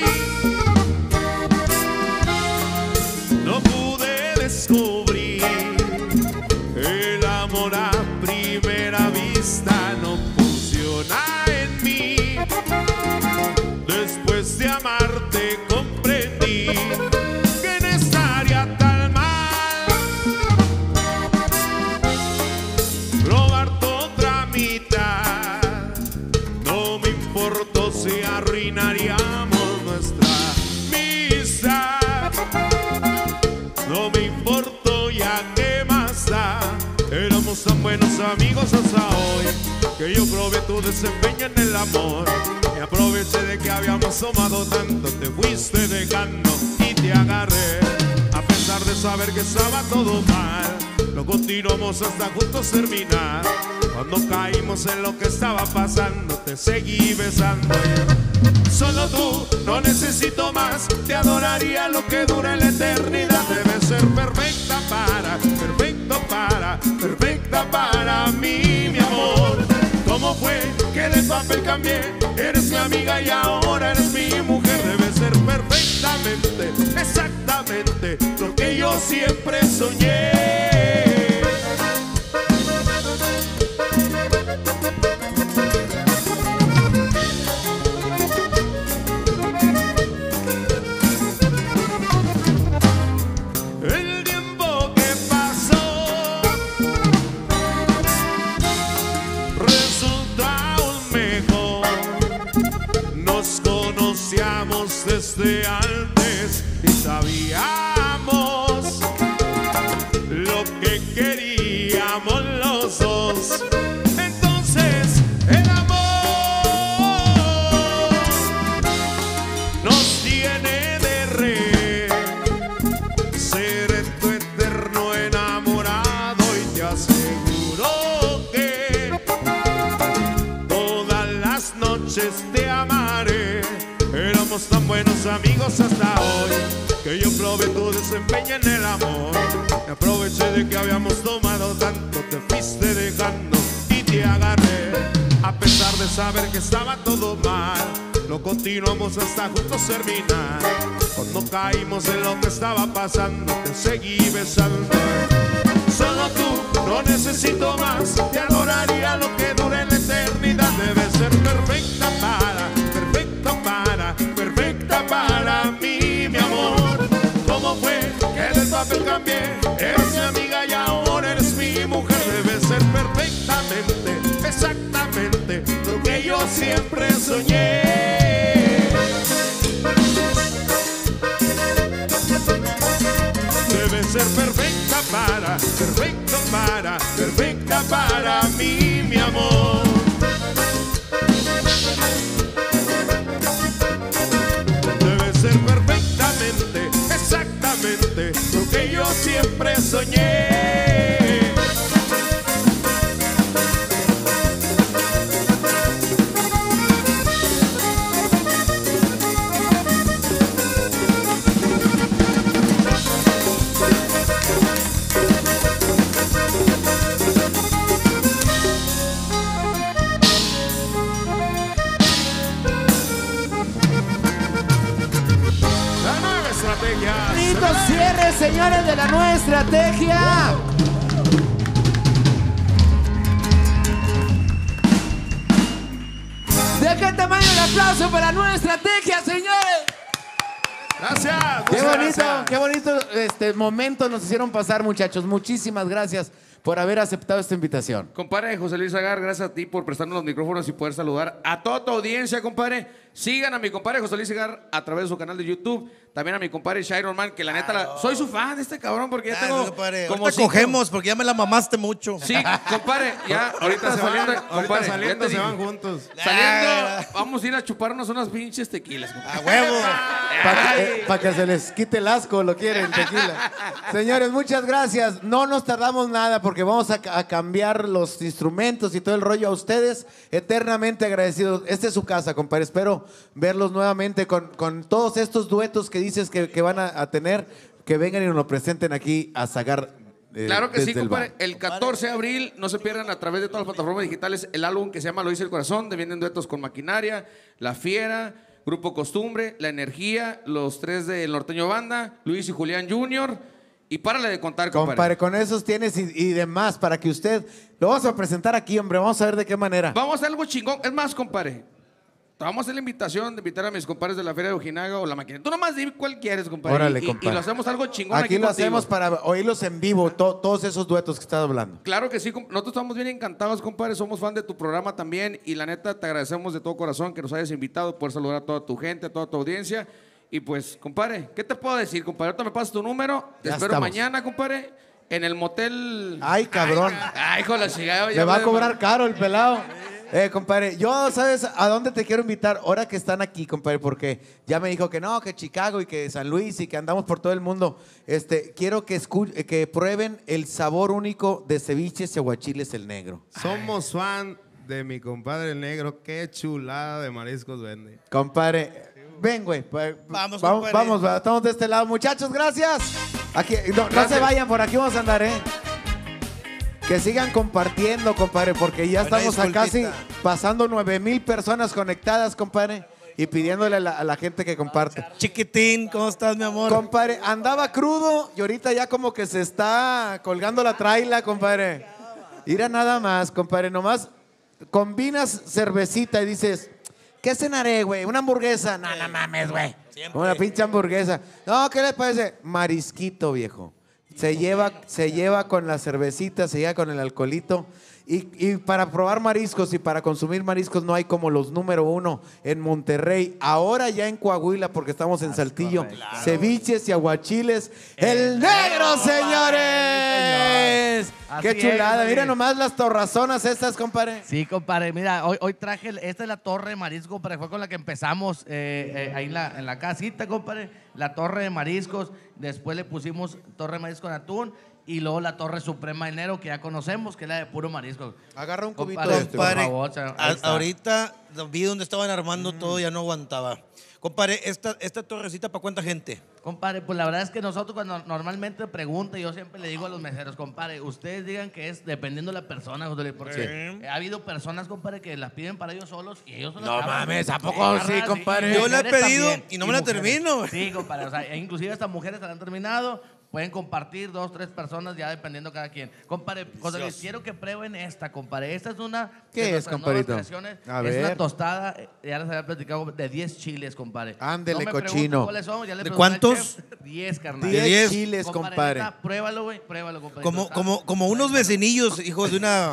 no pude descubrir el amor a primera vista no funciona en mí. Después de amarte comprendí que no estaría tan mal robar tu otra mitad. No me importó si arruinaríamos nuestra amistad. No me importó ya qué más da. Éramos tan buenos amigos hasta hoy que yo probé tu desempeño en el amor. Y aproveché de que habíamos tomado tanto, te fuiste dejando y te agarré. A pesar de saber que estaba todo mal, lo continuamos hasta juntos terminar. Cuando caímos en lo que estaba pasando, te seguí besando. Solo tú, no necesito más, te adoraría lo que dura en la eternidad. Debes ser perfecta para, perfecto para, perfecta para mí, mi amor. ¿Cómo fue que de papel cambié? Eres mi amiga y ahora eres mi mujer. Debes ser perfectamente, exactamente lo que yo siempre soñé. Desde antes y sabíamos lo que queríamos los dos. Entonces el amor nos tiene de rey. Seré tu eterno enamorado y te aseguro que todas las noches te amaré. Éramos tan buenos amigos hasta hoy que yo probé tu desempeño en el amor. Me aproveché de que habíamos tomado tanto, te fuiste dejando y te agarré. A pesar de saber que estaba todo mal, lo continuamos hasta juntos terminar. Cuando caímos en lo que estaba pasando, te seguí besando. Solo tú, no necesito más, te adoraría lo que dure en la eternidad. Debes ser perfecta para, perfecto para, perfecta para mí, mi amor. ¿Cómo fue que del papel cambié? Eres mi amiga y ahora eres mi mujer. Debes ser perfectamente, exactamente lo que yo siempre soñé. Debes ser perfecta para, perfecto para, perfecta para mí, mi amor. Debes ser perfectamente, exactamente lo que yo siempre soñé. Bonito cierre, señores, de la nueva estrategia. ¿De qué tamaño el aplauso para la nueva estrategia, señores? Gracias. Qué bonito, gracias. qué bonito este momento nos hicieron pasar, muchachos. Muchísimas gracias por haber aceptado esta invitación. Compadre José Luis Agar, gracias a ti por prestarnos los micrófonos y poder saludar a toda tu audiencia, compadre. Sigan a mi compadre José Luis Agar a través de su canal de YouTube. También a mi compadre Shiron Man, que la neta, la- soy su fan de este cabrón porque ya Ah, tengo no, compadre. como Ahorita cinco- cogemos porque ya me la mamaste mucho. Sí, compadre, ya ahorita se saliendo, van, ahorita compadre, ya saliendo te se digo. van juntos. Saliendo, Ah, vamos a ir a chuparnos unas pinches tequilas, compadre. A huevo. Para que, eh, pa' que se les quite el asco, lo quieren, tequila. Señores, muchas gracias. No nos tardamos nada porque vamos a, ca- a cambiar los instrumentos y todo el rollo a ustedes. Eternamente agradecidos. Esta es su casa, compadre. Espero verlos nuevamente con, con todos estos duetos que dices que, que van a, a tener. Que vengan y nos lo presenten aquí a sacar. eh, Claro que sí, desde el compadre. bar. El catorce de abril, no se pierdan a través de todas las plataformas digitales el álbum que se llama Lo dice el corazón, de vienen duetos con Maquinaria, La Fiera, Grupo Costumbre, La Energía, los tres del Norteño Banda, Luis y Julián junior Y párale de contar, compadre. Compadre, con esos tienes y, y demás para que usted lo vamos a presentar aquí, hombre. Vamos a ver de qué manera. Vamos a hacer algo chingón. Es más, compadre, vamos a hacer la invitación de invitar a mis compadres de la Feria de Ojinaga o La Maquinaria. Tú nomás di cuál quieres, compadre. Órale, y, y- compadre. y lo hacemos algo chingón aquí, Aquí lo contigo. hacemos para oírlos en vivo, to- todos esos duetos que estás hablando. Claro que sí, com- nosotros estamos bien encantados, compadre, somos fan de tu programa también y la neta te agradecemos de todo corazón que nos hayas invitado, poder saludar a toda tu gente, a toda tu audiencia y pues, compadre, ¿qué te puedo decir, compadre? Ahorita me pasas tu número, te Ya espero estamos. mañana, compadre, en el motel... Ay, cabrón. Ay, con la chingada. Le ya va a me- cobrar caro el pelado. Eh, compadre, yo, ¿sabes a dónde te quiero invitar? Ahora que están aquí, compadre, porque ya me dijo que no, que Chicago y que San Luis y que andamos por todo el mundo. Este, quiero que, escu- que prueben el sabor único de ceviches y aguachiles el negro. Somos fan de mi compadre el negro. Qué chulada de mariscos vende. Compadre, ven, güey. pa- Vamos, vamos, compadre. vamos, va, estamos de este lado. Muchachos, gracias. Aquí, no, no se vayan, por aquí vamos a andar, ¿eh? Que sigan compartiendo, compadre, porque ya Una estamos a casi disculpita. pasando nueve mil personas conectadas, compadre, y pidiéndole a la, a la gente que comparte. Chiquitín, ¿cómo estás, mi amor? Compadre, andaba crudo y ahorita ya como que se está colgando la traila, compadre. Mira nada más, compadre, nomás combinas cervecita y dices, ¿qué cenaré, güey? ¿Una hamburguesa? No, no mames, güey. Siempre. Una pinche hamburguesa. No, ¿qué les parece? Marisquito, viejo. Se lleva, se lleva con la cervecita, se lleva con el alcoholito. Y, y para probar mariscos y para consumir mariscos no hay como los número uno en Monterrey. Ahora ya en Coahuila, porque estamos en Saltillo. Ceviches y aguachiles. ¡El negro, señores! Así ¡Qué es, chulada! así Mira es. nomás las torrazonas estas, compadre. Sí, compadre. Mira, hoy, hoy traje, el- esta es la torre de marisco, compadre. Fue con la que empezamos eh, eh, ahí en la, en la casita, compadre. La torre de mariscos. Después le pusimos torre de marisco en atún. Y luego la torre suprema de enero, que ya conocemos, que es la de puro marisco. Agarra un cubito Compadre, de este, Compadre, por favor, o sea, ahí a- está. ahorita vi donde estaban armando Mm. todo, ya no aguantaba. Compadre, esta, esta torrecita, ¿para cuánta gente? Compadre, pues la verdad es que nosotros cuando normalmente pregunta, yo siempre le digo a los meseros, compadre, ustedes digan que es dependiendo de la persona, José Luis, porque ha habido personas, compadre, que las piden para ellos solos y ellos se las No acaban. mames, ¿a poco sí, carnal, compadre? y Yo la he mujeres pedido también, y no me la mujeres. termino. Sí, compadre, o sea, e inclusive estas mujeres se la han terminado, pueden compartir dos, tres personas, ya dependiendo cada quien. Compadre, José Luis, quiero que prueben esta, compadre. Esta es una ¿Qué de es, nuestras compadrito? nuevas creaciones. A es ver. una tostada, eh, ya les había platicado, de diez chiles, compadre. Ándele, No me pregunten cochino. ¿Cuáles son? Ya le ¿De pregunté al cuántos? chef. diez, carnal. diez diez. chiles, compadre. neta, pruébalo, güey, pruébalo, compadre. Como, Está- como, como unos vecinillos, hijos de una...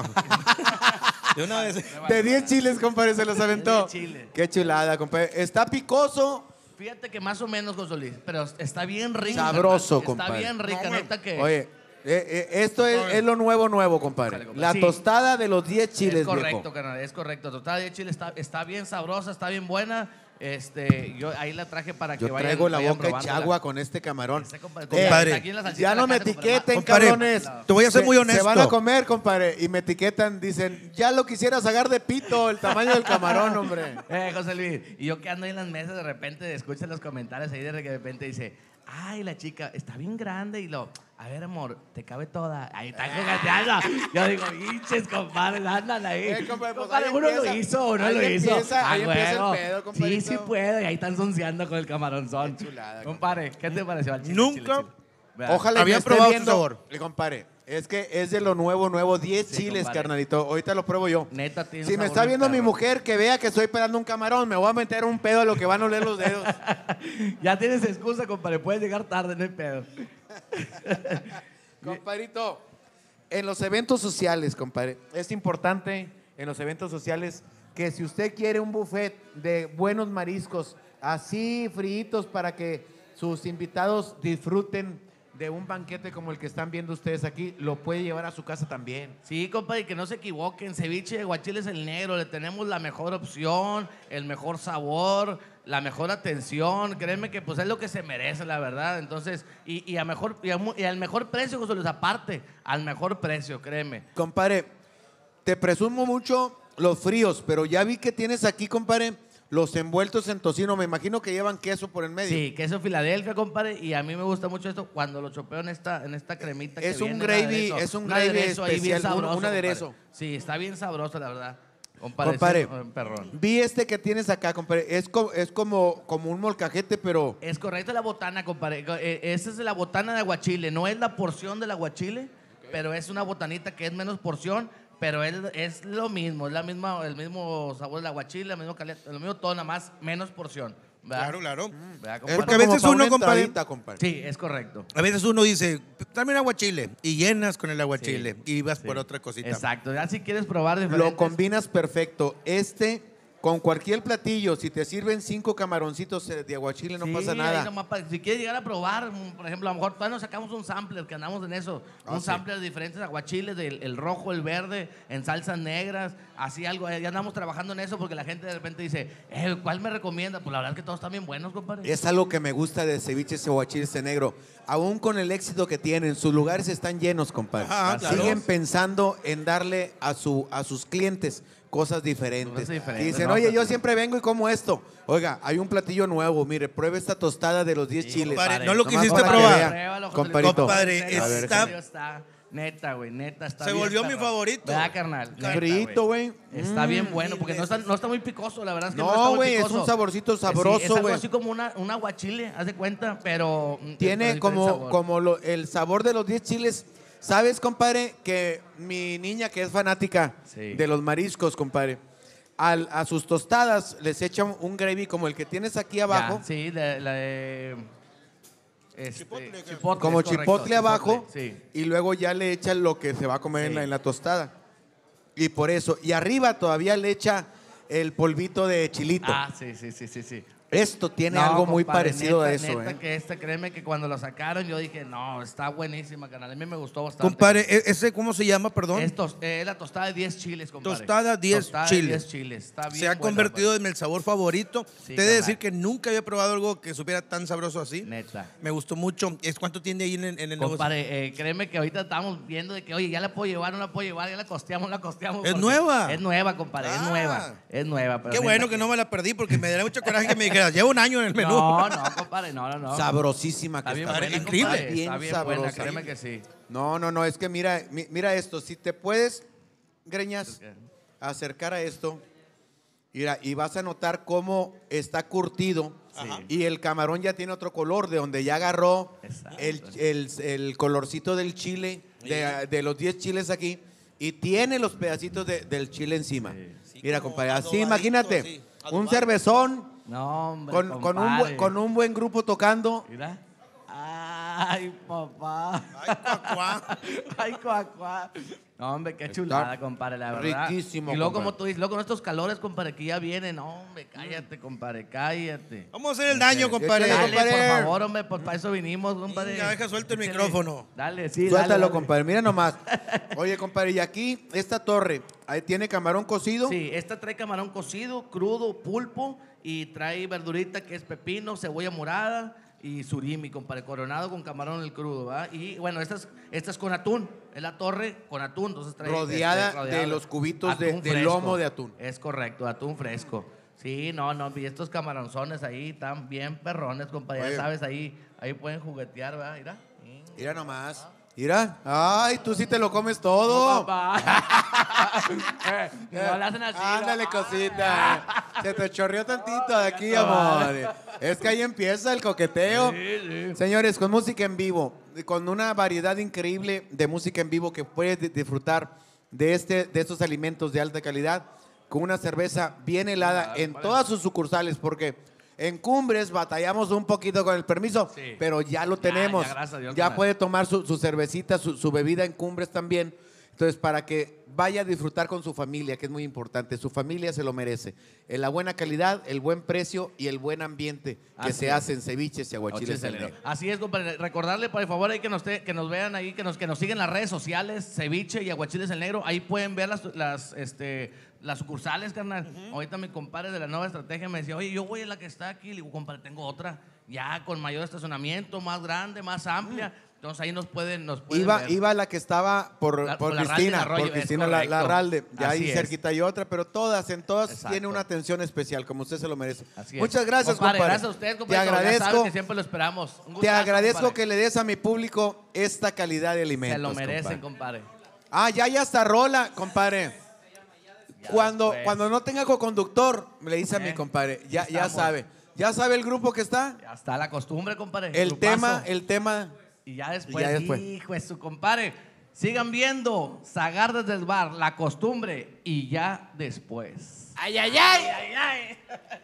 de una vez. De diez chiles, compadre, se los aventó. diez chiles. Qué chulada, compadre. Está picoso. Fíjate que más o menos, José Luis, pero está bien rica. Sabroso, carnal. compadre. Está bien rica, neta que... Oye, eh, eh, esto es, es lo nuevo, nuevo, compadre. Sale, compadre. La Sí. tostada de los diez chiles, es correcto, viejo. carnal, es correcto. Tostada de chile está, está bien sabrosa, está bien buena. Este, yo ahí la traje para que Yo vayan traigo la vayan boca hecha probándola. agua con este camarón. Este, compadre, Eh, Compadre, aquí en la salsita ya de la no me casa, compadre, etiqueten, Compadre, cabrones. te voy a ser Se- muy honesto. Se van a comer, compadre, y me etiquetan, dicen, ya lo quisiera sacar de pito, el tamaño del camarón, hombre. Eh, José Luis, y yo que ando ahí en las mesas, de repente escucho los comentarios ahí de que de repente dice, ay, la chica está bien grande y lo, a ver, amor, te cabe toda. Ahí está jugateando. Yo digo, hinches, compadre, andan ahí. Eh, compadre, pues Compadre, ahí uno empieza- lo hizo, uno ahí lo hizo. empieza- A ahí empieza el huevo. pedo, Sí, compadrito. sí puedo, y ahí están sonceando con el camaronzón. Qué chulada, Compadre, ¿qué te pareció al chile? Nunca chile, chile? ¿Verdad? Ojalá Había me esté probado su viendo. sabor. Eh, compadre, es que es de lo nuevo, nuevo. diez Sí, chiles, compadre. carnalito. Ahorita lo pruebo yo. Neta, tiene un Si me sabor está bien viendo mi perro. mujer, que vea que estoy pelando un camarón, me voy a meter un pedo a lo que van a oler los dedos. Ya tienes excusa, compadre, puedes llegar tarde, no hay pedo. Compadrito, en los eventos sociales, compadre, es importante en los eventos sociales que si usted quiere un buffet de buenos mariscos, así fritos para que sus invitados disfruten de un banquete como el que están viendo ustedes aquí, lo puede llevar a su casa también. Sí, compadre, que no se equivoquen. Ceviche de Guachiles el Negro, le tenemos la mejor opción, el mejor sabor, la mejor atención. Créeme que pues es lo que se merece, la verdad. Entonces, y, y, a mejor, y, a mu- y al mejor precio, José Luis, aparte, al mejor precio, créeme. Compadre, te presumo mucho los fríos, pero ya vi que tienes aquí, compadre, los envueltos en tocino. Me imagino que llevan queso por el medio. Sí, queso Filadelfia, compadre, y a mí me gusta mucho esto cuando lo chopeo en esta, en esta cremita. Es que un viene, gravy, aderezo. es un Un gravy aderezo ahí bien especial, un- un sabroso, aderezo. compadre. Sí, está bien sabroso, la verdad. Compadre, Compadre, sí, un perrón. vi este que tienes acá, compadre. Es, co- es como, como un molcajete, pero Es correcto, la botana, compadre. Eh, Esa es la botana de aguachile. No es la porción del aguachile, pero es una botanita que es menos porción, pero es, es lo mismo. Es la misma, el mismo sabor del aguachile, el mismo, cali- lo mismo todo, nada más menos porción. ¿verdad? Claro, claro. ¿Verdad, es compadre? Porque a como veces para uno, una compadre- entradita, compadre. Sí, es correcto. A veces uno dice, dame un aguachile, y llenas con el aguachile, y vas por otra cosita. Exacto. Ya si quieres probar diferentes. Lo combinas perfecto. Este con cualquier platillo, si te sirven cinco camaroncitos de aguachile, no Sí, pasa ahí nada. nomás pa- si quieres llegar a probar, mm, por ejemplo, a lo mejor todavía nos sacamos un sampler, que andamos en eso, Ah, un sí. sampler de diferentes aguachiles, del el rojo, el verde, en salsas negras, así algo. Ya andamos trabajando en eso porque la gente de repente dice, eh, ¿cuál me recomienda? Pues la verdad es que todos están bien buenos, compadre. Es algo que me gusta de ceviches o aguachiles de negro. Aún con el éxito que tienen, sus lugares están llenos, compadre. Ajá, claro. Siguen pensando en darle a, su, a sus clientes cosas diferentes. Cosas diferentes, Y dicen, no, oye, pues yo sí. siempre vengo y como esto. Oiga, hay un platillo nuevo, mire, pruebe esta tostada de los diez chiles. compadre, no lo Nomás quisiste para que probar. vea, Pruébalo, José compadrito. Luis. Compadre, En serio, está- en serio está, neta, güey, neta, está Se bien volvió mi perro. favorito. ¿Verdad, carnal? Neta, Frito, güey. Está Mm. bien bueno, porque no está, no está muy picoso, la verdad es que no, No, está muy güey, es picoso. un saborcito Eh, sí, sabroso, es algo güey. así como una, un aguachile, haz de cuenta, pero... mm, Tiene con diferente como, sabor. como lo- el sabor de los diez chiles. ¿Sabes, compadre? Que mi niña, que es fanática Sí. de los mariscos, compadre, al- a sus tostadas les echan un gravy como el que tienes aquí Ya, abajo, sí, de, la de... Este, Chipotle, chipotle, como es correcto, chipotle abajo, Sí. y luego ya le echan lo que se va a comer en, Sí. la, en la tostada. Y por eso. Y arriba todavía le echa el polvito de chilito. Ah, sí, sí, sí, sí, sí. Esto tiene No, algo muy compadre, parecido neta, a eso, neta ¿eh? que esta, créeme que cuando la sacaron yo dije, no, está buenísima, canal. A mí me gustó bastante. Compadre, ¿e- ¿ese cómo se llama, perdón? Es tos- eh, la tostada de diez chiles, compadre. Tostada diez Tostada de chiles. diez chiles. Está bien Se ha buena, convertido compadre. en el sabor favorito. Sí, Te he de carnal. decir que nunca había probado algo que supiera tan sabroso así. Neta. Me gustó mucho. ¿Es cuánto tiene ahí en, en el negocio? Compadre, eh, créeme que ahorita estamos viendo de que, oye, ya la puedo llevar, no la puedo llevar, ya la costeamos, la costeamos. ¿Es porque- nueva? Es nueva, compadre, es Ah. nueva. Es nueva. pero Qué neta bueno que no me la perdí porque me daría mucho coraje que me dijeras, llevo un año en el menú. No, no, compadre, no, no, no. Sabrosísima que Está bien está. buena, increíble. compadre, Bien está bien sabrosa. buena, créeme que sí. No, no, no, es que mira, mi- mira esto, si te puedes, Greñas, acercar a esto, mira, y vas a notar cómo está curtido y el camarón ya tiene otro color, de donde ya agarró Exacto. el, el- el colorcito del chile, de, de los diez chiles aquí, y tiene los pedacitos de- del chile encima. Mira, como compadre, así adobadito, imagínate, así, un adobado. cervezón No, hombre, con, con un, compadre. buen- con un buen grupo tocando. Mira. Ay, papá. Ay, cuacuá. Ay, cuacuá. No, hombre, qué chulada, compadre, la verdad. riquísimo, Y luego, compadre. como tú dices, luego con estos calores, compadre, que ya vienen. No, hombre, cállate, compadre, cállate. Vamos a hacer el daño, compadre. Échale, Dale, compadre. por favor, hombre, pues para eso vinimos, compadre. Ya, deja suelto el Échale. micrófono. Dale, sí, Suéltalo, dale, dale. compadre. Mira nomás. Oye, compadre, y aquí, esta torre, ahí tiene camarón cocido. Sí, esta trae camarón cocido, crudo, pulpo y trae verdurita que es pepino, cebolla morada y surimi, compadre, coronado con camarón el crudo, ¿va? Y bueno, esta es, esta es con atún, es la torre con atún, entonces trae... Rodeada este, de los cubitos de- atún de fresco. lomo de atún. Es correcto, atún fresco. Sí, no, no, y estos camaronzones ahí están bien perrones, compadre, Oye. ya sabes, ahí, ahí pueden juguetear, ¿verdad? Mira. Mira nomás. Mira. Ay, tú sí te lo comes todo. Papá. Eh, no le hacen así. Ándale, ¿no? cosita. Se te chorreó tantito de aquí, amor. Es que ahí empieza el coqueteo. Señores, con música en vivo, con una variedad increíble de música en vivo que puedes di- disfrutar de, este, de estos alimentos de alta calidad, con una cerveza bien helada en todas sus sucursales, porque en Cumbres batallamos un poquito con el permiso, Sí. pero ya lo Ya, tenemos. ya, gracias a Dios, Ya carnal. puede tomar su, su cervecita, su, su bebida en Cumbres también. Entonces, para que vaya a disfrutar con su familia, que es muy importante. Su familia se lo merece. En la buena calidad, el buen precio y el buen ambiente que Así se es. hace en ceviches y aguachiles. Ocho del Celero. Negro. Así es, compadre. Recordarle, por favor, ahí que nos, te- que nos vean ahí, que nos, que nos siguen en las redes sociales, Ceviche y Aguachiles el Negro. Ahí pueden ver las, las, este, las sucursales, carnal. Ahorita mi compadre de la nueva estrategia me decía, oye, yo voy a la que está aquí. Le digo, compadre, tengo otra. Ya con mayor estacionamiento, más grande, más amplia. Entonces ahí nos pueden, nos pueden Iba, ver. iba la que estaba por, La- por por la Ralde Cristina, del Arroyo, por es Cristina la, la correcto. Ralde. Ya Así ahí es. cerquita hay otra, pero todas, en todas Exacto. tiene una atención especial, como usted se lo merece. Así es. Muchas gracias, compadre. Gracias a usted, Te compadre. Ya sabe agradezco, que siempre lo esperamos. Un te gustazo, agradezco compadre. que le des a mi público esta calidad de alimentos. Se lo merecen, compadre. compadre. Ah, ya, ya está rola, compadre. Cuando, después. cuando no tenga co-conductor, le dice a mi Eh, compadre, ya, aquí ya estamos. sabe. ¿Ya sabe el grupo que está? Ya está la costumbre, compadre. El Grupazo. tema, el tema. Y ya después, Ya después. hijo de su compadre. Sigan viendo Zagar desde el bar, la costumbre y ya después. ¡Ay, ay, ay! ay, ay.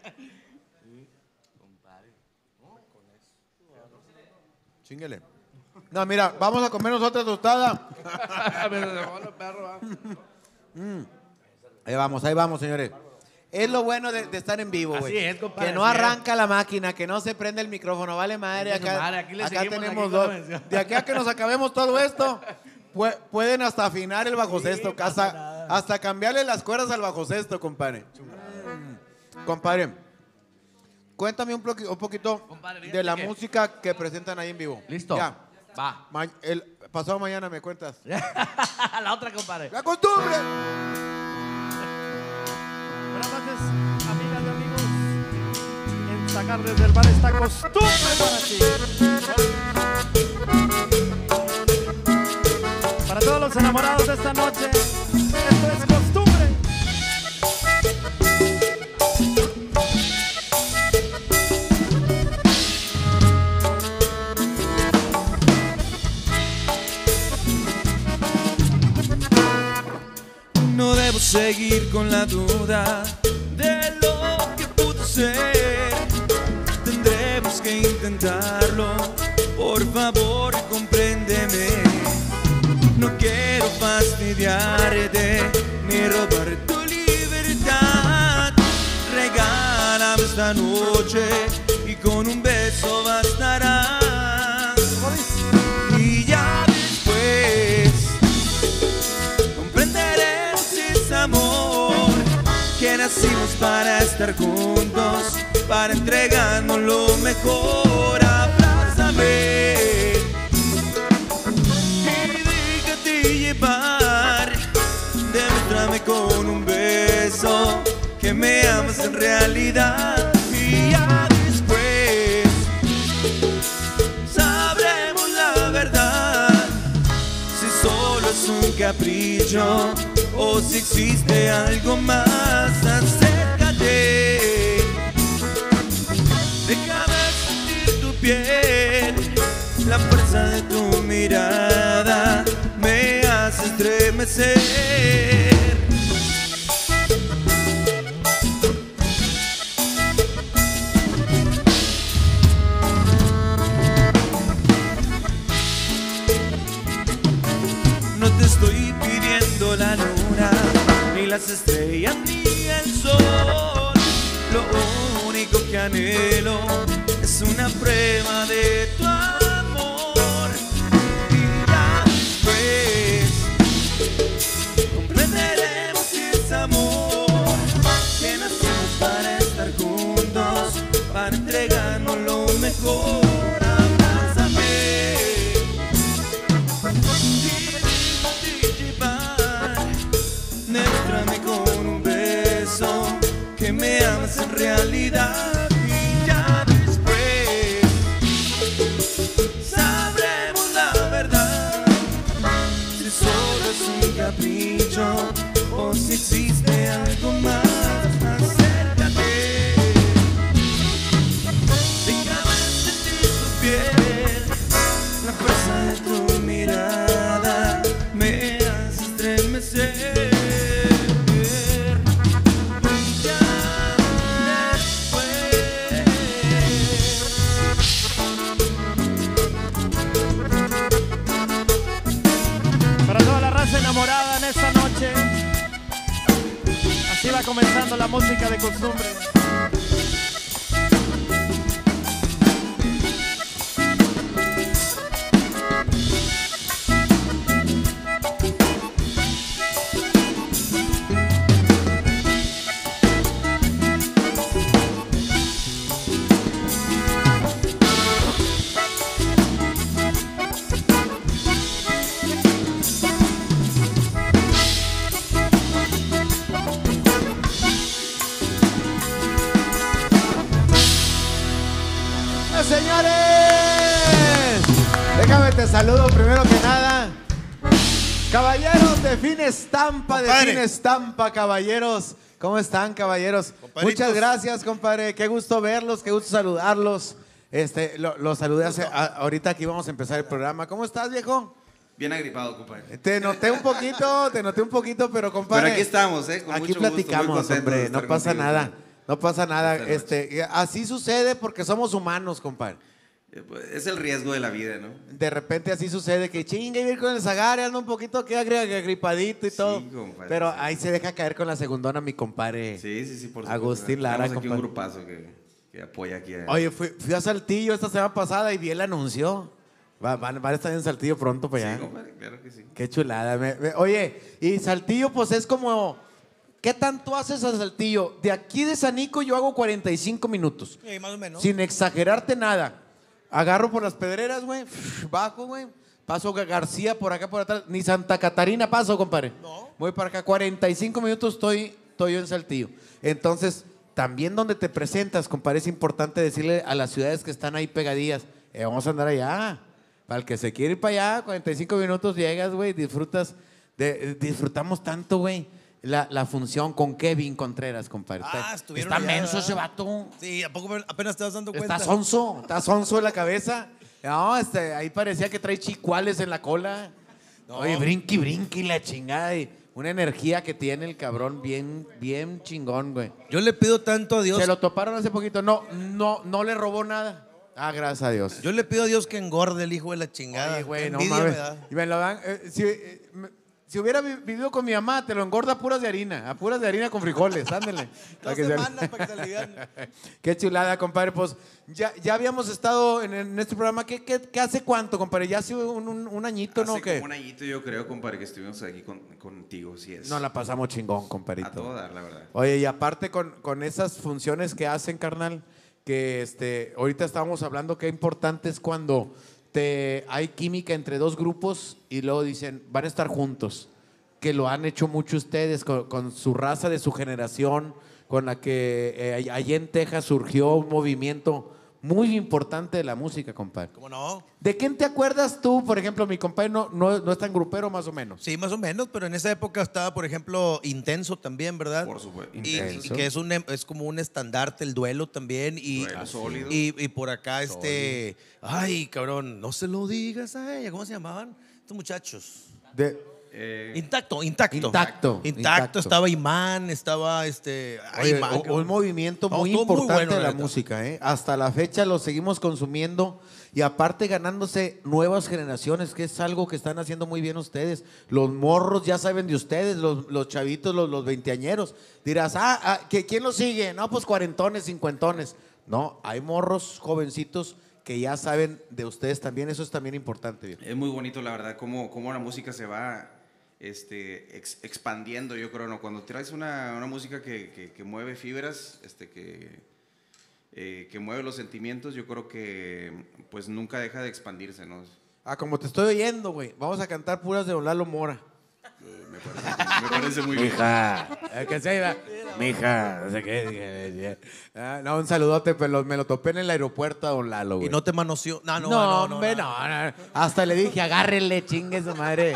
Chinguele. No, mira, vamos a comernos otra tostada. Mm. Ahí vamos, ahí vamos, señores. Es lo bueno de, de estar en vivo, güey. Así es, compadre, Que no así es. arranca la máquina, que no se prende el micrófono. Vale madre, Venga, acá, madre, aquí le acá seguimos, tenemos aquí dos. con la mención. De aquí a que nos acabemos todo esto, pu- pueden hasta afinar el bajo sexto, pasa hasta, nada. hasta cambiarle las cuerdas al bajo sexto, compadre. Compadre, cuéntame un, ploqui- un poquito Compadre, fíjate de la que- música que presentan ahí en vivo. Listo. Ya. Va. Ma- el pasado mañana me cuentas. La otra, compadre. La costumbre. Buenas noches, amigas y amigos. En sacar desde el bar esta costumbre para ti. Para todos los enamorados de esta noche, esto es costumbre. No debo seguir con la duda de lo que pudo ser. Tendremos que intentarlo. Por favor, compréndeme. No quiero fastidiarte ni robar tu libertad. Regálame esta noche y con un beso bastará. Y ya después comprenderemos ese amor que nacimos para estar juntos, para entregarnos lo mejor. Abrázame y déjate llevar. Demuéstrame con un beso que me amas en realidad. Y ya después sabremos la verdad, si solo es un capricho o si existe algo más. Acércate, déjame sentir tu piel, la fuerza de tu mirada me hace estremecer. No te estoy pidiendo la luna, ni las estrellas, ni el sol. Lo único que anhelo es una prueba de tu amor. Y ya después comprenderemos que es amor, que nacimos para estar juntos, para entregarnos lo mejor. Abrázame y déjate llevar. Demuéstrame con un beso que me amas en realidad. Y ya después sabremos la verdad, si solo es un capricho o si existe algo más. Acércate, déjame sentir tu piel, la fuerza de tu mirada me hace estremecer. Y ya Para toda la raza enamorada en esta noche, así va comenzando la música de costumbre. Señores, déjame te saludo primero que nada. Caballeros de Fin Estampa, de Compadre. Fin Estampa, caballeros. ¿Cómo están, caballeros? Compadritos. Muchas gracias, compadre. Qué gusto verlos, qué gusto saludarlos. Este, lo, lo saludé hace, a- ahorita que íbamos a empezar el programa. ¿Cómo estás, viejo? Bien agripado, compadre. Te noté un poquito, te noté un poquito, pero compadre. Pero aquí estamos, ¿eh? Con aquí mucho gusto, muy platicamos, contentos de hombre. estar No pasa contigo, nada. compadre. No pasa nada. Esta noche. Este, así sucede porque somos humanos, compadre. Eh, pues, es el riesgo de la vida, ¿no? De repente así sucede que chinga y ir con el Zagar, anda un poquito que agripadito y todo. compadre, Pero sí. ahí se deja caer con la segundona mi compadre. Sí, sí, sí, por supuesto. Agustín Lara, Tenemos aquí un compadre. grupazo que, que apoya aquí a... Oye, fui, fui a Saltillo esta semana pasada y vi el anuncio. Va- Van, van a estar en Saltillo pronto para allá. Sí, compadre, claro que sí. Qué chulada. Me- me- oye, y Saltillo pues es como... ¿Qué tanto haces a Saltillo? De aquí de Sanico yo hago cuarenta y cinco minutos. Sí, más o menos. Sin exagerarte nada. Agarro por las pedreras, güey. Bajo, güey. Paso Ga- García por acá, por atrás. Ni Santa Catarina paso, compadre. No. Voy para acá. cuarenta y cinco minutos estoy, estoy yo en Saltillo. Entonces, también donde te presentas, compadre, es importante decirle a las ciudades que están ahí pegadillas, eh, vamos a andar allá. Para el que se quiere ir para allá, cuarenta y cinco minutos llegas, güey, disfrutas. De, disfrutamos tanto, güey. La, la función con Kevin Contreras, compadre. Ah, Está- estuvieron Está allá, menso ¿verdad? ese vato. Sí, ¿a poco apenas te vas dando cuenta? Está sonso, está sonso en la cabeza. No, este, ahí parecía que trae chicuales en la cola. No. Oye, brinqui, brinqui, la chingada. Y una energía que tiene el cabrón bien, bien chingón, güey. Yo le pido tanto a Dios. Se lo toparon hace poquito. No, no, no le robó nada. Ah, gracias a Dios. Yo le pido a Dios que engorde el hijo de la chingada. Oye, güey, no Envidia mames. me da. Y me lo dan. eh, si, eh, me- si hubiera vi- vivido con mi mamá, te lo engorda a puras de harina. A puras de harina con frijoles. Ándale. Para Dos que se- semanas para que se aliviane. Qué chulada, compadre. Pues ya, ya habíamos estado en, en este programa. ¿Qué, qué, qué hace cuánto, compadre? ¿Ya hace un, un- un añito, no? Hace ¿Qué? como un añito yo creo, compadre, que estuvimos aquí con- contigo, sí es. Nos la pasamos chingón, A compadrito. todo dar, la verdad. Oye, y aparte con, con esas funciones que hacen, carnal, que este, ahorita estábamos hablando que importante es cuando te, hay química entre dos grupos y luego dicen, van a estar juntos. Que lo han hecho mucho ustedes con, con su raza de su generación, con la que eh, allí en Texas surgió un movimiento muy importante de la música, compadre. ¿Cómo no? ¿De quién te acuerdas tú? Por ejemplo, mi compadre no, no, no es tan grupero, más o menos. Sí, más o menos, pero en esa época estaba, por ejemplo, Intenso también, ¿verdad? Por supuesto. Y, Intenso. y que es, un, em- es como un estandarte, el duelo también. Y, Duelo sólido. y, y por acá, este. Ay, cabrón, no se lo digas a ella. ¿Cómo se llamaban? Estos muchachos. De, Eh, Intacto, intacto. Intacto, Intacto. intacto. Estaba Imán, estaba este. ay, Oye, Imán, un- cabrón. un movimiento No, muy estuvo muy importante bueno, de la la neta. música, ¿eh? Hasta la fecha lo seguimos consumiendo y aparte ganándose nuevas generaciones, que es algo que están haciendo muy bien ustedes. Los morros ya saben de ustedes, los, los chavitos, los, los veinteañeros. Dirás, ah, ah, ¿que- ¿quién los sigue? No, pues cuarentones, cincuentones. No, hay morros jovencitos que ya saben de ustedes también. Eso es también importante, viejo. Es muy bonito, la verdad, cómo, cómo la música se va este, ex- expandiendo, yo creo, ¿no? Cuando traes una, una música que, que- que mueve fibras, este, que, eh, que mueve los sentimientos, yo creo que pues nunca deja de expandirse, ¿no? Ah, como te estoy oyendo, güey. Vamos a cantar puras de Don Lalo Mora. Me parece, me parece muy bien. Mija, eh, que se iba. Mija, no sé qué. dije, ah, no, un saludote, pero lo- me lo topé en el aeropuerto a Don Lalo, güey. Y no te manoseó. No, no, no, no, no, hombre, no. no, no. Hasta le dije, agárrele, chingue su madre.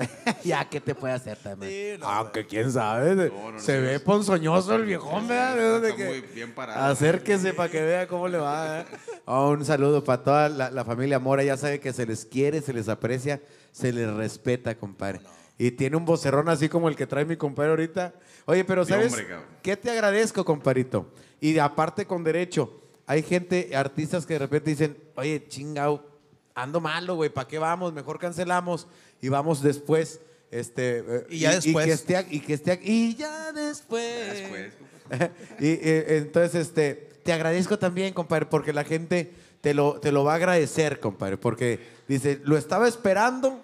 Ya, ¿qué te puede hacer también? Sí, no, Aunque quién sabe, se- No, no, se no, ve sí. ponzoñoso el viejón, ¿verdad? De donde Está que- muy bien parado. Acérquese para que vea cómo le va. ¿eh? Oh, un saludo para toda la, la familia Mora. Ya sabe que se les quiere, se les aprecia, se les respeta, compadre. Y tiene un vocerrón así como el que trae mi compadre ahorita. Oye, pero Sí, ¿sabes hombre, cabrón. qué te agradezco, compadrito? Y de aparte con derecho, hay gente, artistas que de repente dicen, oye, chingao, ando malo, güey, ¿para qué vamos? Mejor cancelamos y vamos después. Este, eh, Y ya después. Y que esté, ac- y que esté ac- y ya después. Después, y eh, entonces, este, te agradezco también, compadre, porque la gente te lo, te lo va a agradecer, compadre, porque dice, lo estaba esperando,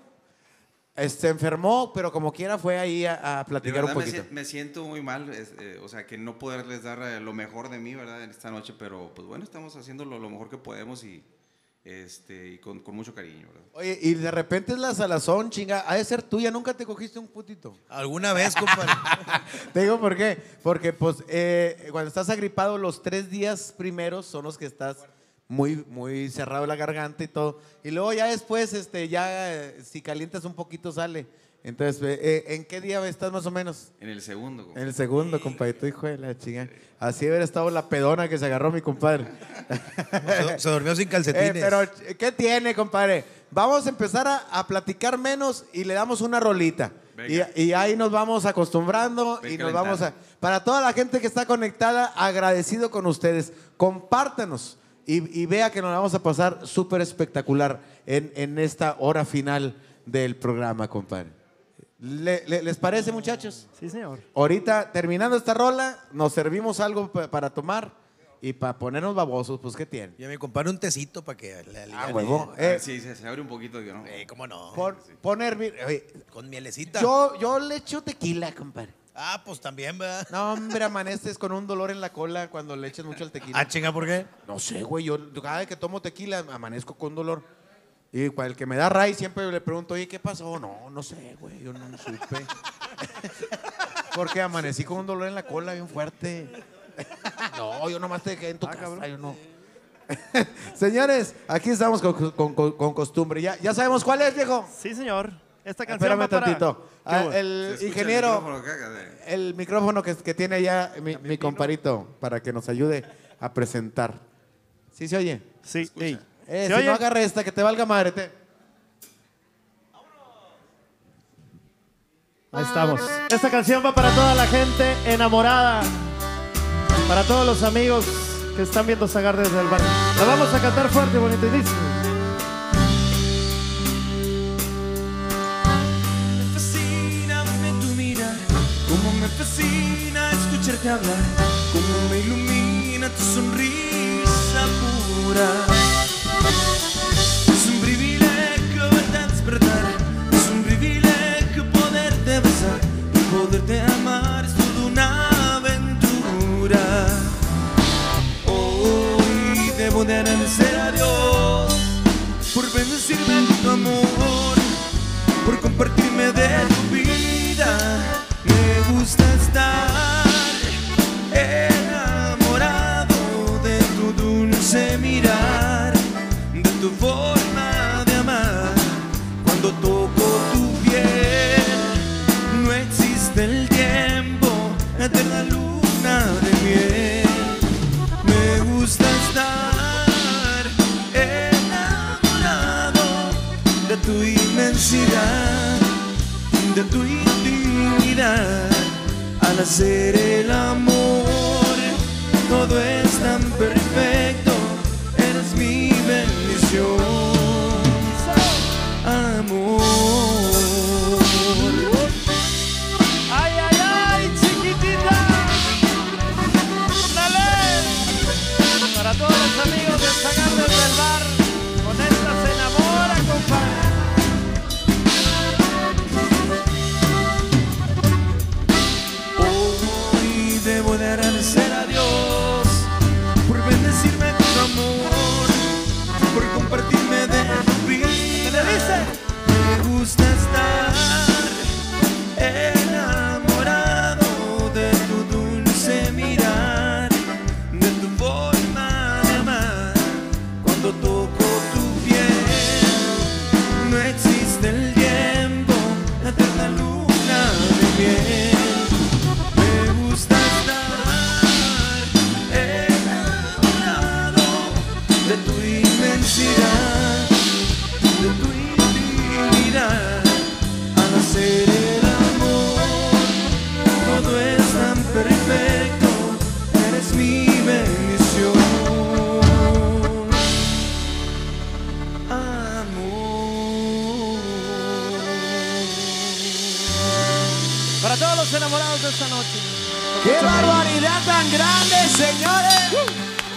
eh, se enfermó, pero como quiera fue ahí a, a De platicar un verdad me, poquito. si- me siento muy mal, es, eh, o sea, que no poderles dar eh, lo mejor de mí, ¿verdad? En esta noche, pero pues bueno, estamos haciendo lo, lo mejor que podemos y, este, y con, con mucho cariño, ¿verdad? Oye, y de repente es la salazón, chinga, ha de ser tuya, nunca te cogiste un putito. Alguna vez, compadre. Te digo por qué, porque pues eh, cuando estás agripado los tres días primeros son los que estás muy, muy cerrado la garganta y todo, y luego ya después, este, ya eh, si calientas un poquito sale. Entonces, eh, eh, ¿en qué día estás más o menos? En el segundo. En compadre. el segundo, compadrito, hijo de la chinga. Así hubiera estado la pedona que se agarró mi compadre. Se, se durmió sin Eh, calcetines. pero, ¿qué tiene, compadre? Vamos a empezar a, a platicar menos y le damos una rolita. Y, Venga. y ahí nos vamos acostumbrando Ven y nos vamos a... calentando. Para toda la gente que está conectada, agradecido con ustedes. Compártanos. y, y vea que nos la vamos a pasar súper espectacular en, en esta hora final del programa, compadre. ¿Le- le- ¿Les parece, muchachos? Sí, señor. Ahorita, terminando esta rola, nos servimos algo pa- para tomar y para ponernos babosos, pues, ¿qué tiene? Ya me compadre un tecito para que le Ah, aliviane. huevo. A ver Eh, si se, se abre un poquito, ¿no? Eh, ¿cómo no? pon, pon hervir- oye, Con mielecita. yo, yo le echo tequila, compadre. Ah, pues también, ¿verdad? No, hombre, amaneces con un dolor en la cola cuando le eches mucho al tequila. Ah, chinga, ¿por qué? No sé, güey, yo cada vez que tomo tequila amanezco con dolor. Y cual- el que me da ray siempre le pregunto, oye, ¿qué pasó? No, no sé, güey, yo no, no supe. Porque amanecí con un dolor en la cola bien fuerte. No, yo nomás te dejé en tu casa, yo no. Señores, aquí estamos con, con- con- con costumbre. ¿Ya, ¿Ya sabemos cuál es, viejo? Sí, señor. Esta canción Espérame va para... tantito. ¿Qué Ah, hubo? Se el escucha ingeniero, el micrófono acá, cadê? el micrófono que, que tiene allá mi, mi comparito para que nos ayude a presentar. ¿Sí se oye? Sí. Ey. Eh, ¿Se si oye? no agarre esta, que te valga madre. Te... Ahí estamos. Esta canción va para toda la gente enamorada, para todos los amigos que están viendo Zagar desde el bar. La vamos a cantar fuerte, bonito, y dice: Me fascina ver tu mirar, como me fascina escucharte hablar, como me ilumina tu sonrisa pura. Es un privilegio verte despertar, es un privilegio poderte besar y poderte amar, es toda una aventura. Hoy debo de agradecer a Dios por bendecirme con tu amor, por compartirme de tu vida. Me gusta estar enamorado de tu dulce mirar, de tu forma de amar. Cuando toco tu piel, no existe el tiempo, eterna luna de miel. Me gusta estar enamorado de tu inmensidad, de tu intimidad. Al hacer el amor, todo es tan perfecto, eres mi bendición, amor. ¡Ay, ay, ay, chiquitita! ¡Dale! Para todos los amigos de Zagar desde el bar, con esta se enamora, compadre. Hoy debo de agradecer a Dios por bendecirme con tu amor, por compartirme de tu vida. Me gusta estar enamorado de tu dulce mirar, de tu forma de amar. Cuando toco tu piel, no existe el tiempo, la eterna luna de miel. Me gusta estar enamorado de tu inmensidad, de tu intimidad. Al hacer el amor, todo es tan perfecto, eres mi bendición, amor. Para todos los enamorados de esta noche. ¡Qué barbaridad tan grande, señores!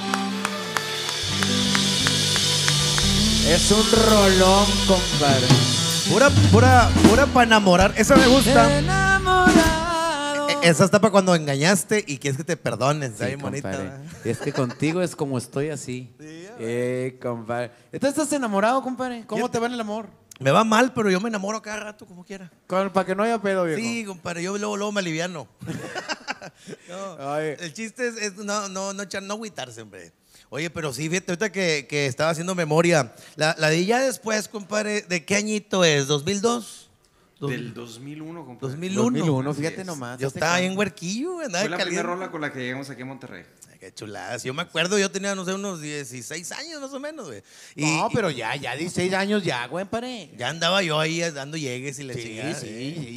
Es un rolón, compadre. Pura, pura, pura para enamorar. Esa me gusta. Enamorado. E- Esa está para cuando engañaste y quieres que te perdonen. Está Sí, bien bonita. compadre. ¿verdad? Es que contigo es como estoy así. Eh, compadre. Entonces, ¿estás enamorado, compadre? ¿Cómo te va en el amor? Me va mal, pero yo me enamoro cada rato, como quiera. Para que no haya pedo, viejo. Sí, compadre, yo luego, luego me aliviano. No, Ay. el chiste es, es no, no, no, echar- no agüitarse, hombre. Oye, pero sí, fíjate, ahorita que, que estaba haciendo memoria, la, la de ya después, compadre, ¿de qué añito es? ¿dos mil dos? Del dos mil uno, compadre. dos mil uno. dos mil uno, Así fíjate es. nomás. Yo hazte estaba cuenta. bien huerquillo, andaba Fue la caliente. primera rola con la que llegamos aquí a Monterrey. Ay, qué chulada. Si yo me acuerdo, yo tenía, no sé, unos dieciséis años más o menos, güey. Y- No, y pero ya, ya dieciséis años ya, güey, pare. ya andaba yo ahí dando llegues y la Sí, chingada. sí, ¿eh? sí, ya.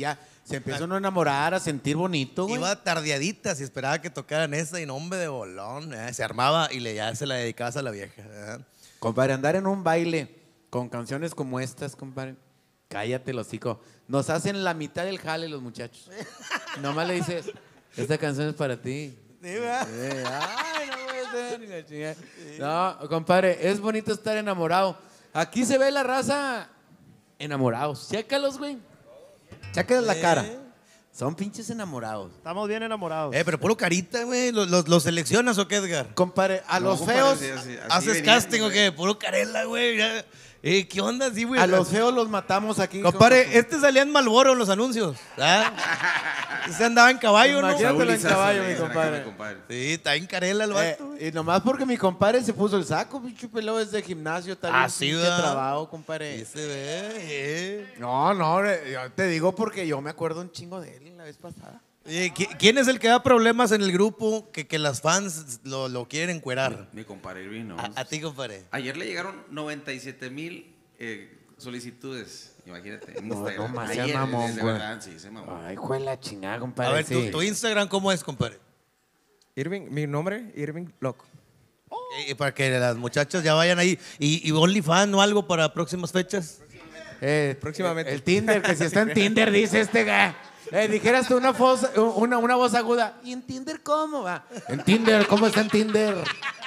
Se empieza uno a enamorar, a sentir bonito, güey. Iba tardeaditas y esperaba que tocaran esa y nombre de bolón. ¿eh? Se armaba y le, ya se la dedicabas a la vieja. ¿eh? Compadre, andar en un baile con canciones como estas, compadre. Cállate, los hocico. Nos hacen la mitad del jale los muchachos. Nomás le dices, esta canción es para ti. Sí, ¿verdad? Eh, ay, no puede ser, ni la chingada. No, compadre, es bonito estar enamorado. Aquí se ve la raza enamorados. Chécalos, güey. Chécales la cara. Son pinches enamorados. Estamos bien enamorados. Eh, pero puro carita, güey. ¿Los, los, los seleccionas o qué, Edgar? Compadre, a No, los compadre, feos. sí, así- así ¿Haces venían, casting o qué? Puro carela, güey. ya. Eh, ¿Qué onda así, güey? A los feos los matamos aquí. Compadre, este salía en Malboro en los anuncios. ¿ah? Este andaba en caballo, ¿no? Imagínatelo en caballo, mi compadre. Sí, está en carela el vato. Eh, y nomás porque mi compadre se puso el saco, pinche pelado, es de gimnasio, está bien Ah, sí, pinche ¿verdad? trabajo, compadre. Sí se ve, eh. No, no, eh, yo te digo porque yo me acuerdo un chingo de él la vez pasada. Oye, ¿qui- ¿quién es el que da problemas en el grupo que, que las fans lo, lo quieren encuerar? Mi compadre Irving, no. A, a ti, compadre. Ayer le llegaron noventa y siete mil eh, solicitudes. Imagínate. en No, Instagram. no más, Ayer, sea mamón, de güey. verdad, sí, se mamó. Ay, hijo de la chingada, compadre. A ver, sí. ¿tu, tu Instagram cómo es, compadre? Irving, mi nombre, Irving Loco. Eh, para que las muchachas ya vayan ahí. ¿Y, y OnlyFans o algo para próximas fechas? Eh, Próximamente. El Tinder, que si está en Tinder, dice este güey. Eh, dijeras tú una voz, una, una voz aguda. ¿Y en Tinder cómo va? En Tinder, ¿cómo está en Tinder?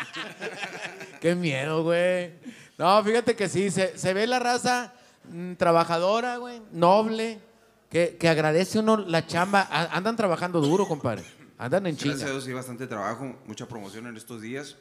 Qué miedo, güey. No, fíjate que sí, se, se ve la raza mm, trabajadora, güey, noble, que, que agradece uno la chamba. A- andan trabajando duro, compadre. Andan en Gracias a chinga. Dios, sí, bastante trabajo, mucha promoción en estos días.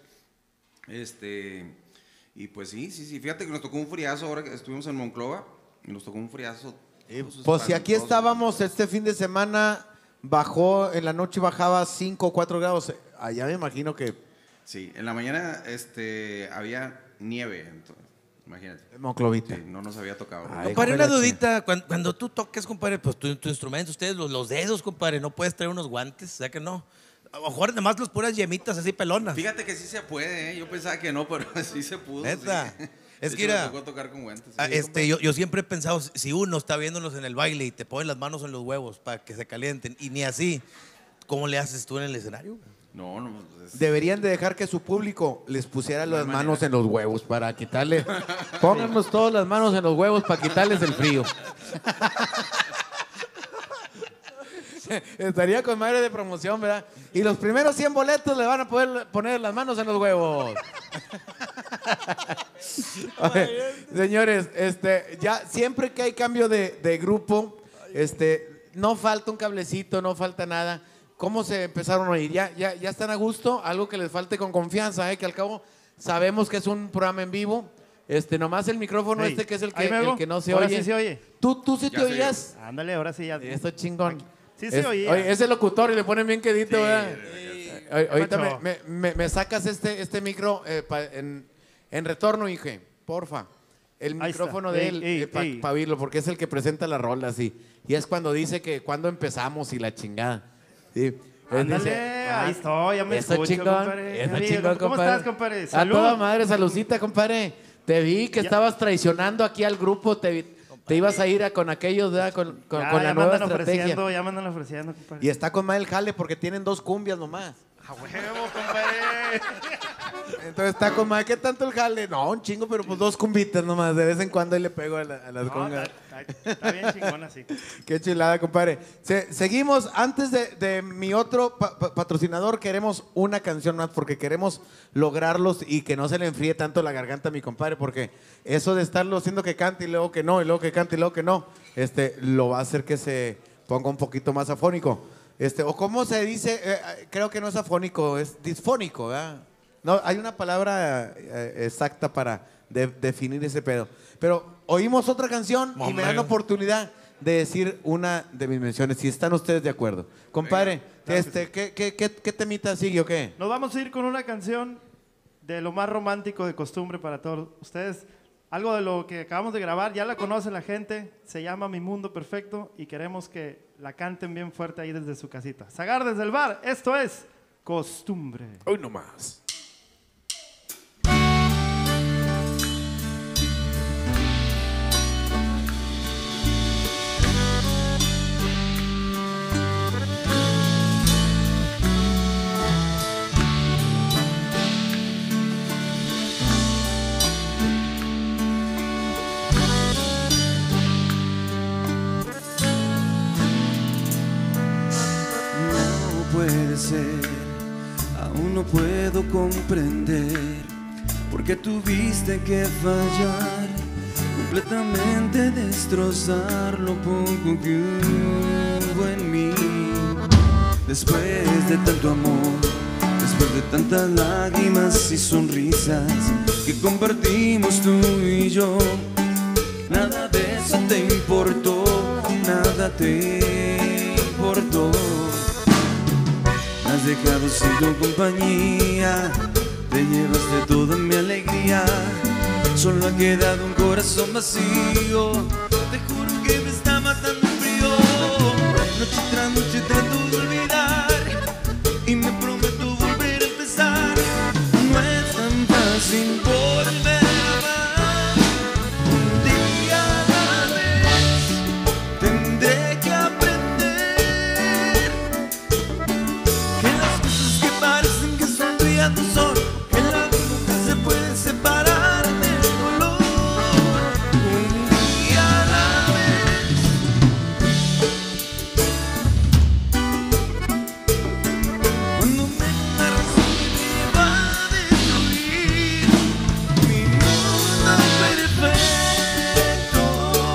Este, y pues sí, sí, sí. Fíjate que nos tocó un friazo ahora que estuvimos en Monclova. Y nos tocó un friazo. todos esos Pues si aquí espantosos. estábamos este fin de semana, bajó, en la noche bajaba cinco o cuatro grados. Allá me imagino que Sí, en la mañana este, había nieve. Entonces, imagínate. Monclovita. Sí, no nos había tocado. ¿no? Compadre, una dudita. Cuando, cuando tú toques, compadre, pues tu, tu instrumento, ustedes, los, los dedos, compadre, no puedes traer unos guantes, ¿sabes que no? A lo mejor además los puras yemitas así pelonas. Fíjate que sí se puede, ¿eh? Yo pensaba que no, pero sí se pudo. ¿Neta? sí. Es De que hecho, mira, me tocó tocar con guantes. Ah, Sí, este, yo, yo siempre he pensado, si uno está viéndolos en el baile y te ponen las manos en los huevos para que se calienten, y ni así, ¿cómo le haces tú en el escenario? No, no. Pues, Deberían de dejar que su público les pusiera No hay las manera. manos en los huevos para quitarle. Pónganos todas las manos en los huevos para quitarles el frío. Estaría con madre de promoción, ¿verdad? Y los primeros cien boletos le van a poder poner las manos en los huevos. Oye, señores, este, ya siempre que hay cambio de, de grupo, este, no falta un cablecito, no falta nada. ¿Cómo se empezaron a oír? ¿Ya, ya, ya están a gusto? Algo que les falte con confianza, ¿eh? Que al cabo sabemos que es un programa en vivo. Este, nomás el micrófono Ey, este que es el que, ahí me el hago. que no se Ahora oye. sí se oye. ¿Tú, tú sí Ya te se oías? Ándale, ahora sí ya. Esto chingón. Sí se Es- oía. Oye, ese locutor y le ponen bien quedito, Sí, ¿verdad? sí. Oye, ahorita me, Macho. me- me- me sacas este, este micro eh, pa- en, en retorno, Inge, porfa. El Ahí está. micrófono de Ey, él, ey, para ey. oírlo, porque es el que presenta las rolas, y, y es cuando dice que cuando empezamos y la chingada. Sí. Él Ándale, dice, ahí estoy, ya me eso escucho, chingón, compadre. eso Amigo, chingón, ¿cómo compadre. estás, compadre? A Salud. toda madre, saludcita, compadre. Te vi que estabas traicionando aquí al grupo, te, vi- te ibas a ir a, con aquellos, ¿verdad? Con, con, Ya, con ya la me nueva andan estrategia. ofreciendo, ya me andan ofreciendo, compadre. Y está con mal el jale porque tienen dos cumbias nomás. A huevo, compadre. Entonces está con mal, ¿qué tanto el jale? No, un chingo, pero pues dos cumbitas nomás. De vez en cuando ahí le pego a, la- a las No, congas. está, está- está bien chingón así. Qué chulada, compadre. Se- seguimos. Antes de, de mi otro pa- pa- patrocinador, queremos una canción más porque queremos lograrlos y que no se le enfríe tanto la garganta a mi compadre, porque eso de estarlo haciendo que cante y luego que no, y luego que cante y luego que no, este, lo va a hacer que se ponga un poquito más afónico. Este, o cómo se dice, eh, eh, creo que no es afónico, es disfónico, ¿verdad? No, hay una palabra eh, exacta para de- definir ese pedo. Pero oímos otra canción y me dan la oportunidad de decir una de mis menciones, si están ustedes de acuerdo. Compadre, claro que este, ¿qué, qué, qué, qué temita sigue o qué? Nos vamos a ir con una canción de lo más romántico de costumbre para todos ustedes. Algo de lo que acabamos de grabar, ya la conoce la gente, se llama Mi Mundo Perfecto y queremos que la canten bien fuerte ahí desde su casita. Zagar desde el bar, esto es Costumbre. Hoy nomás. comprender por qué tuviste que fallar, completamente destrozar lo poco que hubo en mí. Después de tanto amor, después de tantas lágrimas y sonrisas que compartimos tú y yo, nada de eso te importó, nada te importó. Me has dejado sin tu compañía, te llevaste toda mi alegría, solo ha quedado un corazón vacío. Te juro que me está matando el frío. Noche tras noche trato de olvidar y me prometo volver a empezar. No es tan fácil volver a amar. Un día a la vez tendré que aprender que las cosas que parecen que son tuyas no son, que la vida nunca se puede separar del dolor. Un día a la vez. Cuando me la razón me va a destruir mi mundo perfecto.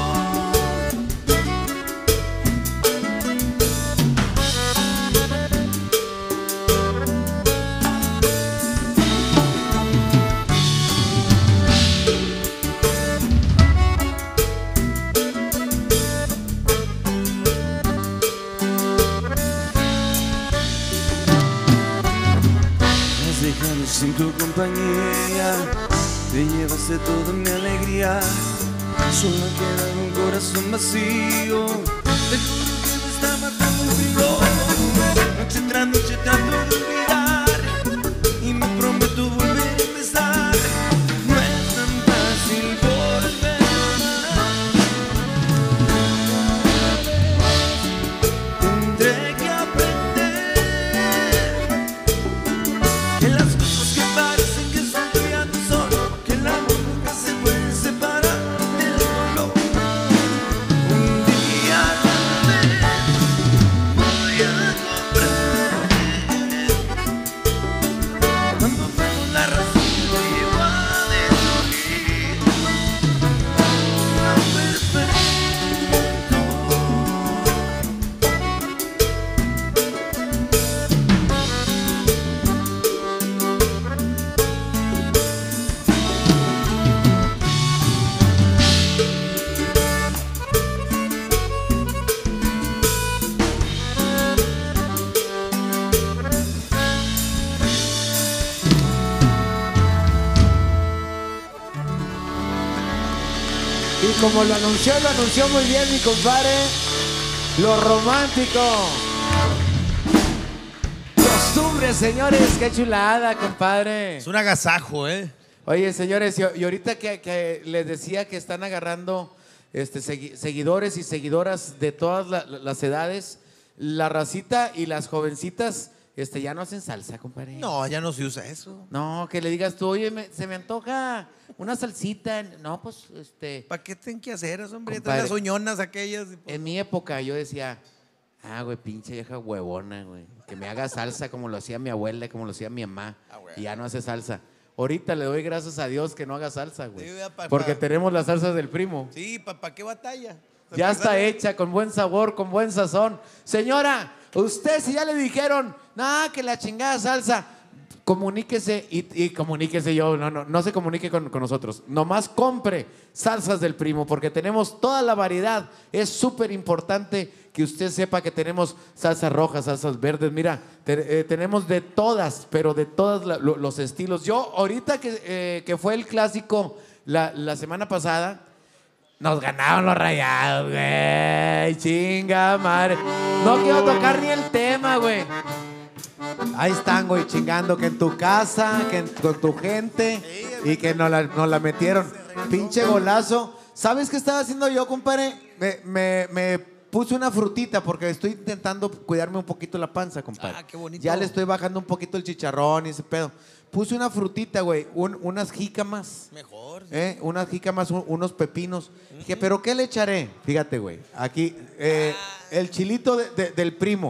Me has dejado sin tu compañía, te llevaste toda mi alegría, solo ha quedado un corazón vacío. Te juro que me está matando el frío. Noche tras noche trato de olvidar y me prometo volver a empezar. No es tan fácil volver a amar. Tendré que aprender que las cosas que parecen que son tuyas no son, que el amor nunca se puede separar del dolor. Un día a la vez voy a comprender cuando menos la razón me lleva a destruir lo perfecto. Y como lo anunció, lo anunció muy bien mi compadre, lo romántico. Costumbres, señores, qué chulada, compadre. Es un agasajo, ¿eh? Oye, señores, y, y ahorita que, que les decía que están agarrando este, segui- seguidores y seguidoras de todas la- las edades, la racita y las jovencitas este, ya no hacen salsa, compadre. No, ya no se usa eso. No, que le digas tú, oye, me- se me antoja una salsita. No, pues, este... ¿Para qué tienen que hacer eso, hombre? Compadre. Las uñonas aquellas. En mi época yo decía, ah, güey, pinche vieja huevona, güey. Que me haga salsa como lo hacía mi abuela, como lo hacía mi mamá. Y ya no hace salsa. Ahorita le doy gracias a Dios que no haga salsa, güey. Sí, ya, pa- Porque pa- tenemos las salsas del primo. Sí, ¿para qué batalla? Ya está hecha, con buen sabor, con buen sazón. Señora, usted si ya le dijeron, nada, que la chingada salsa, comuníquese y, y comuníquese yo, no, no, no se comunique con, con nosotros. Nomás compre salsas del primo, porque tenemos toda la variedad. Es súper importante que usted sepa que tenemos salsas rojas, salsas verdes. Mira, te- eh, tenemos de todas, pero de todos la- lo- los estilos. Yo, ahorita que, eh, que fue el clásico la, la semana pasada, nos ganaron los Rayados, güey. Chinga, madre. No quiero tocar ni el tema, güey. Ahí están, güey, chingando que en tu casa, que en- con tu gente y que nos la, nos la metieron. Pinche golazo. ¿Sabes qué estaba haciendo yo, compadre? Me, me, me puse una frutita porque estoy intentando cuidarme un poquito la panza, compadre. Ah, qué bonito. Ya le estoy bajando un poquito el chicharrón y ese pedo. Puse una frutita, güey, un- unas jícamas. Mejor. sí. ¿Eh? Unas jícamas, un- unos pepinos. Dije, ¿pero qué le echaré? Fíjate, güey. Aquí, eh, el chilito de- de- del primo.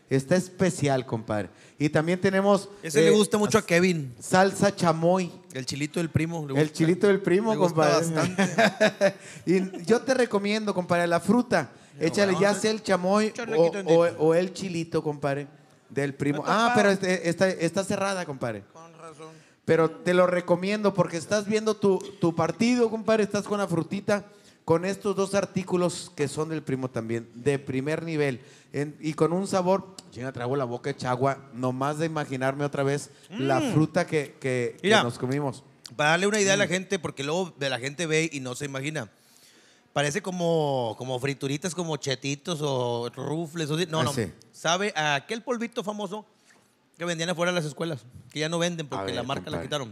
Está especial, compadre. Y también tenemos... Ese eh, le gusta mucho a Kevin. Salsa chamoy. El chilito del primo. Le El gusta. chilito del primo, Le gusta compadre. bastante. Y yo te recomiendo, compadre, la fruta. Échale ya sea el chamoy Échale o, aquí tantito. o- o el chilito, compadre, del primo. Ah, pero este- está, está cerrada, compadre. Con razón. Pero te lo recomiendo porque estás viendo tu, tu partido, compadre, estás con la frutita, con estos dos artículos que son del primo también, de primer nivel, en- y con un sabor, chinga, traigo la boca hecha agua, nomás de imaginarme otra vez la Mm. fruta que, que- que Mira. nos comimos. Para darle una idea a la Mm. gente, porque luego de la gente ve y no se imagina. Parece como, como frituritas, como chetitos o rufles. O así. No, Ah, no. sí. Sabe a aquel polvito famoso que vendían afuera de las escuelas, que ya no venden porque ver, la marca la compadre. quitaron.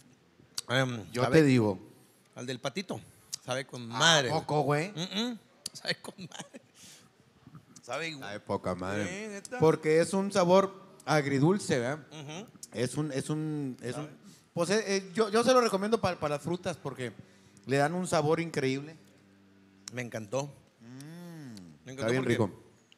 Em, Yo sabe- te digo. Al del patito. Sabe con madre. poco, güey? Mm, mm. Sabe con madre. Sabe igual. Ay, poca madre. Sí, neta. Porque es un sabor agridulce, ¿verdad? Ujú. Es un, es un, es un- pues eh, eh, yo, yo se lo recomiendo para, para las frutas porque le dan un sabor increíble. Me encantó. Me Está bien porque rico.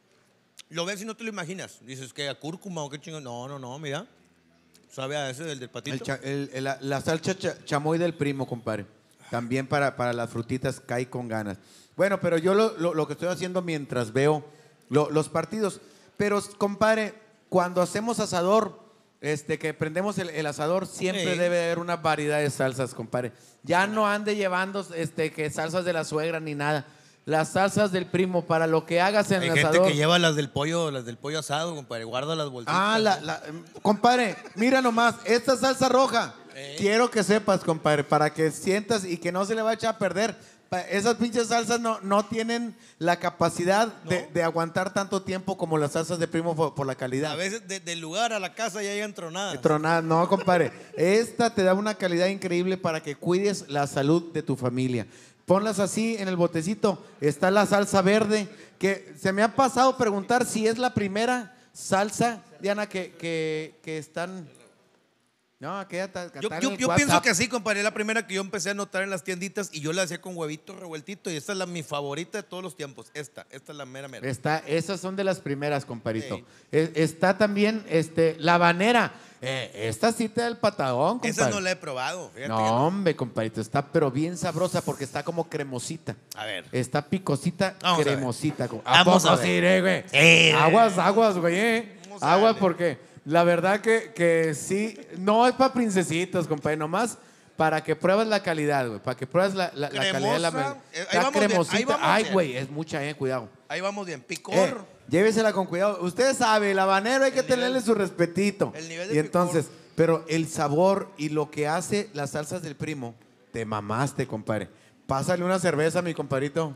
Lo ves y no te lo imaginas. Dices que a cúrcuma o qué chingón. No, no, no, mira. Sabe a ese del, del patito. El cha- el- el- la, la salsa cha- chamoy del primo, compadre. También para, para las frutitas cae con ganas. Bueno, pero yo lo, lo- lo que estoy haciendo mientras veo lo- los partidos. Pero, compadre, cuando hacemos asador, este, que prendemos el, el asador, siempre Sí. debe haber una variedad de salsas, compadre. Ya no ande llevando este, que salsas de la suegra ni nada. Las salsas del primo, para lo que hagas en Hay el gente asador. que lleva las del pollo, las del pollo asado, compadre. Guarda las bolsitas. Ah, la, la- compadre, mira nomás, esta salsa roja. Quiero que sepas, compadre, para que sientas y que no se le va a echar a perder. Pa- Esas pinches salsas no, no tienen la capacidad de, de aguantar tanto tiempo como las salsas de primo por, por la calidad. A veces de- del lugar a la casa ya llegan tronadas. Tronada, no, compadre. Esta te da una calidad increíble para que cuides la salud de tu familia. Ponlas así en el botecito. Está la salsa verde, que se me ha pasado preguntar si es la primera salsa, Diana, que, que, que están... No, aquella está, que Yo, está en yo- el yo WhatsApp. pienso que sí, compadre. Es la primera que yo empecé a notar en las tienditas y yo la hacía con huevito revueltito. Y esta es la, mi favorita de todos los tiempos. Esta, esta es la mera mera. Está, esas son de las primeras, compadrito. Sí. Es- está también este, la habanera. Eh, esta sí te da el patadón, compadre. Esa no la he probado. Fíjate que No, hombre, compadrito, está pero bien sabrosa porque está como cremosita. A ver. Está picosita, Vamos a ver. cremosita. co- Vamos poco a ver. sí, eh, güey? Eh. Aguas, aguas, güey. eh. Vamos a Aguas darle. porque la verdad que, que sí, no es para princesitos, compadre, nomás para que pruebes la calidad, güey. Para que pruebes la, la- la calidad de la Cremosa. me- Eh, ahí Está vamos bien, ahí cremosita. vamos Ay, bien. güey, es mucha, eh, cuidado. Ahí vamos bien. Picor. Eh, llévesela con cuidado. Usted sabe, el habanero hay que tenerle su respetito. el nivel de Y entonces, pero el sabor y lo que hace las salsas del primo, te mamaste, compadre. Pásale una cerveza, mi compadrito.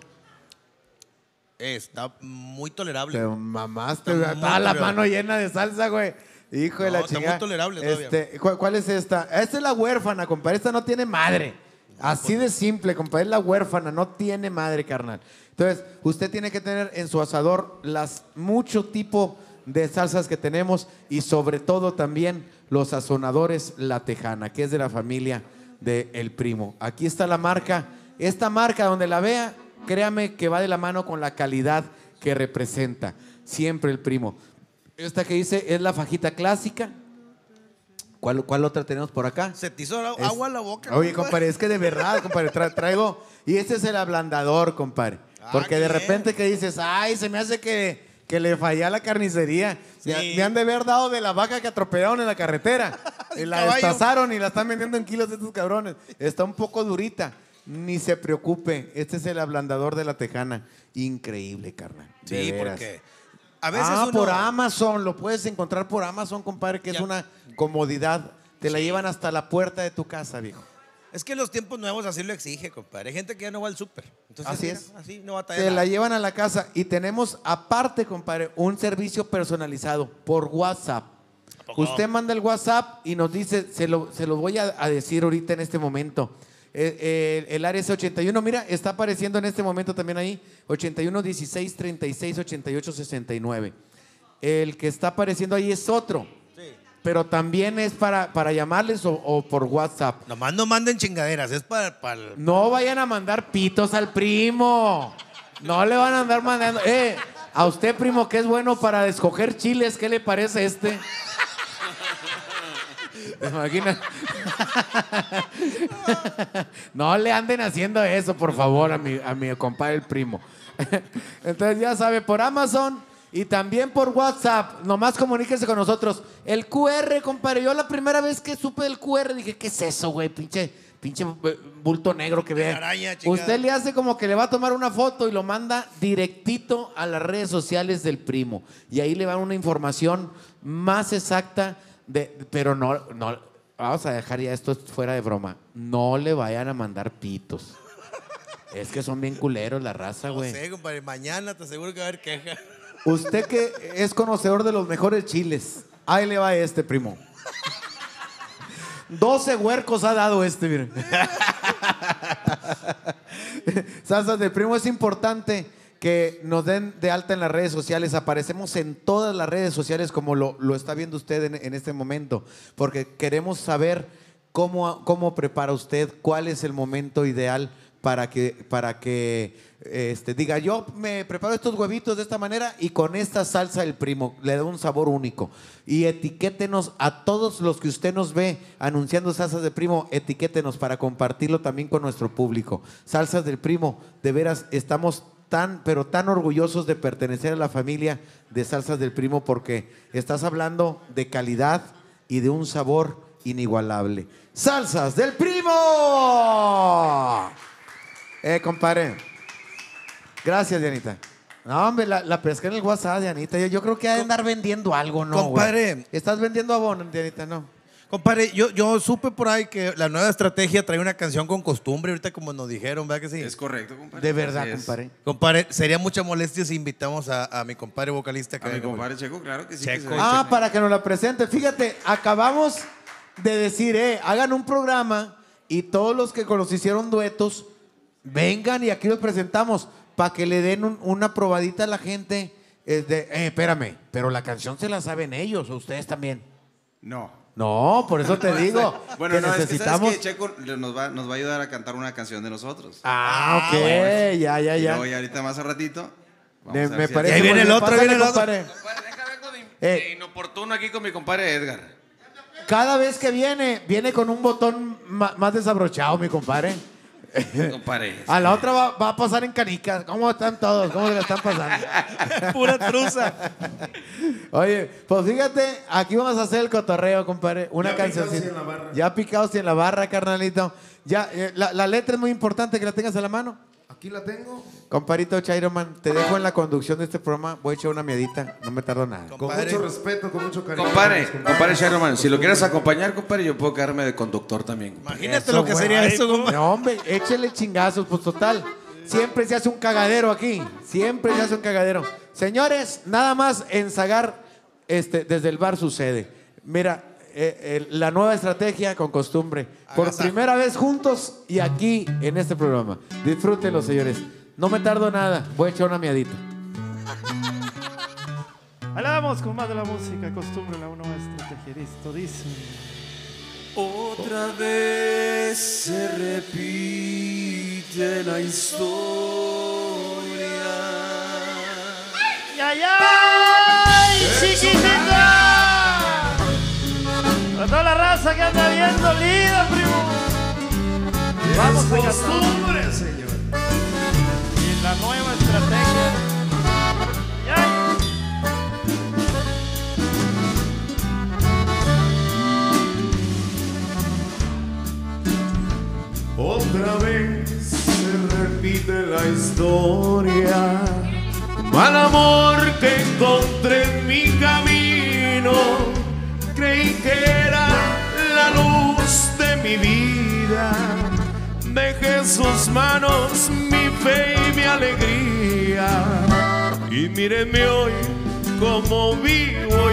Está muy tolerable. Te mamaste, Está güey. muy Estaba la tolerable. mano llena de salsa, güey. Hijo de No, la está muy chingada. tolerable todavía. Este, ¿cu- ¿Cuál es esta? Esta es la huérfana, compadre. Esta no tiene madre. Así de simple, compadre. Es la huérfana, no tiene madre, carnal. Entonces, usted tiene que tener en su asador las mucho tipo de salsas que tenemos y sobre todo también los sazonadores La Tejana, que es de la familia de El Primo. Aquí está la marca. Esta marca, donde la vea, créame que va de la mano con la calidad que representa. Siempre El Primo. Esta que dice es la fajita clásica. ¿Cuál, cuál otra tenemos por acá? Se te hizo a- Es- agua a la boca. Oye, compadre, es que de verdad, compadre, tra- traigo. Y este es el ablandador, compadre. Ah, Porque qué de bien. repente que dices, ay, se me hace que, que le fallé a la carnicería. Me, Sí. me han de haber dado de la vaca que atropellaron en la carretera. Y la caballo. destazaron y la están vendiendo en kilos de estos cabrones. Está un poco durita. Ni se preocupe. Este es el ablandador de La Tejana. Increíble, carnal. De Sí, veras. porque a veces ah, uno- por Amazon, lo puedes encontrar por Amazon, compadre, que es Ya. una comodidad. Te la llevan hasta la puerta de tu casa, viejo. Es que los tiempos nuevos así lo exige, compadre. Hay gente que ya no va al súper. Entonces, Así mira, es. Así no va a Te la llevan a la casa y tenemos aparte, compadre, un servicio personalizado por WhatsApp. poco? Usted manda el WhatsApp y nos dice, se lo, se lo voy a, a decir ahorita en este momento. Eh, eh, el área es ochenta y uno, mira, está apareciendo en este momento también ahí, ochenta y uno, dieciséis, treinta y seis, ochenta y ocho, sesenta y nueve. El que está apareciendo ahí es otro, pero también es para, para llamarles o, o por WhatsApp. Nomás no manden chingaderas, es para, para No vayan a mandar pitos al primo. No le van a andar mandando. Eh, A usted, primo, que es bueno para escoger chiles, ¿qué le parece este? ¿Te imaginas? No le anden haciendo eso, por favor, a mi, a mi compadre el primo. Entonces, ya sabe, por Amazon y también por WhatsApp, nomás comuníquese con nosotros. El Q R, compadre, yo la primera vez que supe del Q R dije, ¿qué es eso, güey? Pinche, pinche bulto negro que ve. Usted le hace como que le va a tomar una foto y lo manda directito a las redes sociales del primo. Y ahí le va una información más exacta. De, pero no, no, vamos a dejar ya esto fuera de broma. No le vayan a mandar pitos. Es que son bien culeros la raza, güey. No sé, compadre, mañana te aseguro que va a haber queja. Usted que es conocedor de los mejores chiles, ahí le va este, primo. doce huercos ha dado este, miren. Salsas del primo, es importante que nos den de alta en las redes sociales. Aparecemos en todas las redes sociales como lo, lo está viendo usted en, en este momento, porque queremos saber cómo, cómo prepara usted, cuál es el momento ideal para que, para que este, diga, yo me preparo estos huevitos de esta manera y con esta salsa del primo le da un sabor único. Y etiquétenos a todos los que usted nos ve anunciando salsas del primo, etiquétenos para compartirlo también con nuestro público. Salsas del primo, de veras estamos tan, pero tan orgullosos de pertenecer a la familia de Salsas del Primo, porque estás hablando de calidad y de un sabor inigualable. ¡Salsas del Primo! Eh, compadre. Gracias, Dianita. No, hombre, la, la pesca en el WhatsApp, Dianita. Yo, yo creo que ha de andar vendiendo algo, ¿no, compadre? Güey? ¿Estás vendiendo abono, Dianita? No. Compadre, yo, yo supe por ahí que la nueva estrategia trae una canción con costumbre, ahorita como nos dijeron, ¿verdad que sí? Es correcto, compadre. De verdad, compadre. Compadre, sería mucha molestia si invitamos a, a mi compadre vocalista. Que a mi venga, compadre Checo, claro que sí. Checo. Que se Ah, para que nos la presente. Fíjate, acabamos de decir, eh, hagan un programa y todos los que nos hicieron duetos, vengan y aquí los presentamos para que le den un- una probadita a la gente. eh, de, eh, espérame, pero la canción se la saben ellos o ustedes también. No. No, por eso te digo. Bueno, que no, necesitamos. es que ¿sabes qué? Checo le- nos va, nos va a ayudar a cantar una canción de nosotros. Ah, ok, ya, ya, Y ya. luego ya ahorita más a ratito. vamos Me- a ver me si- parece Y ahí viene muy el bien. otro, Pásale, viene el otro. compadre. Eh, Inoportuno aquí con mi compadre Edgar. Cada vez que viene, viene con un botón ma- más desabrochado, mi compadre. Compadre. A la otra va, va a pasar en canicas. ¿Cómo están todos? ¿Cómo se la están pasando? Pura truza. Oye, pues fíjate, aquí vamos a hacer el cotorreo, compadre. Una Ya canción. picados y en la barra. Ya picados y en la barra, carnalito. Ya, eh, la, la letra es muy importante que la tengas a la mano. Aquí la tengo. Comparito Chairoman, te dejo en la conducción de este programa. Voy a echar una miedita, no me tardo nada. Con mucho respeto, con mucho cariño. Compadre, compadre Sherman, si lo quieres acompañar, compadre, yo puedo quedarme de conductor también. Imagínate lo que sería eso, compadre. No, hombre, échele chingazos, pues total. Siempre se hace un cagadero aquí. Siempre se hace un cagadero. Señores, nada más en Zagar, este, desde el bar sucede. Mira, eh, eh, la nueva estrategia con costumbre. Por Agasajo. primera vez juntos y aquí en este programa. Disfrútenlo, señores. No me tardo nada. Voy a echar una miadita. Ahí la damos con más de la música, costumbre, la nueva estrategia. Listo, dice. Otra vez se repite la historia. ¡Ay, ay, ay! ¡Chiquitita! A toda la raza que anda bien dolida, primo. Vamos a cantar. Costumbre, señor. Y la nueva estrategia. ¡Ay, ay! Otra vez se repite la historia. Mal amor que encontré en mi camino. Creí que era la luz de mi vida. Dejé en sus manos mi fe y mi alegría. Y mírenme hoy como vivo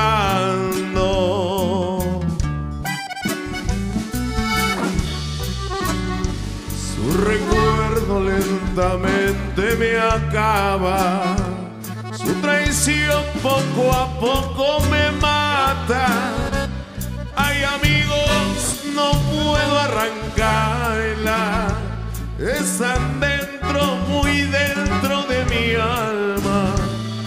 llorando. Su recuerdo lentamente me acaba. Su traición poco a poco me mata. Ay, amigos, no puedo arrancarla. Están dentro, muy dentro de mi alma.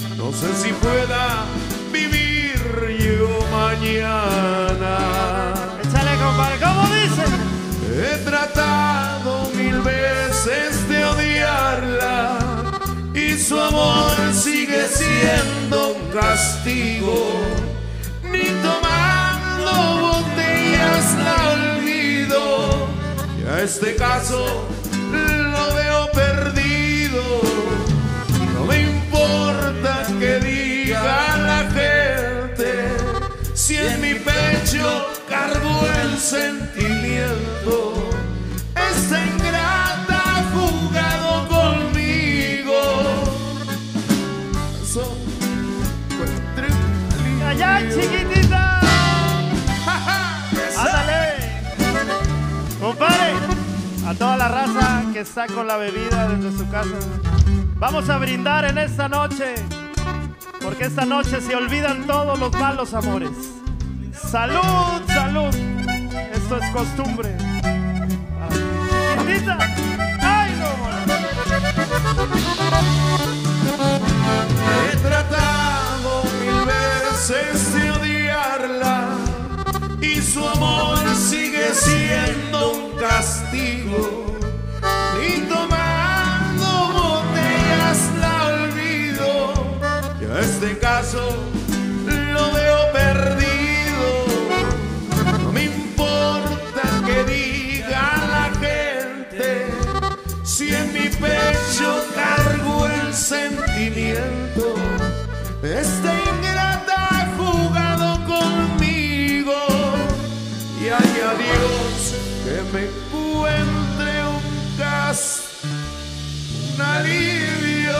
sé si pueda vivir yo mañana. Échale, compadre, ¿cómo dice? He tratado mil veces de odiarla y su amor sigue siendo un castigo. Ni tomando botellas la olvido. Y a este caso lo veo perdido. No me importa que diga la gente si en mi pecho cargo el sentimiento. Esta ingrata ha jugado conmigo. So, ¡Allá, chiquitita! ¡Ándale! Compadre, a toda la raza que está con la bebida desde su casa, vamos a brindar en esta noche, porque esta noche se olvidan todos los malos amores. ¡Salud, salud! Esto es costumbre. ¡Chiquitita! ¡Ay, no! He tratado mil veces de odiarla y su amor sigue siendo un castigo. Ni tomando botellas la olvido. Y a este caso lo veo perdido. No me importa que diga la gente si en mi pecho cargo el sentimiento. Esta ingrata ha jugado conmigo y ay a Dios que me encuentre un gas, un alivio.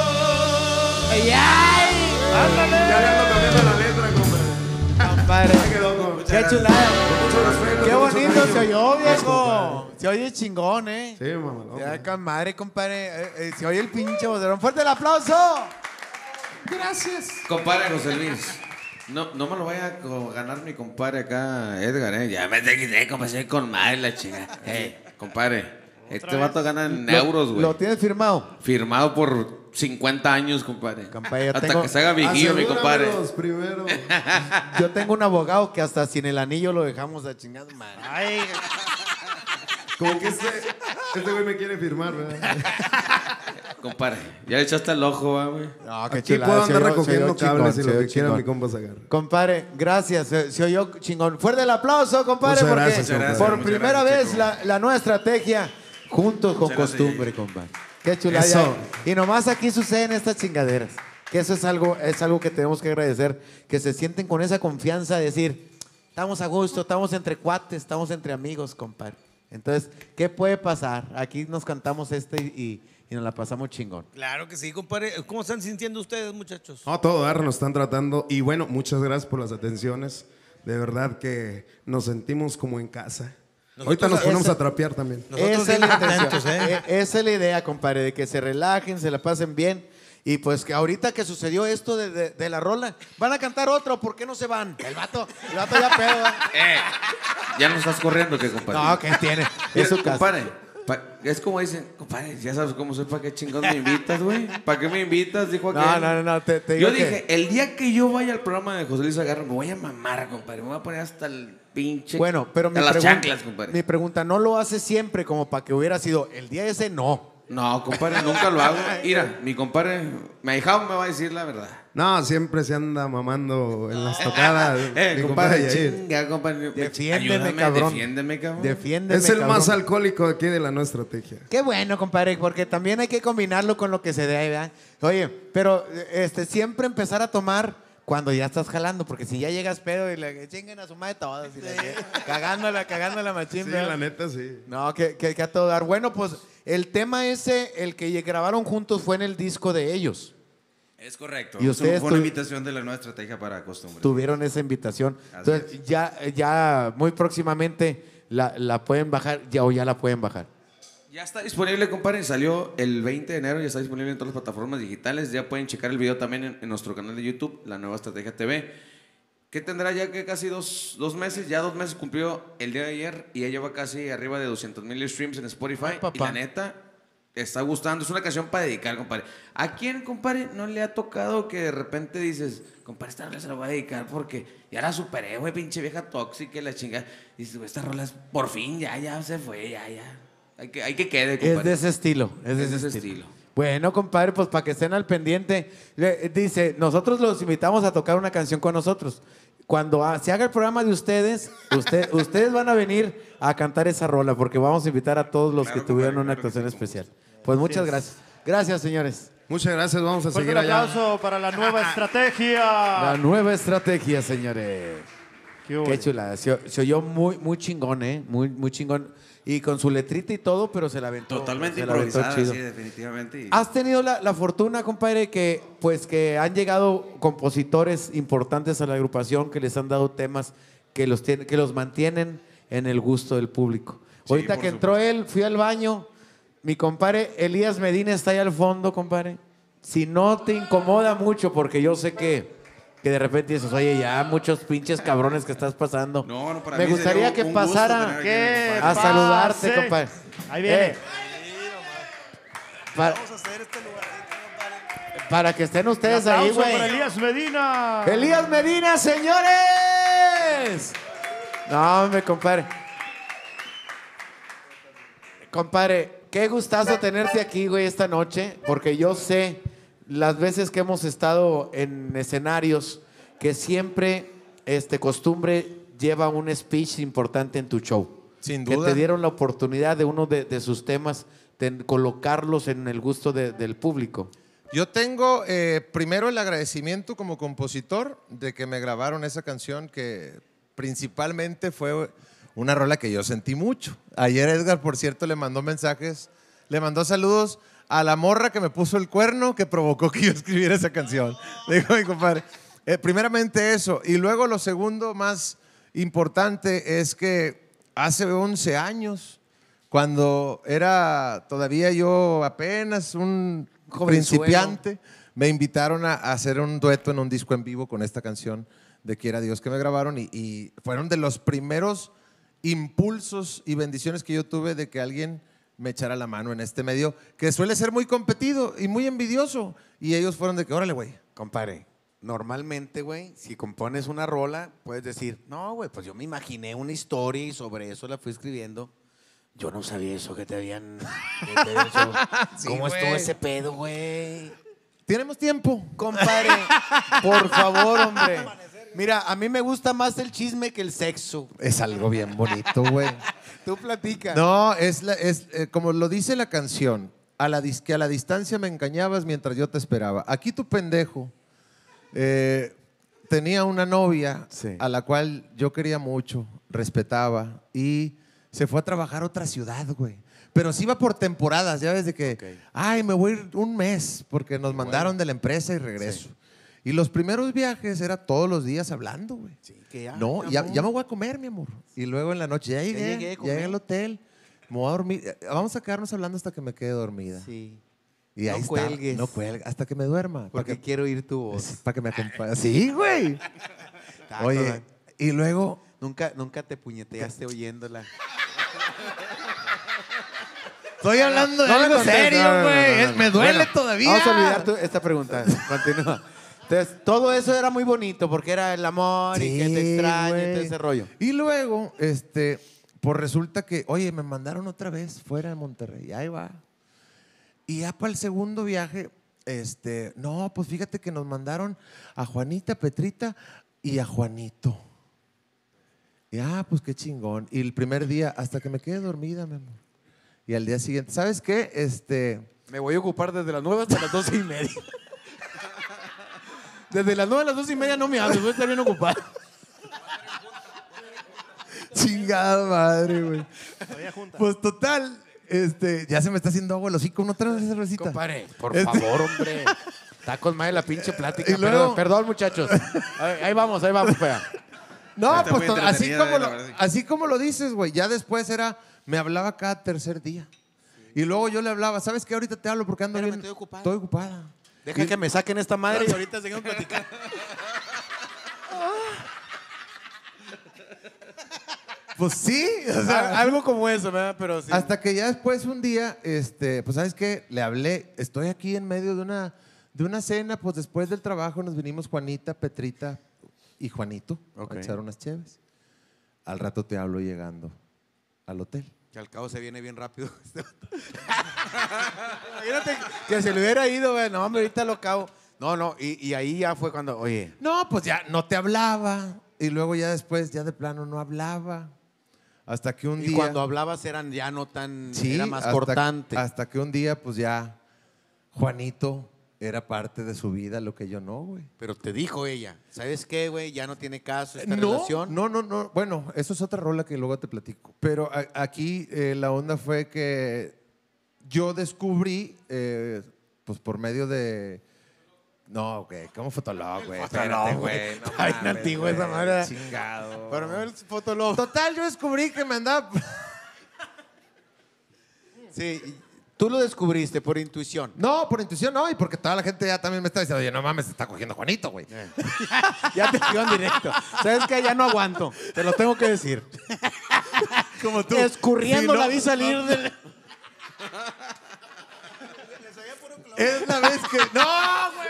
¡Ay, ay! ¡Ándale! Ya le ando cambiando la letra, compadre. Compadre, Ahí quedó, con- qué muchas chulada. gracias. Con mucho respeto, Qué con mucho bonito cariño. se oyó, Gracias, viejo. Se oye chingón, ¿eh? Sí, mamá. Ya, con madre, compadre. Eh, eh, se oye el pinche vocerón. ¡Fuerte el aplauso! Gracias. Compadre José Luis, no, no me lo vaya a co- ganar mi compadre acá, Edgar, ¿eh? Ya me quedé como si con madre la chica. Hey, compadre, este vato gana en Lo- euros, güey. ¿Lo tienes firmado? Firmado por cincuenta años, compadre. Compadre, yo Hasta tengo- que se haga viejillo, mi compadre. Asegúramelos primero. Yo tengo un abogado que hasta sin el anillo lo dejamos a chingada madre. Ay, Como que este, este güey me quiere firmar, ¿verdad? Compadre, ya le echaste el ojo, va, güey. No, qué Aquí chulada, puedo se andar oyó- recogiendo se oyó cables chingón, y se lo oyó que quiera chingón. mi compa sacar. Compadre, gracias. Se, se oyó chingón. Fuerte el aplauso, compadre, Muchas porque gracias, compadre. por Muchas primera gracias, vez la, la nueva estrategia juntos con Muchas gracias, costumbre, compadre. Qué chulada. Eso. Y nomás aquí suceden estas chingaderas. Que eso es algo, es algo que tenemos que agradecer. Que se sienten con esa confianza de decir, estamos a gusto, estamos entre cuates, estamos entre amigos, compadre. Entonces, ¿qué puede pasar? Aquí nos cantamos este y, y nos la pasamos chingón. Claro que sí, compadre. ¿Cómo están sintiendo ustedes, muchachos? No, todo dar nos están tratando. Y bueno, muchas gracias por las atenciones. De verdad que nos sentimos como en casa. Nosotros- Ahorita nos ponemos esa- a trapear también. Nosotros Esa es bien la intención. contentos, ¿eh? E- Esa es la idea, compadre, de que se relajen, se la pasen bien. Y pues que ahorita que sucedió esto de, de- de la rola, van a cantar otro, ¿por qué no se van? El vato, el vato ya pedo. ¿va? Eh, ya no estás corriendo, ¿qué, compadre? No, ¿qué tiene? Es su casa. Compadre, pa- es como dicen, compadre, ya sabes cómo soy, ¿para qué chingón me invitas, güey? ¿Para qué me invitas? Dijo aquel. No, no, no, no, te, te digo Yo que- dije, el día que yo vaya al programa de José Luis Agarra, me voy a mamar, compadre. Me voy a poner hasta el pinche. Bueno, pero mi hasta las pregunta, chanclas, compadre. mi pregunta, ¿no lo hace siempre como para que hubiera sido el día ese? No. No, compadre, nunca lo hago. Mira, mi compadre, mi ahijado me va a decir la verdad. No, siempre se anda mamando en las tocadas. Eh, mi compadre, compadre Yair. chinga, compadre. Defiéndeme, Ayúdame, cabrón. Defiéndeme, cabrón. Defiéndeme, Es el cabrón. más alcohólico aquí de la nueva estrategia. Qué bueno, compadre, porque también hay que combinarlo con lo que se dé, ¿verdad? Oye, pero este, siempre empezar a tomar cuando ya estás jalando, porque si ya llegas pedo y le chinguen a su madre todas, y le- cagándola, cagándola machín, Sí, ¿verdad? la neta, sí. No, que, que, que a todo dar. Bueno, pues el tema ese, el que grabaron juntos fue en el disco de ellos. Es correcto. Y Fue ustedes Fue una tu- invitación de la nueva estrategia para costumbre. Tuvieron esa invitación. Así Entonces, ya, ya muy próximamente la, la pueden bajar, ya o ya la pueden bajar. Ya está disponible, compadre. Salió el veinte de enero, ya está disponible en todas las plataformas digitales. Ya pueden checar el video también en, en nuestro canal de YouTube, La Nueva Estrategia T V. Que tendrá ya que casi dos, dos meses, ya dos meses cumplió el día de ayer y ya lleva casi arriba de doscientos mil streams en Spotify. Ay, papá. Y la neta, está gustando. Es una canción para dedicar, compadre. ¿A quién, compadre, no le ha tocado que de repente dices, compadre, esta rola se la voy a dedicar porque ya la superé, güey, pinche vieja tóxica y la chingada? Y dices, güey, esta rola es por fin, ya, ya se fue, ya, ya. Hay que, hay que quede, compadre. Es de ese estilo. Es de Es de ese ese estilo. estilo. Bueno, compadre, pues para que estén al pendiente. Le- Dice, nosotros los invitamos a tocar una canción con nosotros. Cuando ah, se haga el programa de ustedes, usted, ustedes van a venir a cantar esa rola porque vamos a invitar a todos los Claro, que tuvieron compadre, una claro que actuación sí. especial. Pues muchas es. gracias. Gracias, señores. Muchas gracias, vamos a Fuerte seguir el allá. aplauso para la nueva estrategia. La nueva estrategia, señores. Qué Qué bueno. chulada. Se, se oyó muy, muy chingón, ¿eh? Muy, muy chingón. Y con su letrita y todo, pero se la aventó. Totalmente se la aventó improvisada, chido. sí, definitivamente. y- ¿Has tenido la, la fortuna, compadre, que pues que han llegado compositores importantes a la agrupación que les han dado temas que los, tiene- que los mantienen en el gusto del público? Sí, Ahorita por que entró él, fui al baño. Mi compadre Elías Medina está ahí al fondo, compadre. Si no te incomoda mucho, porque yo sé que, que de repente dices, oye, ya muchos pinches cabrones que estás pasando. No, no, para Me mí gustaría sería que un- un gusto pasara tener aquí ¿Qué a pase? saludarte, compadre. Ahí viene. Eh, para, para que estén ustedes Un ahí, aplauso güey. para Elías Medina. Elías Medina, señores. No, hombre, compadre. Compadre, qué gustazo tenerte aquí, güey, esta noche, porque yo sé las veces que hemos estado en escenarios que siempre este costumbre lleva un speech importante en tu show. Sin Que duda. te dieron la oportunidad de uno de, de sus temas, de colocarlos en el gusto de- del público. Yo tengo eh, primero el agradecimiento como compositor de que me grabaron esa canción que principalmente fue una rola que yo sentí mucho. Ayer Edgar, por cierto, le mandó mensajes, le mandó saludos a la morra que me puso el cuerno que provocó que yo escribiera esa canción. Dijo mi compadre. Eh, primeramente eso. Y luego lo segundo más importante es que hace once años, cuando era todavía yo apenas un Jovenzuelo. principiante, me invitaron a, a hacer un dueto en un disco en vivo con esta canción de Quiera Dios que me grabaron y, y fueron de los primeros impulsos y bendiciones que yo tuve de que alguien me echara la mano en este medio que suele ser muy competido y muy envidioso y ellos fueron de que órale güey. Compadre, normalmente, güey, si compones una rola, puedes decir, no, güey, pues yo me imaginé una historia y sobre eso la fui escribiendo. Yo no sabía eso que te habían... que te habían hecho. Sí, ¿Cómo güey. estuvo ese pedo, güey? Tenemos tiempo. Compadre, por favor, hombre. Mira, a mí me gusta más el chisme que el sexo. Es algo bien bonito, güey. Tú platica. No, es, la- es eh, como lo dice la canción, a la dis- que a la distancia me engañabas mientras yo te esperaba. Aquí tu pendejo eh, tenía una novia Sí. a la cual yo quería mucho, respetaba y se fue a trabajar a otra ciudad, güey. Pero sí iba por temporadas, ya ves de que, Ok. ay, me voy a ir un mes porque nos mandaron de la empresa y regreso. Y los primeros viajes era todos los días hablando, güey. Sí, que ya, No, mi ya, amor. ya me voy a comer, mi amor. Y luego en la noche, ya llegué, llegué a ya comer. llegué al hotel, me voy a dormir. Eh, Vamos a quedarnos hablando hasta que me quede dormida. Sí. Y ahí No está. cuelgues. No cuelgues, hasta que me duerma. Para Porque que, quiero oír tu voz. para que me acompañe. Sí, güey. Está Oye, toda- y luego, Nunca, nunca te puñeteaste oyéndola. estoy hablando de No me algo contestes, serio, no, no, no, güey. no, Es- no. Me duele Bueno, todavía. Vamos a olvidar tu- esta pregunta. Continúa. Entonces, todo eso era muy bonito porque era el amor y que te Sí, extraño y güey. todo ese rollo. Y luego, este, pues resulta que, oye, me mandaron otra vez fuera de Monterrey. Ahí va. Y ya para el segundo viaje, este, no, pues fíjate que nos mandaron a Juanita, Petrita y a Juanito. Y ah, pues qué chingón. Y el primer día, hasta que me quedé dormida, mi amor. Y al día siguiente, ¿sabes qué? Este. Me voy a ocupar desde las nueve hasta las doce y media. Desde las nueve a las doce y media no me hables, voy a estar bien ocupado. Chingada madre, güey. Pues total, este, ya se me está haciendo agua el hocico. ¿No traes esa cervecita? Compadre, por Este- favor, hombre. Está con madre la pinche plática. Y luego- Perdón, perdón, muchachos. Ahí, ahí vamos, ahí vamos, espera. No, Está pues muy to- así entretenida, como, eh, lo, la verdad. así como lo dices, güey. Ya después era, me hablaba cada tercer día. Y luego yo le hablaba, ¿sabes qué? Ahorita te hablo porque ando Espérame, bien. estoy ocupada. Estoy ocupada. Deja que me saquen esta madre y ahorita seguimos platicando. Pues sí, o sea, algo como eso, ¿verdad? Pero sí. Hasta que ya después un día, este, pues ¿sabes qué? Le hablé, estoy aquí en medio de una, de una cena, pues después del trabajo nos vinimos Juanita, Petrita y Juanito Ok. a echar unas cheves. Al rato te hablo llegando al hotel. Que al cabo se viene bien rápido. Imagínate que se le hubiera ido, güey. No, hombre, ahorita lo acabo. No, no, y, y ahí ya fue cuando, oye. No, pues ya no te hablaba. Y luego ya después, ya de plano no hablaba. Hasta que un Y día... cuando hablabas eran ya no tan, Sí, era más hasta- cortante. Hasta que un día, pues ya, Juanito era parte de su vida, lo que yo no, güey. Pero te dijo ella, ¿sabes qué, güey? Ya no tiene caso esta No, relación. no, no, no. Bueno, eso es otra rola que luego te platico. Pero a- aquí eh, la onda fue que yo descubrí, eh, pues por medio de... No, güey, ¿cómo Fotolog, güey? Espérate, Fotolog, güey. güey. No Ay, mames, antiguo esa güey, madre. Chingado. Pero me el Fotolog. Total, yo descubrí que me andaba... Sí, tú lo descubriste por intuición. No, por intuición no, y porque toda la gente ya también me está diciendo, oye, no mames, se está cogiendo Juanito, güey. Ya te digo en directo. ¿Sabes qué? Ya no aguanto. Te lo tengo que decir. Como tú. Escurriendo Si no- la vi salir del... Es la vez que... ¡No, güey!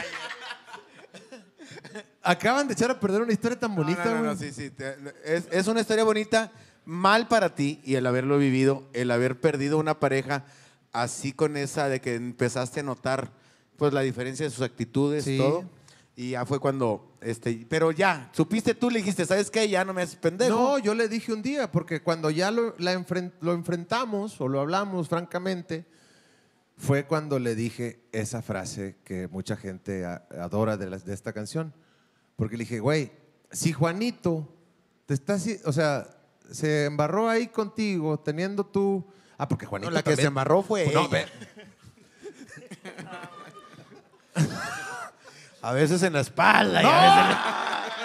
Acaban de echar a perder una historia tan bonita, No, no, no, güey. no, sí, sí. te- Es, es una historia bonita, mal para ti y el haberlo vivido, el haber perdido una pareja así con esa de que empezaste a notar pues la diferencia de sus actitudes, Sí. todo. Y ya fue cuando, este, pero ya, supiste tú, le dijiste, ¿sabes qué? Ya no me haces pendejo. No, yo le dije un día, porque cuando ya lo, la enfren- lo enfrentamos o lo hablamos francamente, fue cuando le dije esa frase que mucha gente a- adora de, las- de esta canción. Porque le dije, güey, si Juanito te está haci- o sea, se embarró ahí contigo, teniendo tú... Ah, porque Juanito No, la que también- se embarró fue No, ella. ve- A veces en la espalda y ¡No! a veces en la-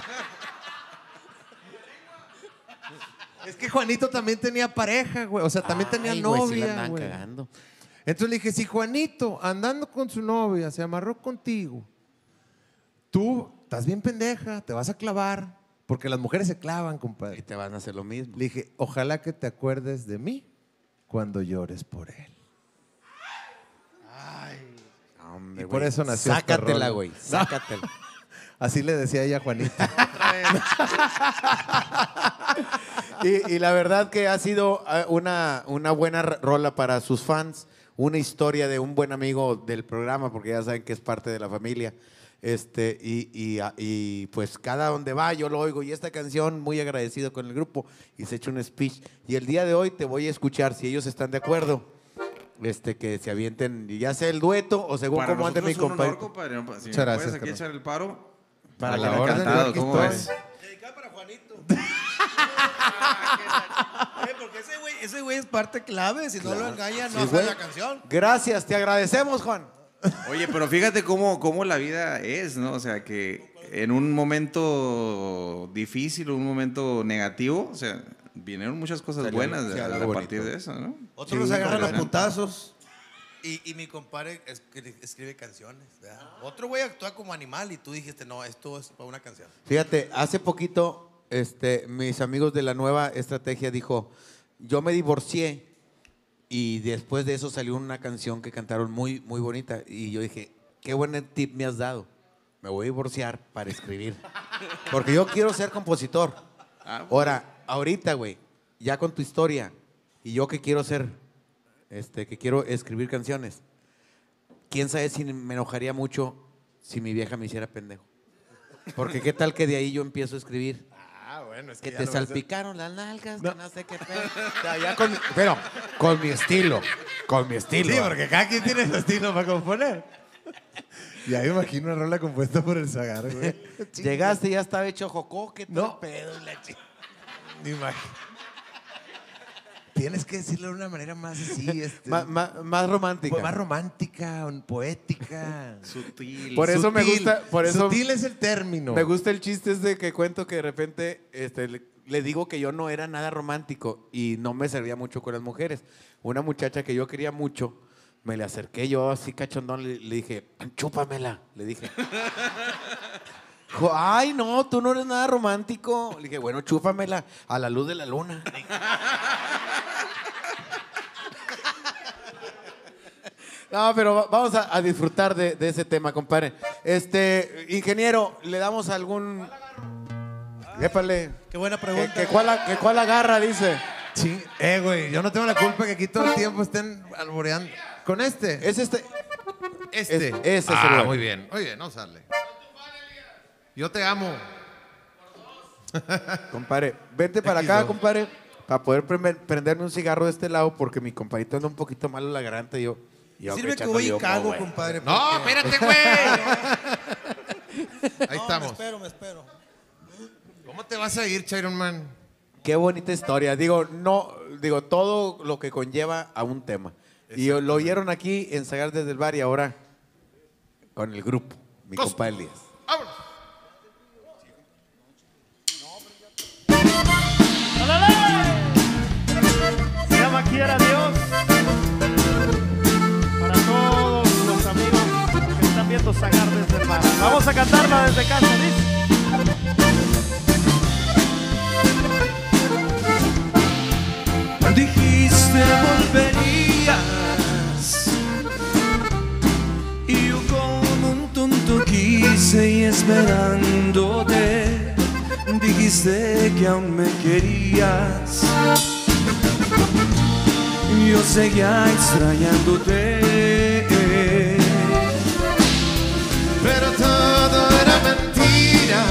Es que Juanito también tenía pareja, güey. O sea, también tenía Ay, güey, sí la novia, andaban güey. cagando. Entonces le dije, si Juanito, andando con su novia, se amarró contigo, tú estás bien pendeja, te vas a clavar, porque las mujeres se clavan, compadre. Y te van a hacer lo mismo. Le dije, ojalá que te acuerdes de mí cuando llores por él. Hombre, Y por güey, eso nació esta Sácatela, rola. güey, sácatela. Así le decía ella a Juanita. Y, y la verdad que ha sido eh, una, una buena r- rola para sus fans, una historia de un buen amigo del programa, porque ya saben que es parte de la familia. Este, y, y, a- y, pues cada donde va yo lo oigo. Y esta canción, muy agradecido con el grupo, y se echa un speech. Y el día de hoy te voy a escuchar, si ellos están de acuerdo, este, que se avienten, ya sea el dueto o según Para cómo ande nosotros mi es un honor, compañero. compadre, ¿no? Si me Muchas gracias, puedes aquí carnal. echar el paro. Para Ah, la orden, encantado, aquí ¿cómo estoy. ves? Dedicada para Juanito. Eh, porque ese güey, ese güey es parte clave. Si no lo engaña, no Sí, hace güey. la canción. Gracias, te agradecemos, Juan. Oye, pero fíjate cómo, cómo la vida es, ¿no? O sea, que en un momento difícil, un momento negativo, o sea, vinieron muchas cosas Salió- buenas sí, de- algo a bonito. partir de eso, ¿no? Otros los agarran a interesante. puntazos. Y, y mi compadre escri- escribe canciones. ¿verdad? Otro güey actúa como animal y tú dijiste, no, esto es para una canción. Fíjate, hace poquito, este, mis amigos de la nueva estrategia dijo, yo me divorcié y después de eso salió una canción que cantaron muy, muy bonita y yo dije, qué buen tip me has dado. Me voy a divorciar para escribir, porque yo quiero ser compositor. Ahora, ahorita, güey, ya con tu historia y yo que quiero ser, este, que quiero escribir canciones. Quién sabe si me enojaría mucho si mi vieja me hiciera pendejo. Porque qué tal que de ahí yo empiezo a escribir. Ah, bueno, es Que ya te lo vas a- salpicaron las nalgas, que no sé qué pedo. O sea, ya con mi- pero con mi estilo, con mi estilo. Sí, porque cada quien tiene su estilo para componer. Ya me imagino una rola compuesta por el Zagar, güey. Llegaste y ya estaba hecho jocoque, todo No. el pedo y la chi- Ni imagino. Tienes que decirlo de una manera más así, este, Ma- ma- más romántica. pues, más romántica, un- poética. Sutil. Por eso me Sutil. gusta, por eso Sutil es el término. me gusta el chiste es de que cuento que de repente este, le, le digo que yo no era nada romántico y no me servía mucho con las mujeres. Una muchacha que yo quería mucho, me le acerqué yo así cachondón, le, le dije, chúpamela, le dije. Jo- Ay, no, tú no eres nada romántico. Le dije, bueno, chúfamela a la luz de la luna. No, pero va- vamos a, a disfrutar de, de ese tema, compadre. Este, ingeniero, ¿le damos algún...? Épale. Qué buena pregunta. ¿Que, que cuál, a- que cuál agarra, dice? Sí, eh, güey, yo no tengo la culpa que aquí todo el tiempo estén alboreando. ¿Con este? Es este. Este. Es- ese es el ah, lugar. muy bien. Muy bien, no sale. Yo te amo. Compadre, vente para equis acá, dos. compadre, para poder prender- prenderme un cigarro de este lado, porque mi compadrito anda un poquito malo en la garganta y yo... yo Sirve que echándole voy y humo, cago, güey. compadre. No, porque- espérate, güey. Ahí No, estamos. Me espero, me espero. ¿Cómo te vas a ir, Chiron Man? Qué bonita historia. Digo, no, digo, todo lo que conlleva a un tema. Y lo oyeron aquí en Sagar desde el bar y ahora con el grupo, mi Cos- compa Elías. Se llama Quiera Dios. Para todos los amigos que están viendo Sagar desde el bar. Vamos a cantarla desde casa, ¿listo? Dijiste volverías y yo como un tonto quise y esperándote dijiste que aún me querías. Yo seguía extrañándote, Pero todo era mentira.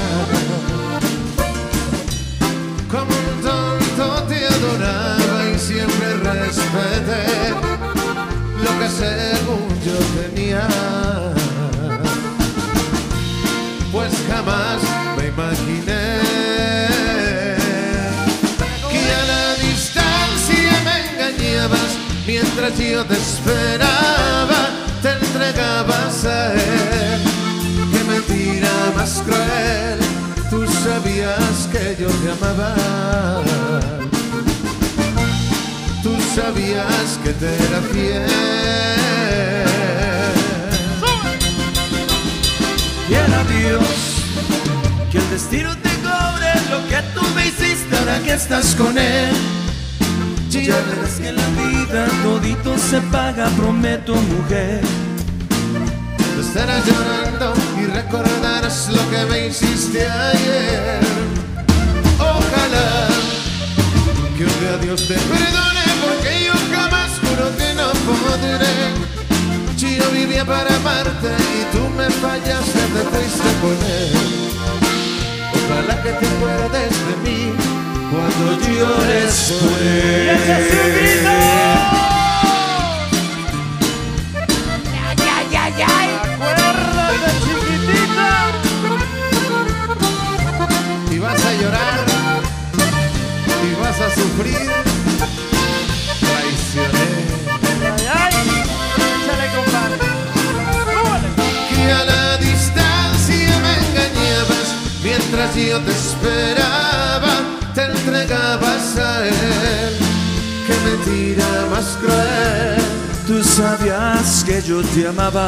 Como un tonto te adoraba y siempre respeté lo que según yo tenía. Pues jamás me imaginé que a la distancia me engañabas mientras yo te esperaba, te entregabas a él. Qué mentira más cruel, tú sabías que yo te amaba, tú sabías que te era fiel. quiera Dios que el destino te cobre lo que tú me hiciste ahora que estás con él. Ya verás que en la vida todito se paga, prometo, mujer. Tú estarás llorando y recordarás lo que me hiciste ayer. Ojalá que un día Dios te perdone, porque yo jamás juro que no podré. Si yo vivía para amarte y tú me fallaste, te fuiste con él. Ojalá que te acuerdes de mí cuando llores por él. ¡Ay, ay, ay! ¡Acuérdate, chiquitita! Y vas a llorar y vas a sufrir. Traicioné. ¡Ay, ay! ¡Échale, compadre! ¡Súbale! Que a la distancia me engañabas mientras yo te esperaba, te entregabas a él. Qué mentira más cruel. Tú sabías que yo te amaba,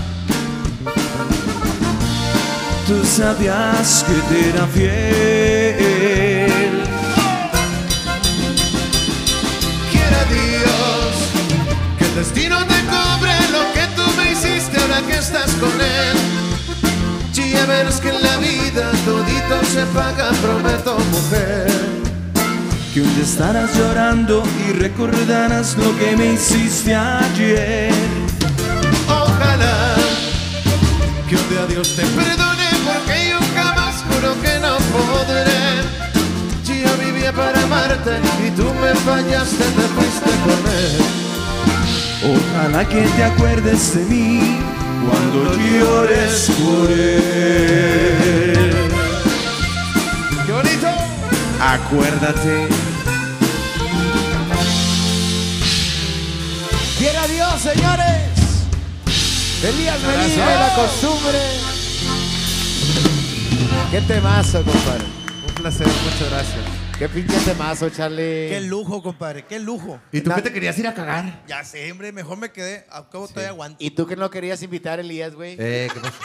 tú sabías que te era fiel. Quiera Dios que el destino te cobre lo que tú me hiciste ahora que estás con él. Si ya verás que en la vida todito se paga, prometo, mujer. Que un día estarás llorando y recordarás lo que me hiciste ayer. Ojalá que un día Dios te perdone, porque yo jamás juro que no podré. Si yo vivía para amarte y tú me fallaste, te fuiste con él. Ojalá que te acuerdes de mí cuando llores por él. ¡Qué bonito! Acuérdate. ¡Quiera Dios, señores! Elías Medina de la costumbre. ¡Qué temazo, compadre! Un placer, muchas gracias. Qué pinche temazo, Charlie. Qué lujo, compadre, qué lujo. ¿Y tú qué te querías ir a cagar? Ya sé, hombre, mejor me quedé. ¿A cabo todavía aguanto? ¿Y tú que no querías invitar a Elías, güey? Eh, ¿qué pasa?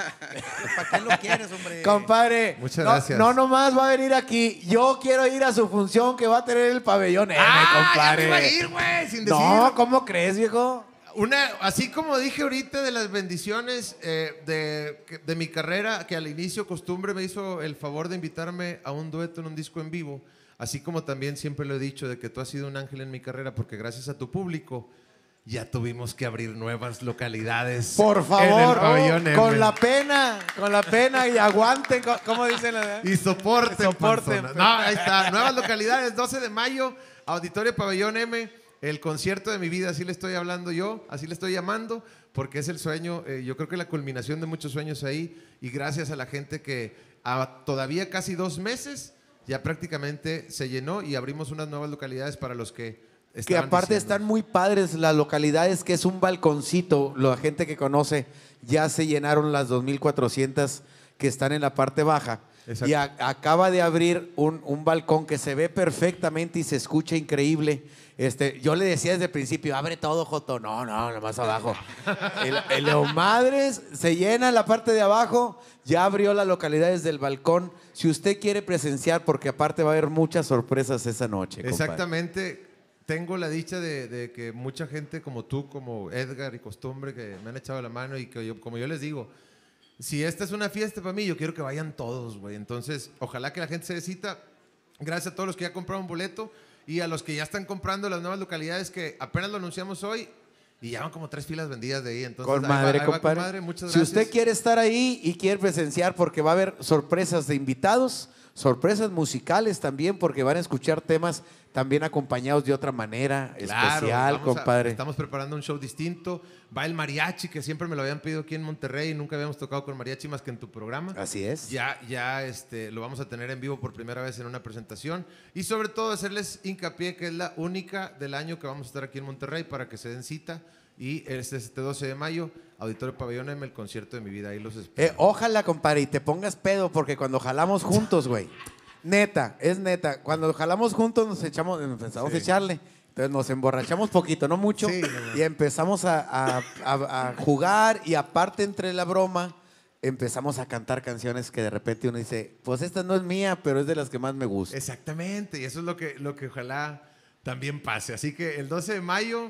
¿Para qué lo quieres, hombre? Compadre, Muchas no, gracias. no nomás va a venir aquí. Yo quiero ir a su función que va a tener el pabellón M, Ah, compadre. ya me iba a ir, güey, sin decir. No, ¿cómo crees, viejo? Una, así como dije ahorita de las bendiciones eh, de, que- de mi carrera, que al inicio Costumbre me hizo el favor de invitarme a un dueto en un disco en vivo, así como también siempre lo he dicho de que tú has sido un ángel en mi carrera, porque gracias a tu público ya tuvimos que abrir nuevas localidades. Por en el favor, pabellón M. con la pena, con la pena y aguanten, co- ¿cómo dicen? la- Y soporten, Soporten. panzonas. No, ahí está. Nuevas localidades, doce de mayo, Auditorio Pabellón M, el concierto de mi vida, así le estoy hablando yo, así le estoy llamando, porque es el sueño, eh, yo creo que la culminación de muchos sueños ahí, y gracias a la gente que a todavía casi dos meses ya prácticamente se llenó y abrimos unas nuevas localidades para los que Que estaban aparte diciendo. están muy padres las localidades, que es un balconcito. La gente que conoce, ya se llenaron las dos mil cuatrocientas que están en la parte baja. Exacto. Y a- acaba de abrir un, un balcón que se ve perfectamente y se escucha increíble. Este, yo le decía desde el principio, abre todo, Joto. No, no, lo más abajo. El, el Leo Madres se llena la parte de abajo, ya abrió las localidades del balcón. Si usted quiere presenciar, porque aparte va a haber muchas sorpresas esa noche. compadre. Exactamente. Tengo la dicha de, de que mucha gente como tú, como Edgar y Costumbre, que me han echado la mano y que yo, como yo les digo, si esta es una fiesta para mí, yo quiero que vayan todos, güey. Entonces, ojalá que la gente se dé cita. Gracias a todos los que ya compraron boleto y a los que ya están comprando las nuevas localidades que apenas lo anunciamos hoy y ya van como tres filas vendidas de ahí. Entonces, Con ahí va- madre, ahí va, compadre. compadre. Muchas Si gracias. usted quiere estar ahí y quiere presenciar, porque va a haber sorpresas de invitados, sorpresas musicales también, porque van a escuchar temas también acompañados de otra manera Claro, especial, vamos a- compadre. estamos preparando un show distinto. Va el mariachi, que siempre me lo habían pedido aquí en Monterrey y nunca habíamos tocado con mariachi más que en tu programa. Así es. Ya, ya este, lo vamos a tener en vivo por primera vez en una presentación. Y sobre todo hacerles hincapié que es la única del año que vamos a estar aquí en Monterrey para que se den cita. Y este, este doce de mayo, Auditorio Pabellón M, el concierto de mi vida. Ahí los espero. Eh, ojalá, compadre, y te pongas pedo, porque cuando jalamos juntos, güey, neta, es neta, cuando jalamos juntos nos echamos, empezamos Sí. a echarle. Entonces nos emborrachamos poquito, no mucho, Sí, no, no. y empezamos a, a- a- a jugar, y aparte entre la broma, empezamos a cantar canciones que de repente uno dice, pues esta no es mía, pero es de las que más me gusta. Exactamente, y eso es lo que, lo que ojalá también pase. Así que el doce de mayo,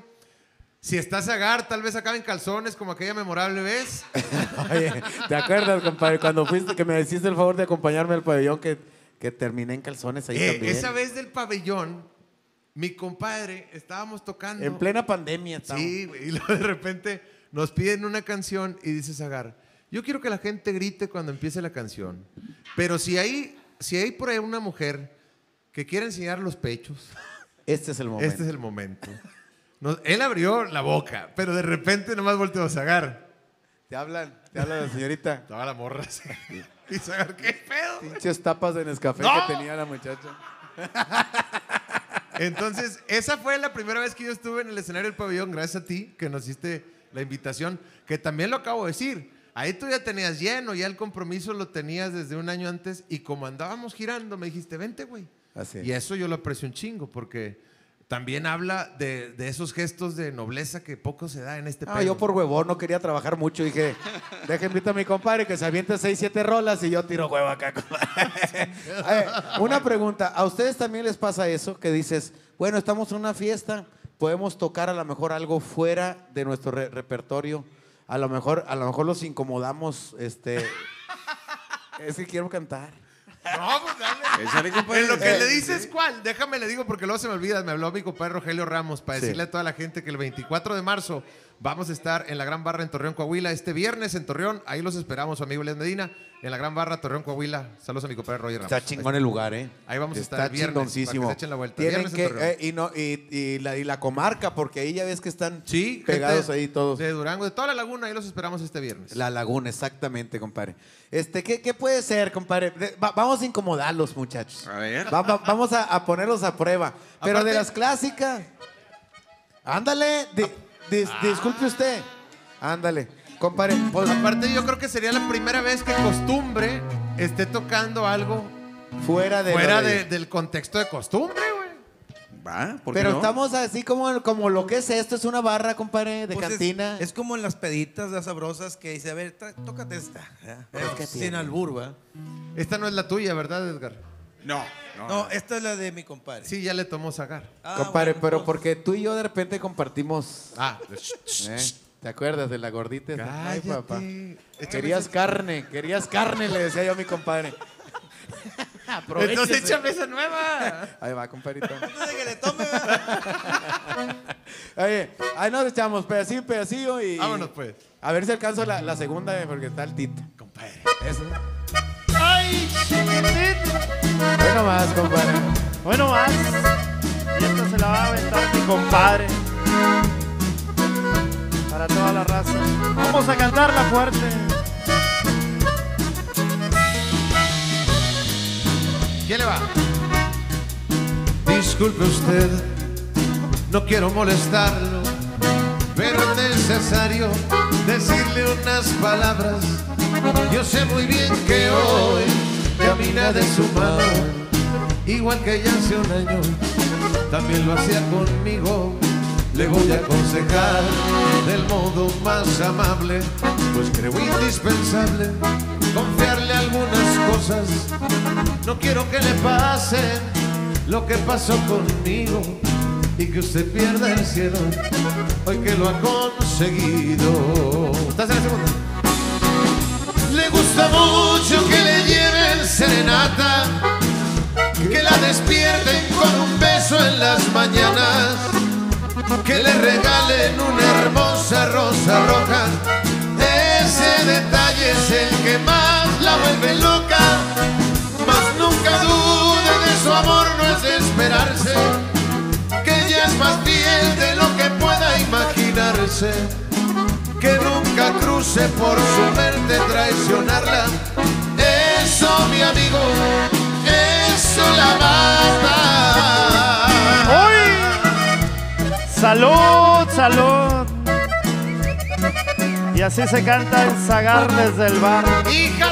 si estás a agar, tal vez acaben calzones como aquella memorable vez. Oye, ¿te acuerdas, compadre, cuando fuiste, que me hiciste el favor de acompañarme al pabellón, que, que terminé en calzones ahí Eh, también? esa vez del pabellón, mi compadre, estábamos tocando. En plena pandemia estábamos. Sí, güey, y luego de repente nos piden una canción y dice Zagar, yo quiero que la gente grite cuando empiece la canción, pero si hay, si hay por ahí una mujer que quiere enseñar los pechos, este es el momento. Este es el momento. Nos- él abrió la boca, pero de repente nomás volteó a Zagar. Te hablan, te habla la señorita. Estaba la morra así. Y Zagar, ¿qué pedo? Pinches tapas de Nescafé ¡No! que tenía la muchacha. Entonces, esa fue la primera vez que yo estuve en el escenario del pabellón, gracias a ti, que nos hiciste la invitación, que también lo acabo de decir. Ahí tú ya tenías lleno, ya el compromiso lo tenías desde un año antes, y como andábamos girando, me dijiste, vente, güey. Así. Y eso yo lo aprecio un chingo, porque también habla de, de esos gestos de nobleza que poco se da en este Ah, pedo. yo por huevón no quería trabajar mucho. Dije, deja invito a mi compadre que se aviente seis, siete rolas y yo tiro huevo acá. compadre. A ver, una pregunta. ¿A ustedes también les pasa eso? Que dices, bueno, estamos en una fiesta, podemos tocar a lo mejor algo fuera de nuestro re- repertorio. A lo mejor, a lo mejor los incomodamos. Este, es que quiero cantar. No, pues dale. Échale, compadre. En lo que Eh, le dices, ¿cuál? Déjame le digo porque luego se me olvida. Me habló mi compadre Rogelio Ramos para Sí. decirle a toda la gente que el veinticuatro de marzo vamos a estar en la Gran Barra en Torreón, Coahuila. Este viernes en Torreón, ahí los esperamos, su amigo Elias Medina, en la Gran Barra Torreón, Coahuila. Saludos a mi compadre Roger Ramos. Está chingón el lugar, ¿eh? Ahí vamos a Está estar el viernes para chingoncísimo. que se echen la vuelta. Tienen Viernes en que, Torreón. eh, y, no, y, y la, y la comarca, porque ahí ya ves que están Sí, pegados gente ahí todos. De Durango, de toda la laguna, ahí los esperamos este viernes. La laguna, exactamente, compadre. Este, ¿qué, qué puede ser, compadre? De- va- vamos a incomodarlos, muchachos. A ver. Va- va- vamos a, a ponerlos a prueba. Pero Aparte- de las clásicas. Ándale, di- dis- disculpe usted. Ándale, compadre. pues, Aparte, yo creo que sería la primera vez que Costumbre esté tocando algo Fuera, de Fuera lo de- de- del contexto de costumbre, güey. Va, ¿por qué Pero no? estamos así como, como lo que es esto, es una barra, compadre, de Pues es- cantina. Es, como en las peditas de sabrosas que dice, a ver, tra- tócate esta. ¿ya? Pero ¿qué sin tiene? albur, ¿va? Esta no es la tuya, ¿verdad, Edgar? No, no. No, esta es la de mi compadre. Sí, ya le tomó sacar. Ah, compadre, bueno, pero pues, porque tú y yo de repente compartimos. Ah, ¿eh? ¿Te acuerdas de la gordita? esa? Ay, cállate. papá. Échame Querías ese- carne, querías carne, le decía yo a mi compadre. Entonces échame esa nueva. Ahí va, compadrito. Antes de que le tome, Oye, ahí nos echamos pedacillo, pedacillo y. Vámonos, pues. A ver si alcanzo la, la segunda, eh, porque está el tito. Compadre. Eso. ¡Ay, chiquitito! Bueno más, compadre. Bueno, más. Y esta se la va a aventar mi compadre. Para toda la raza. Vamos a cantarla fuerte. ¿Quién le va? Disculpe usted, no quiero molestarlo, pero es necesario decirle unas palabras. Yo sé muy bien que hoy camina de su mano, igual que ya hace un año, también lo hacía conmigo. Le voy a aconsejar del modo más amable, pues creo indispensable confiarle algunas cosas. No quiero que le pase lo que pasó conmigo y que usted pierda el cielo hoy que lo ha conseguido. ¿Estás en la segunda? Le gusta mucho que le lleven serenata, que la despierten con un beso en las mañanas, que le regalen una hermosa rosa roja. Ese detalle es el que más la vuelve loca. Mas nunca dude de su amor, no es de esperarse, que ella es más fiel de lo que pueda imaginarse. Que nunca cruce por su mente traicionarla. Eso, mi amigo, eso la mata. ¡Uy! ¡Salud, salud! Y así se canta el Zagar desde el bar. ¡Hija!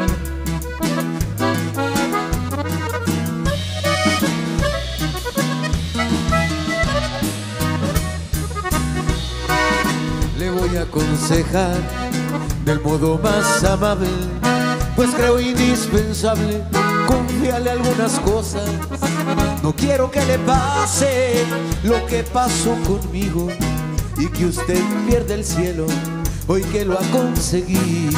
Le voy a aconsejar del modo más amable, pues creo indispensable confiarle algunas cosas. No quiero que le pase lo que pasó conmigo y que usted pierda el cielo hoy que lo ha conseguido.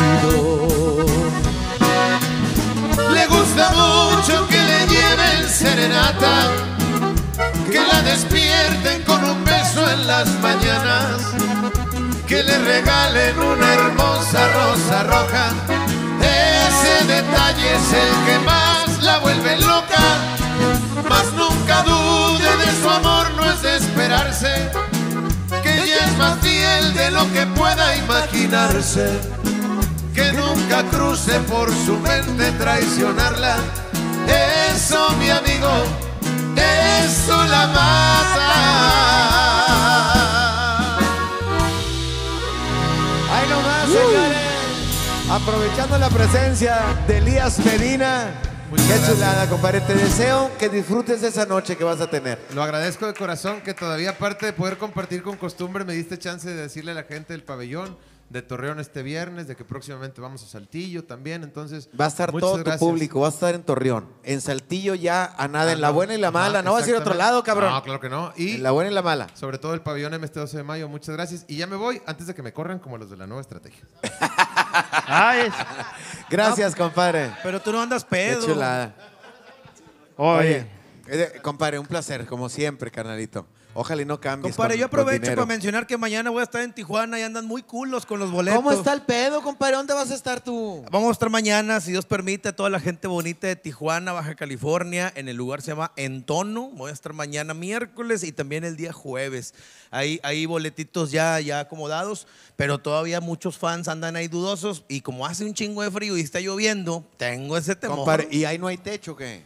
Le gusta mucho que le lleven serenata, que la despierten con un beso en las mañanas, que le regalen una hermosa rosa roja. Ese detalle es el que más la vuelve loca. Mas nunca dude de su amor, no es de esperarse, que ella es más fiel de lo que pueda imaginarse. Que nunca cruce por su mente traicionarla. Eso, mi amigo, eso la mata. Ahí nomás, señores. Aprovechando la presencia de Elías Medina. Qué chulada, compadre. Te deseo que disfrutes esa noche que vas a tener. Lo agradezco de corazón que todavía, aparte de poder compartir con costumbre, me diste chance de decirle a la gente del pabellón de Torreón este viernes, de que próximamente vamos a Saltillo también. Entonces, Va a estar muchas todo tu gracias. público, va a estar en Torreón. En Saltillo ya a nada, Ah, en la no. buena y la mala. Ah, No vas a ir a otro exactamente. lado, cabrón. No, claro que no. Y En la buena y la mala. sobre todo el pabellón M este doce de mayo, muchas gracias. Y ya me voy antes de que me corran como los de la nueva estrategia. Ay, Gracias, compadre. Pero tú no andas Qué pedo. chulada. oye. Eh, compadre, un placer, como siempre, carnalito. Ojalá y no cambies. Compadre, con- yo con aprovecho dinero. para mencionar que mañana voy a estar en Tijuana y andan muy culos con los boletos. ¿Cómo está el pedo, compadre? ¿Dónde vas a estar tú? Vamos a estar mañana, si Dios permite, toda la gente bonita de Tijuana, Baja California, en el lugar se llama Entono. Voy a estar mañana miércoles y también el día jueves. Ahí hay boletitos ya, ya acomodados, pero todavía muchos fans andan ahí dudosos y como hace un chingo de frío y está lloviendo, tengo ese temor. Compadre, ¿y ahí no hay techo, qué?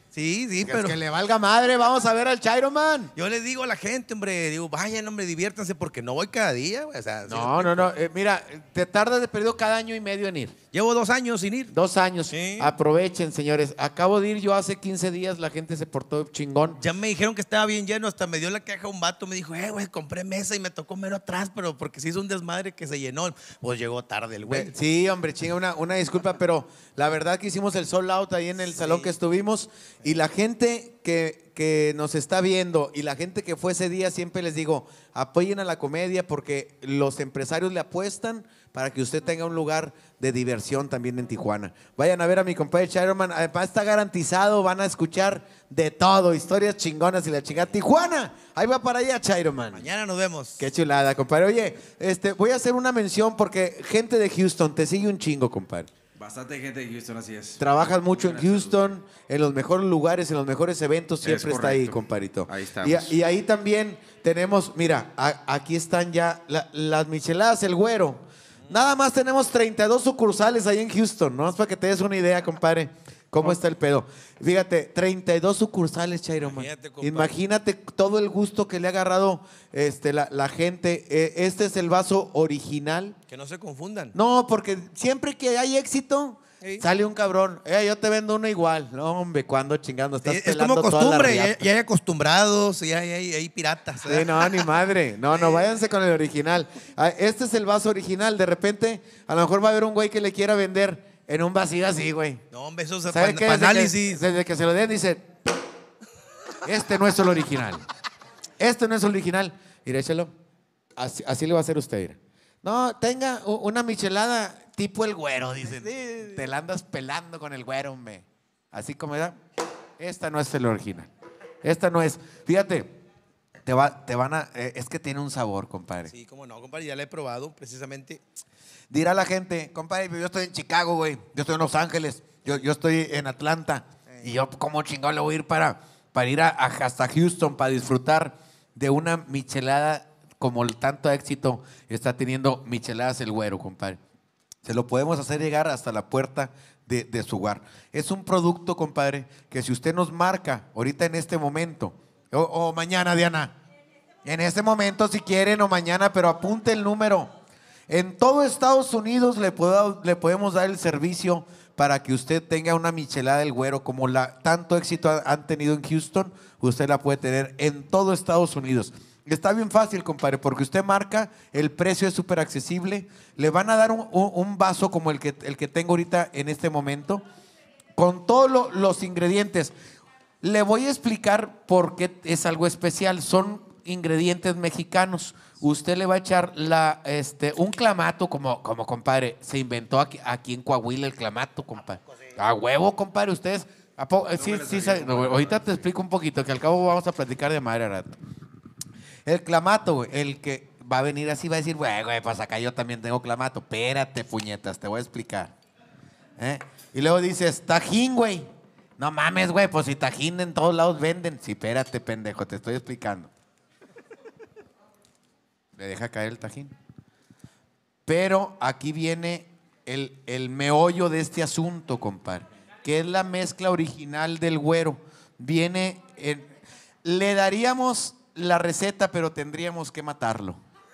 Sí, sí, Que, pero... que le valga madre, vamos a ver al Chairo Man. Yo les digo a la gente, hombre, digo, vayan, hombre, diviértanse porque no voy cada día, güey. O sea, ¿sí No, no, no. eh, mira, te tardas de perdido cada año y medio en ir. Llevo dos años sin ir. Dos años. Sí. Aprovechen, señores. Acabo de ir yo hace quince días, la gente se portó chingón. Ya me dijeron que estaba bien lleno, hasta me dio la queja un vato, me dijo, eh, güey, compré mesa y me tocó mero atrás, pero porque se hizo un desmadre que se llenó. Pues llegó tarde el güey. Sí, hombre, chinga, una, una disculpa, pero la verdad que hicimos el sold out ahí en el Sí. salón que estuvimos y la gente que, que nos está viendo y la gente que fue ese día, siempre les digo, apoyen a la comedia porque los empresarios le apuestan para que usted tenga un lugar de diversión también en Tijuana. Vayan a ver a mi compadre Chiroman, además está garantizado, van a escuchar de todo, historias chingonas y la chingada. Tijuana, ahí va para allá Chiroman. Mañana nos vemos. Qué chulada, compadre. Oye, este, voy a hacer una mención porque gente de Houston te sigue un chingo, compadre. Bastante gente de Houston, así es. Trabajas mucho en Houston, en los mejores lugares, en los mejores eventos, siempre Es está ahí, correcto. compadrito. Ahí Y, estamos. y ahí también tenemos, mira, a- aquí están ya la- las micheladas, el güero. Nada más tenemos treinta y dos sucursales ahí en Houston, ¿no? Es para que te des una idea, compadre, cómo está el pedo. Fíjate, treinta y dos sucursales, Chairo, man. Imagínate, compadre. Imagínate todo el gusto que le ha agarrado este, la, la gente. Eh, Este es el vaso original. Que no se confundan. No, porque siempre que hay éxito, Sí. sale un cabrón. Eh, yo te vendo uno igual. No, hombre, ¿cuándo chingando? Estás Es, es pelando como toda la costumbre, ya, riata. ya hay acostumbrados, ya hay, hay- hay piratas. Sí, no, ni madre. No, no, váyanse con el original. Ah, Este es el vaso original. De repente, a lo mejor va a haber un güey que le quiera vender en un vacío así, güey. No, hombre, eso es ¿Sabe para qué? Desde que- análisis. Desde que se lo den, dice, este no es el original. Este no es el original. Mire, échelo. Así, así le va a hacer usted. mira. No, tenga u- una michelada tipo el güero, dicen. Te la andas pelando con el güero, hombre. Así como era. Esta no es el original. Esta no es. Fíjate, te, va, te van a. eh, es que tiene un sabor, compadre. Sí, cómo no, compadre, ya la he probado precisamente. Dirá la gente, compadre, yo estoy en Chicago, güey. Yo estoy en Los Ángeles. Yo, yo estoy en Atlanta. Y yo, ¿cómo chingado le voy a ir para, para ir a, a- hasta Houston para disfrutar de una michelada como el tanto éxito está teniendo Micheladas el Güero, compadre? Se lo podemos hacer llegar hasta la puerta de, de su hogar. Es un producto, compadre, que si usted nos marca ahorita en este momento, o, o mañana, Diana, en este momento si quieren, o mañana, pero apunte el número. En todo Estados Unidos le, puedo- le podemos dar el servicio para que usted tenga una michelada del Güero, como la, tanto éxito ha- han tenido en Houston, usted la puede tener en todo Estados Unidos. Está bien fácil, compadre, porque usted marca, el precio es súper accesible, le van a dar un, un- un vaso como el que, el que tengo ahorita en este momento, con todos lo- los ingredientes. Le voy a explicar por qué es algo especial. Son ingredientes mexicanos. Usted le va a echar la, este, un clamato, como, como compadre, se inventó aquí, aquí en Coahuila el clamato, compadre. A huevo, compadre, ustedes. ¿a po- eh, sí, sí, sabe- no, ahorita te explico un poquito, que al cabo vamos a platicar de madre a rato. El clamato, güey, el que va a venir así va a decir, güey, güey, pues acá yo también tengo clamato. Espérate, puñetas, te voy a explicar. ¿Eh? Y luego dices, tajín, güey. No mames, güey, pues si tajín en todos lados venden. Sí, espérate, pendejo, te estoy explicando. Le deja caer el tajín. Pero aquí viene el, el meollo de este asunto, compadre, que es la mezcla original del Güero. Viene, en- le daríamos la receta, pero tendríamos que matarlo.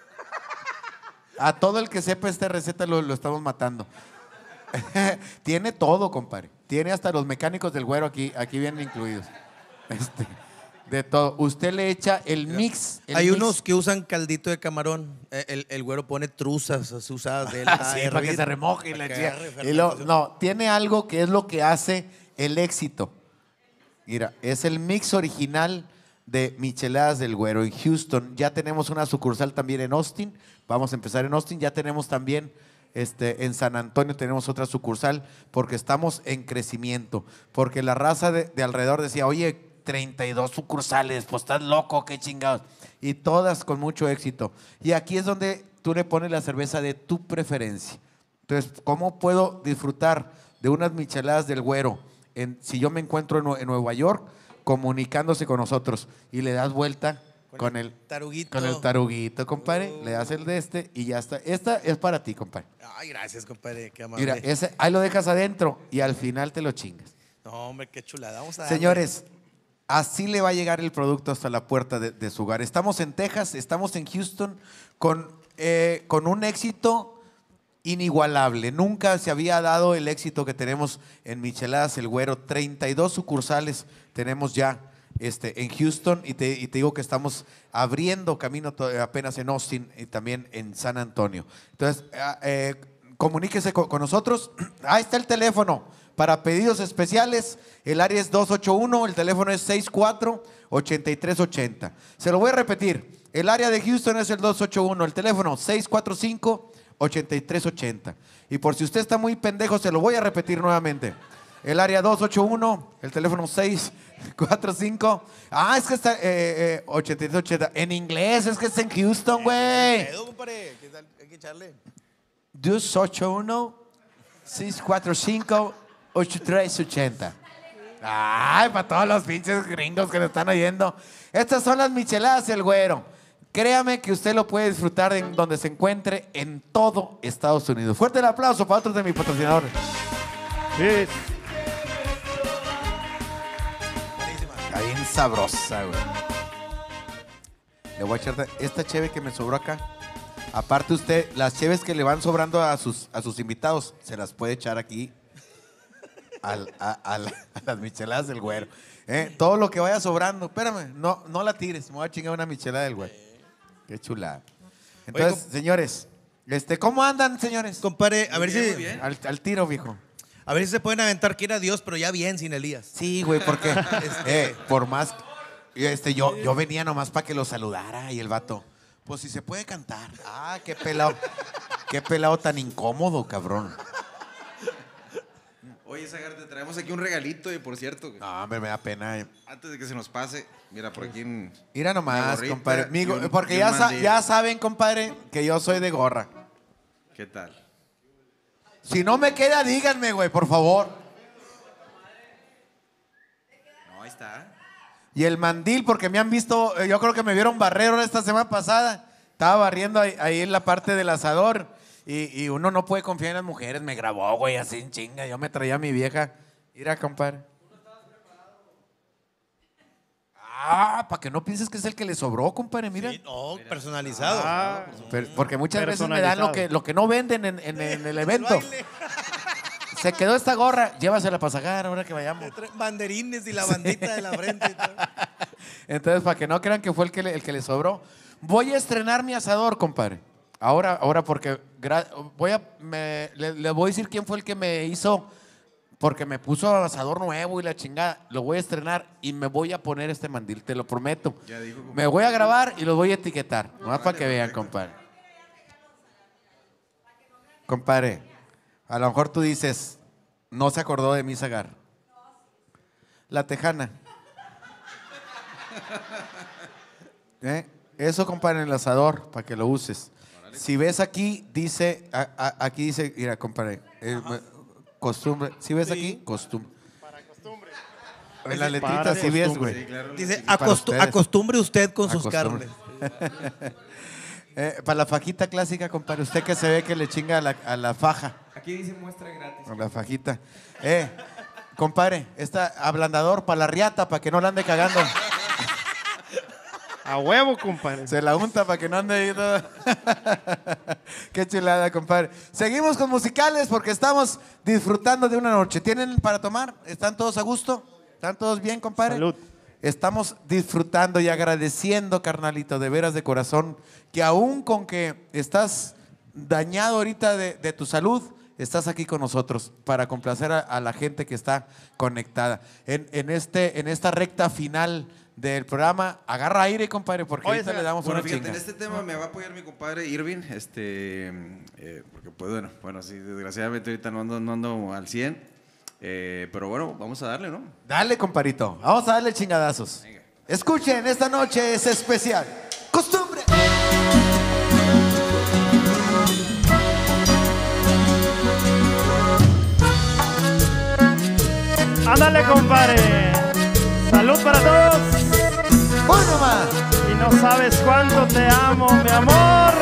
A todo el que sepa esta receta lo, lo estamos matando. Tiene todo, compadre. Tiene hasta los mecánicos del Güero aquí, aquí vienen incluidos. Este, de todo. Usted le echa el mix. el Hay mix. unos que usan caldito de camarón. Eh, El, el güero pone truzas así usadas de él. Sí, para que se remoje y la Para que chía. agarre Y lo- fermentación. no, tiene algo que es lo que hace el éxito. Mira, es el mix original de Micheladas del Güero en Houston. Ya tenemos una sucursal también en Austin. Vamos a empezar en Austin. Ya tenemos también este, en San Antonio tenemos otra sucursal porque estamos en crecimiento. Porque la raza de, de alrededor decía, oye, treinta y dos sucursales, pues estás loco, qué chingados. Y todas con mucho éxito. Y aquí es donde tú le pones la cerveza de tu preferencia. Entonces, ¿cómo puedo disfrutar de unas micheladas del Güero en- si yo me encuentro en, Nue- en Nueva York comunicándose con nosotros y le das vuelta con, el, taruguito. con el taruguito, compadre, le das el de este y ya está. Esta es para ti, compadre. Ay, gracias, compadre. Qué amable. Mira, ese, ahí lo dejas adentro y al final te lo chingas. No, hombre, qué chulada. Vamos a darle. Señores, así le va a llegar el producto hasta la puerta de, de su hogar. Estamos en Texas, estamos en Houston con, eh, con un éxito inigualable. Nunca se había dado el éxito que tenemos en Micheladas El Güero. treinta y dos sucursales tenemos ya este, en Houston y te, y te digo que estamos abriendo camino to- apenas en Austin y también en San Antonio. Entonces, eh, eh, comuníquese con, con nosotros. Ahí está el teléfono para pedidos especiales. El área es dos ocho uno, el teléfono es seis cuatro, ocho tres ocho cero. Se lo voy a repetir. El área de Houston es el dos ocho uno, el teléfono seis cuatro cinco, ocho tres ocho cero. Y por si usted está muy pendejo, se lo voy a repetir nuevamente. El área dos ocho uno, el teléfono seis cuatro cinco. Ah, es que está eh, eh, ocho tres ocho cero. En inglés, es que está en Houston, güey. Pedo, compadre. ¿Qué tal? Hay que echarle. dos ocho uno, seis cuatro cinco, ocho tres ocho cero. Ay, para todos los pinches gringos que nos están oyendo. Estas son las Micheladas El Güero. Créame que usted lo puede disfrutar en donde se encuentre en todo Estados Unidos. Fuerte el aplauso para otros de mis patrocinadores. Sí. Está bien sabrosa, güey. Le voy a echar esta cheve que me sobró acá. Aparte usted, las cheves que le van sobrando a sus, a sus invitados, se las puede echar aquí al- a, a la- a las Micheladas del Güero. ¿Eh? Todo lo que vaya sobrando, espérame, no, no la tires, me voy a chingar una michelada del Güero. Qué chulada. Entonces, Oye, señores, este, ¿cómo andan, señores? Compadre, a ver Muy si. bien. Al, al tiro, viejo. A ver si se pueden aventar quiera Dios, pero ya bien, sin Elías. Sí, güey, porque eh, por más. Este, yo, yo venía nomás para que lo saludara y el vato. Pues si se puede cantar. Ah, qué pelado. Qué pelado tan incómodo, cabrón. Oye, Zagar, te traemos aquí un regalito, y por cierto. No, hombre, me da pena. eh. Antes de que se nos pase, mira, por aquí en. Mira una nomás, gorrita compadre. Mi go- y un- porque y un ya, sa- mandil. ya saben, compadre, que yo soy de gorra. ¿Qué tal? Si no me queda, díganme, güey, por favor. No, ahí está. Y el mandil, porque me han visto, eh, yo creo que me vieron barrero esta semana pasada. Estaba barriendo ahí, ahí en la parte del asador. Y, y uno no puede confiar en las mujeres. Me grabó, güey, así en chinga. Yo me traía a mi vieja. Mira, compadre. Ah, para que no pienses que es el que le sobró, compadre, mira. Sí, no, personalizado. Ah, Pero- porque muchas veces me dan lo que, lo que no venden en, en- en el evento. Se quedó esta gorra, llévasela para sacar ahora que vayamos. Banderines y la bandita de la frente. y todo. Entonces, para que no crean que fue el que le, el que le sobró. Voy a estrenar mi asador, compadre. Ahora, ahora porque gra- voy a, me- le, le voy a decir quién fue el que me hizo, porque me puso asador nuevo y la chingada. Lo voy a estrenar y me voy a poner este mandil, te lo prometo. Ya dijo, compadre. Me voy a grabar y lo voy a etiquetar. Nomás para que vean, compadre. Compadre, a lo mejor tú dices, no se acordó de mí, Zagar. La tejana. ¿Eh? Eso, compadre, en el asador, para que lo uses. Si ves aquí, dice, a- a- aquí dice, mira, compadre, eh, costumbre. Si ves aquí, costumbre. En la letrita, Para si ves, costumbre. güey. Sí, claro. Dice, para acostu- ustedes. acostumbre usted con sus Acostumbre. carnes. Eh, para la fajita clásica, compadre, usted que se ve que le chinga a la, a la faja, Aquí dice muestra gratis. a la fajita. Eh, compadre, esta ablandador para la riata, para que no la ande cagando. A huevo, compadre. Se la unta para que no ande ahí todo. Qué chulada, compadre. Seguimos con musicales porque estamos disfrutando de una noche. ¿Tienen para tomar? ¿Están todos a gusto? ¿Están todos bien, compadre? Salud. Estamos disfrutando y agradeciendo, carnalito, de veras de corazón, que aún con que estás dañado ahorita de, de tu salud, estás aquí con nosotros para complacer a, a la gente que está conectada. En, en, este, en esta recta final del programa, agarra aire, compadre, porque Oye, ahorita Zagar, le damos Bueno, una fíjate, chinga. en este tema me va a apoyar mi compadre Irving, este, eh, porque pues bueno, bueno, sí, desgraciadamente ahorita no ando, no ando al cien, eh, pero bueno, vamos a darle, ¿no? Dale, comparito. Vamos a darle chingadazos. Venga. Escuchen, esta noche es especial. Costumbre. Ándale, compadre. Salud para todos. Uno más. Y no sabes cuánto te amo, mi amor.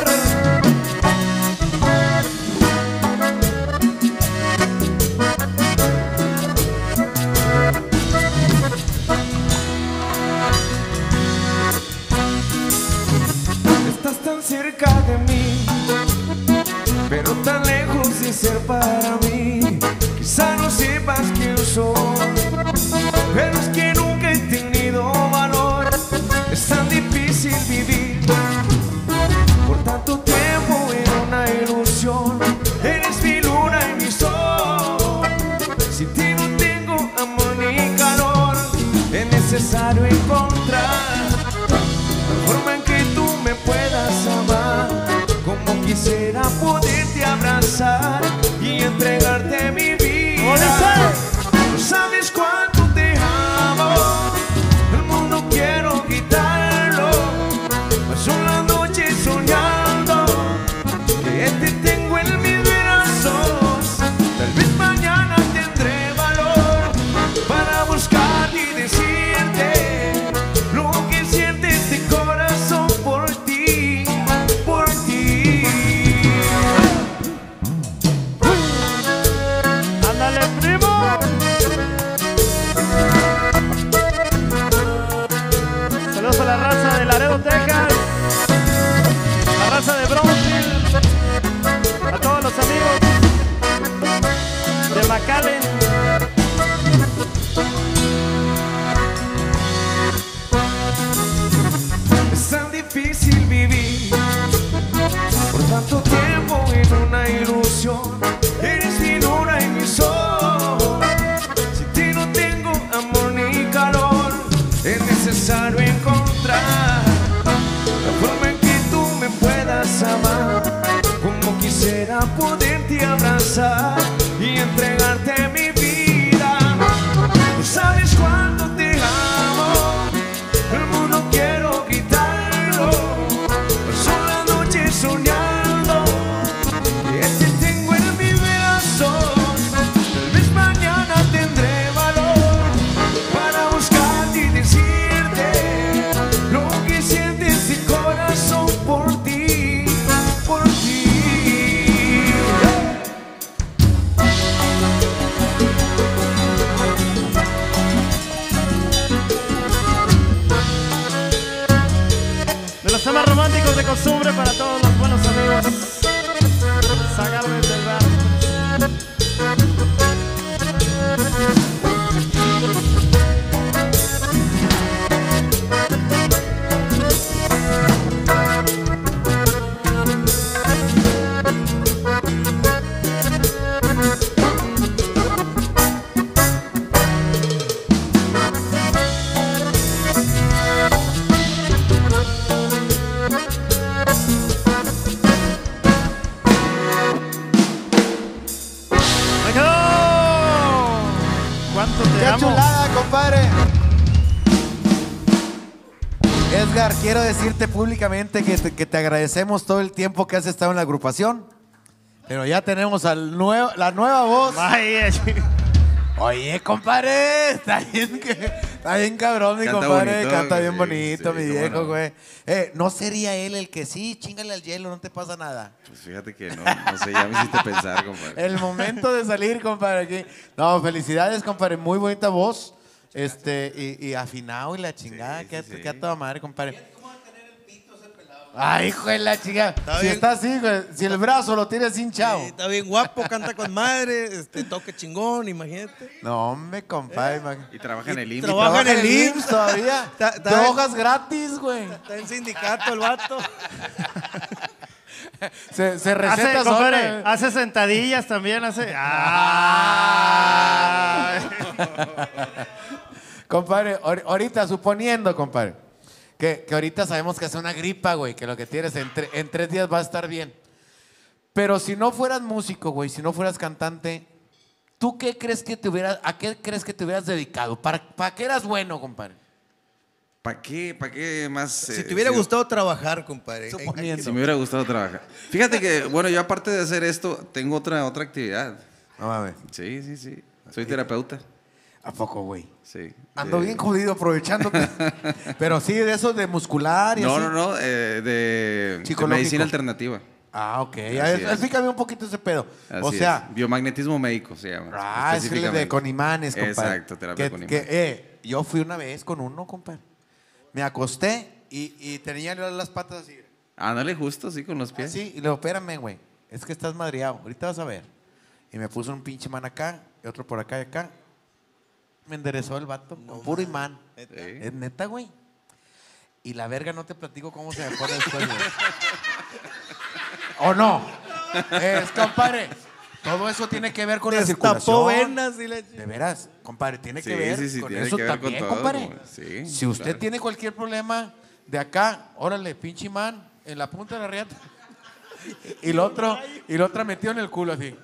mí, pero tan lejos de ser para mí. Quizá no sepas quién soy, pero es que nunca he tenido valor. Es tan difícil vivir por tanto tiempo en una ilusión. Eres mi luna y mi sol. Sin ti no tengo amor ni calor. Es necesario encontrar la forma en que tú me puedas amar, como quisiera poderte abrazar y entregarte mi vida. No sabes cuánto te amo, el mundo quiero quitarlo. Paso la noche soñando que te tengo en mis brazos. Tal vez mañana tendré valor para buscarte y decirte lo que siente este corazón por ti, por ti. ¡Ándale, primo! Saludos a la raza de Laredo, Texas, la raza de Brownsville, a todos los amigos de McAllen. Es tan difícil vivir por tanto tiempo en una ilusión. Eres mi luna y mi sol. Sin ti no tengo amor ni calor. Es necesario encontrar la forma en que tú me puedas amar, como quisiera poderte abrazar y entregarte mi vida. No sabes cuánto te amo, el mundo quiero quitarlo. Paso la noche soñando que te tengo en mis brazos. Tal vez mañana tendré valor para buscarte y decirte lo que siente este corazón por ti, por ti. De los temas románticos de costumbre para todos los buenos amigos. Sagarmes del bar. ¡Me quedó! ¿Cuánto te ¡Qué amo? chulada, compadre! Edgar, quiero decirte públicamente que te, que te agradecemos todo el tiempo que has estado en la agrupación. Pero ya tenemos al nuevo, la nueva voz. Vaya, Oye, compadre, está bien, que, está bien cabrón, mi Canta compadre. bonito, Canta bien sí, bonito, sí, mi qué viejo, bueno. güey. Eh, ¿no sería él el que sí, chingale al hielo, no te pasa nada? Pues fíjate que no, no sé, ya me hiciste pensar, compadre. El momento de salir, compadre, aquí. No, felicidades, compadre, muy bonita voz. Este, y, y afinado y la chingada, Sí, que sí, sí. a toda madre, compadre. Ay, hijo de la chica. Si bien. está así, güey, si el brazo lo tienes hinchado. Sí, está bien guapo, canta con madre, este, toque chingón, imagínate. No, hombre, compadre. imag- Y trabaja en el I M S S. trabaja en el I M S I M S S S todavía. Está- está- Te hojas gratis, güey. Está en sindicato el vato. Se, se Hace, receta compadre, sola. hace sentadillas también, hace... ¡Ay! Compadre, ahor- ahorita, suponiendo, compadre, que, que ahorita sabemos que es una gripa, güey, que lo que tienes en, tre- en tres días va a estar bien. Pero si no fueras músico, güey, si no fueras cantante, ¿tú qué crees que te hubieras, a qué crees que te hubieras dedicado? ¿Para, para qué eras bueno, compadre? ¿Para qué, para qué más? Si eh, te hubiera si- gustado trabajar, compadre. Suponiendo. Si me hubiera gustado trabajar. Fíjate que, bueno, yo aparte de hacer esto, tengo otra, otra actividad. No mames. Sí, sí, sí. Soy terapeuta. ¿A poco, güey? Sí. Ando De- bien jodido aprovechando. que- Pero sí, de eso de muscular y No, así. no, no, eh, de, de Psicológico. medicina alternativa. Ah, ok. Así Ya, es. explícame un poquito ese pedo. o Así sea, es. Biomagnetismo médico se llama. ah, es el de específicamente. con imanes, compadre. Exacto, terapia Que- con que, imanes. eh, yo fui una vez con uno, compadre. Me acosté y, y tenía las patas así. Ándale, justo, sí, con los pies. Ah, sí, y le digo, espérame, güey. Es que estás madreado. Ahorita vas a ver. Y me puso un pinche imán acá y otro por acá y acá. Me enderezó el vato con puro imán. ¿Neta? Es neta, güey. Y la verga, no te platico cómo se me pone el sueño. ¿O no? Es, compadre, todo eso tiene que ver con la circulación. venas y la... De veras, compadre, tiene Sí, que ver sí, sí, con tiene eso que ver con también, todo, compadre. güey. Sí, Si usted claro. tiene cualquier problema de acá, órale, pinche imán, en la punta de la riata. Y el otro, y el otro metido en el culo así.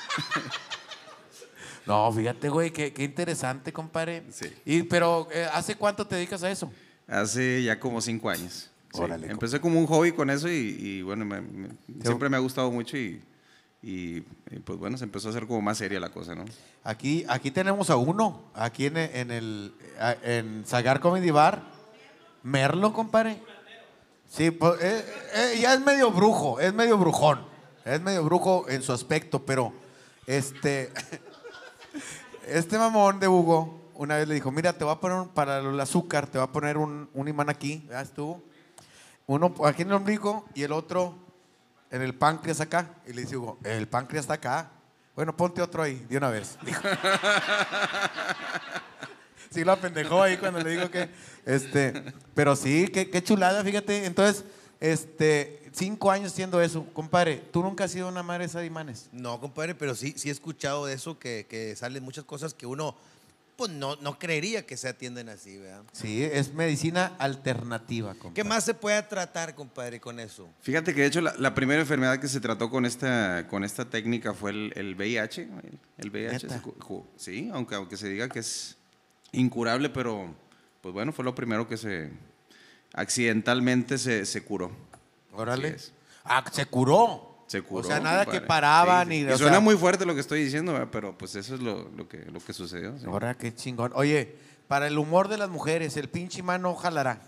No, fíjate, güey, qué, qué interesante, compadre. Sí. Y, pero, eh, ¿hace cuánto te dedicas a eso? Hace ya como cinco años. Sí. Órale, Empecé como un hobby con eso y, y bueno, me- me- siempre me ha gustado mucho y, y, y, pues bueno, se empezó a hacer como más seria la cosa, ¿no? Aquí, aquí tenemos a uno, aquí en, el- en el a- en Sagar Comedy Bar, Merlo, compadre. Sí, pues, eh, eh, ya es medio brujo, es medio brujón, es medio brujo en su aspecto, pero este, este mamón de Hugo una vez le dijo, mira, te voy a poner un- para el azúcar, te voy a poner un, un imán aquí, ya estuvo, uno aquí en el ombligo y el otro en el páncreas acá. Y le dice Hugo, el páncreas está acá. Bueno, ponte otro ahí, de una vez. Dijo. Sí lo apendejó ahí cuando le digo que, este, pero sí, qué, qué chulada, fíjate. Entonces, este, cinco años siendo eso, compadre, ¿tú nunca has sido una madre esa de imanes? No, compadre, pero sí, sí he escuchado de eso, que, que salen muchas cosas que uno pues no, no creería que se atienden así, ¿verdad? Sí, es medicina alternativa, compadre. ¿Qué más se puede tratar, compadre, con eso? Fíjate que de hecho la, la primera enfermedad que se trató con esta, con esta técnica fue el, el V I H. El, el V I H, ¿Neta? se cu- cu- sí, aunque, aunque se diga que es incurable, pero pues bueno, fue lo primero que se accidentalmente se, se curó. Órale. Así es. Ah, se curó. Se curó. O sea, nada compadre. que paraban Sí, sí. ni... Y o suena sea, muy fuerte lo que estoy diciendo, ¿verdad? Pero pues eso es lo, lo, que, lo que sucedió. sí. Ahora, qué chingón. Oye, para el humor de las mujeres, el pinche mano jalará.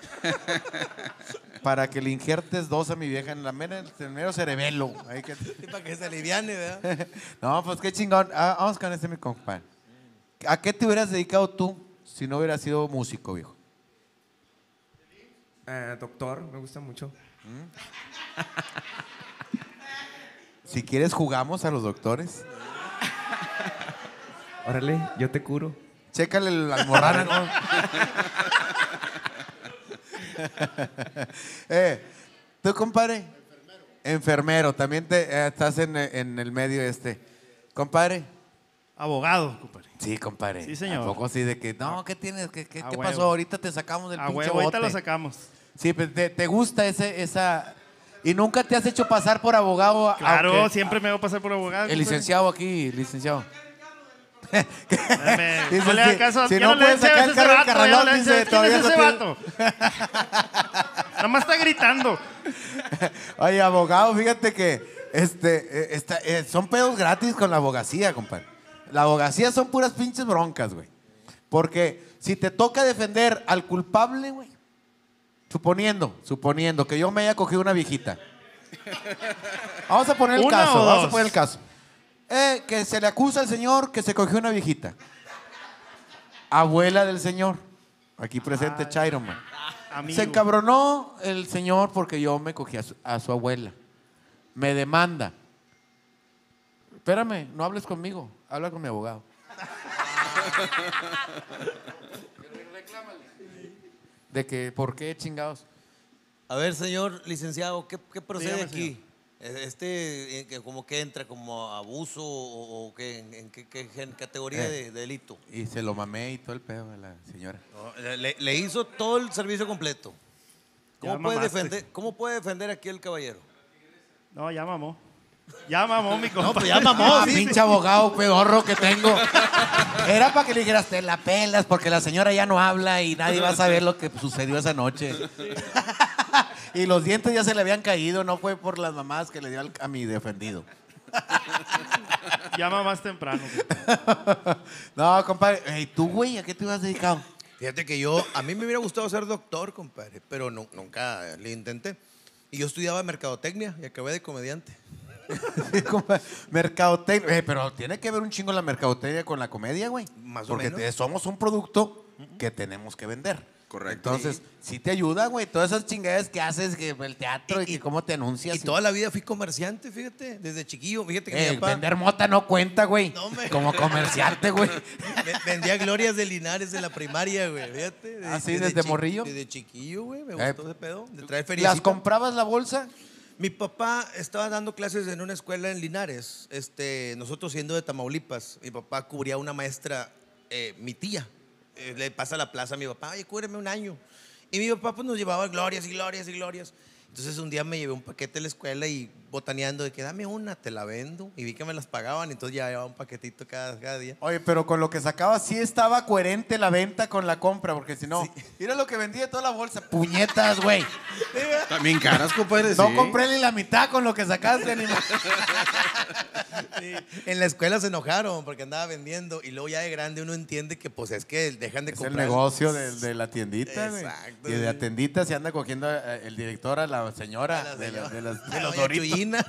Para que le injertes dos a mi vieja en la mera, en el mero cerebelo. Ahí que- Para que se aliviane, ¿verdad? No, pues qué chingón. Ah, vamos con este, mi compadre. ¿A qué te hubieras dedicado tú si no hubieras sido músico, viejo? Eh, doctor, me gusta mucho. Si quieres, jugamos a los doctores. Órale, yo te curo. Chécale la almorrana. ¿no? eh, ¿Tú, compadre? Enfermero. Enfermero. También te, eh, estás en, en el medio este. ¿Compadre? Abogado, compadre. Sí, compadre. Sí, señor. ¿A poco así de que, no, qué tienes? ¿Qué, qué, A qué huevo. pasó? Ahorita te sacamos del A pinche huevo, ahorita bote. lo sacamos. Sí, pues te, te gusta ese, esa... ¿Y nunca te has hecho pasar por abogado? Claro, aunque- siempre me hago pasar por abogado. El compadre. licenciado aquí, licenciado. Dame, Dice, no le hagas si- caso. si ya no le puedes des sacar ese el carro del vato, ya carralón, no le dice, des- ¿quién todavía es no ese tiene- vato? Nada más está gritando. Oye, abogado, fíjate que este, eh, está- eh, son pedos gratis con la abogacía, compadre. La abogacía son puras pinches broncas, güey. Porque si te toca defender al culpable, güey, suponiendo, suponiendo que yo me haya cogido una viejita. Vamos a poner el ¿Una caso, o vamos a dos? poner el caso. Eh, que se le acusa al señor que se cogió una viejita. Abuela del señor. Aquí presente Chairo, man. Amigo. Se encabronó el señor porque yo me cogí a su, a su abuela. Me demanda. Espérame, no hables conmigo, habla con mi abogado. De que, ¿por qué chingados? A ver, señor licenciado, ¿qué, qué procede Dígame, aquí? Este, eh, que como que entra como abuso o, o qué, en, en qué, qué gen- categoría Eh. de, de delito? Y se lo mamé y todo el pedo a la señora. No, le, le hizo todo el servicio completo. ¿Cómo Ya puede, mamaste. defender, ¿Cómo puede defender aquí el caballero? No, ya mamó. Ya mamó mi compa. pues ya mamó, Ah, sí, pinche sí. abogado pedorro que tengo. Era para que le dijeras, te la pelas, porque la señora ya no habla y nadie va a saber lo que sucedió esa noche. Y los dientes ya se le habían caído, no fue por las mamadas que le dio al- a mi defendido. Ya mamás temprano. No, compadre, ¿y tú, güey, a qué te ibas dedicado? Fíjate que yo, a mí me hubiera gustado ser doctor, compadre, pero no- nunca le intenté. Y yo estudiaba mercadotecnia y acabé de comediante. Sí, compadre. Mercadotecnia. Eh, pero tiene que ver un chingo la mercadotecnia con la comedia, güey. Más o Porque menos. te- somos un producto que tenemos que vender. Correcto. Entonces, sí te ayuda, güey. Todas esas chingaderas que haces, que el teatro y, que cómo te anuncias. Y toda la vida fui comerciante, fíjate, desde chiquillo. Fíjate que Eh, mi papá vender mota no cuenta, güey. No, me- Como comerciante, güey. ve- vendía glorias de Linares de la primaria, güey. Fíjate. ¿Ah, sí? ¿Desde chi- morrillo? Desde chiquillo, güey. Me Eh, gustó ese pedo. De traer ¿Las feriecita. comprabas la bolsa? Mi papá estaba dando clases en una escuela en Linares. Este, nosotros siendo de Tamaulipas, mi papá cubría a una maestra, eh, mi tía. Eh, le pasa la plaza a mi papá, oye, cúbreme un año. Y mi papá pues nos llevaba glorias y glorias y glorias. Entonces un día me llevé un paquete a la escuela y botaneando de que dame una, te la vendo. Y vi que me las pagaban, entonces ya llevaba un paquetito cada, cada día. Oye, pero con lo que sacaba sí estaba coherente la venta con la compra, porque si no, mira lo que vendí de toda la bolsa. Puñetas, güey. También caras, compadre. No sí. compré ni la mitad con lo que sacaste, ni más. Sí. En la escuela se enojaron porque andaba vendiendo y luego ya de grande uno entiende que pues es que dejan de Es el comprar. negocio de, de la tiendita, güey. Exacto. Y de la tiendita se anda cogiendo eh, el director a la señora, A la de, la- señora. de las- A de los doña Doritos. Chuyina.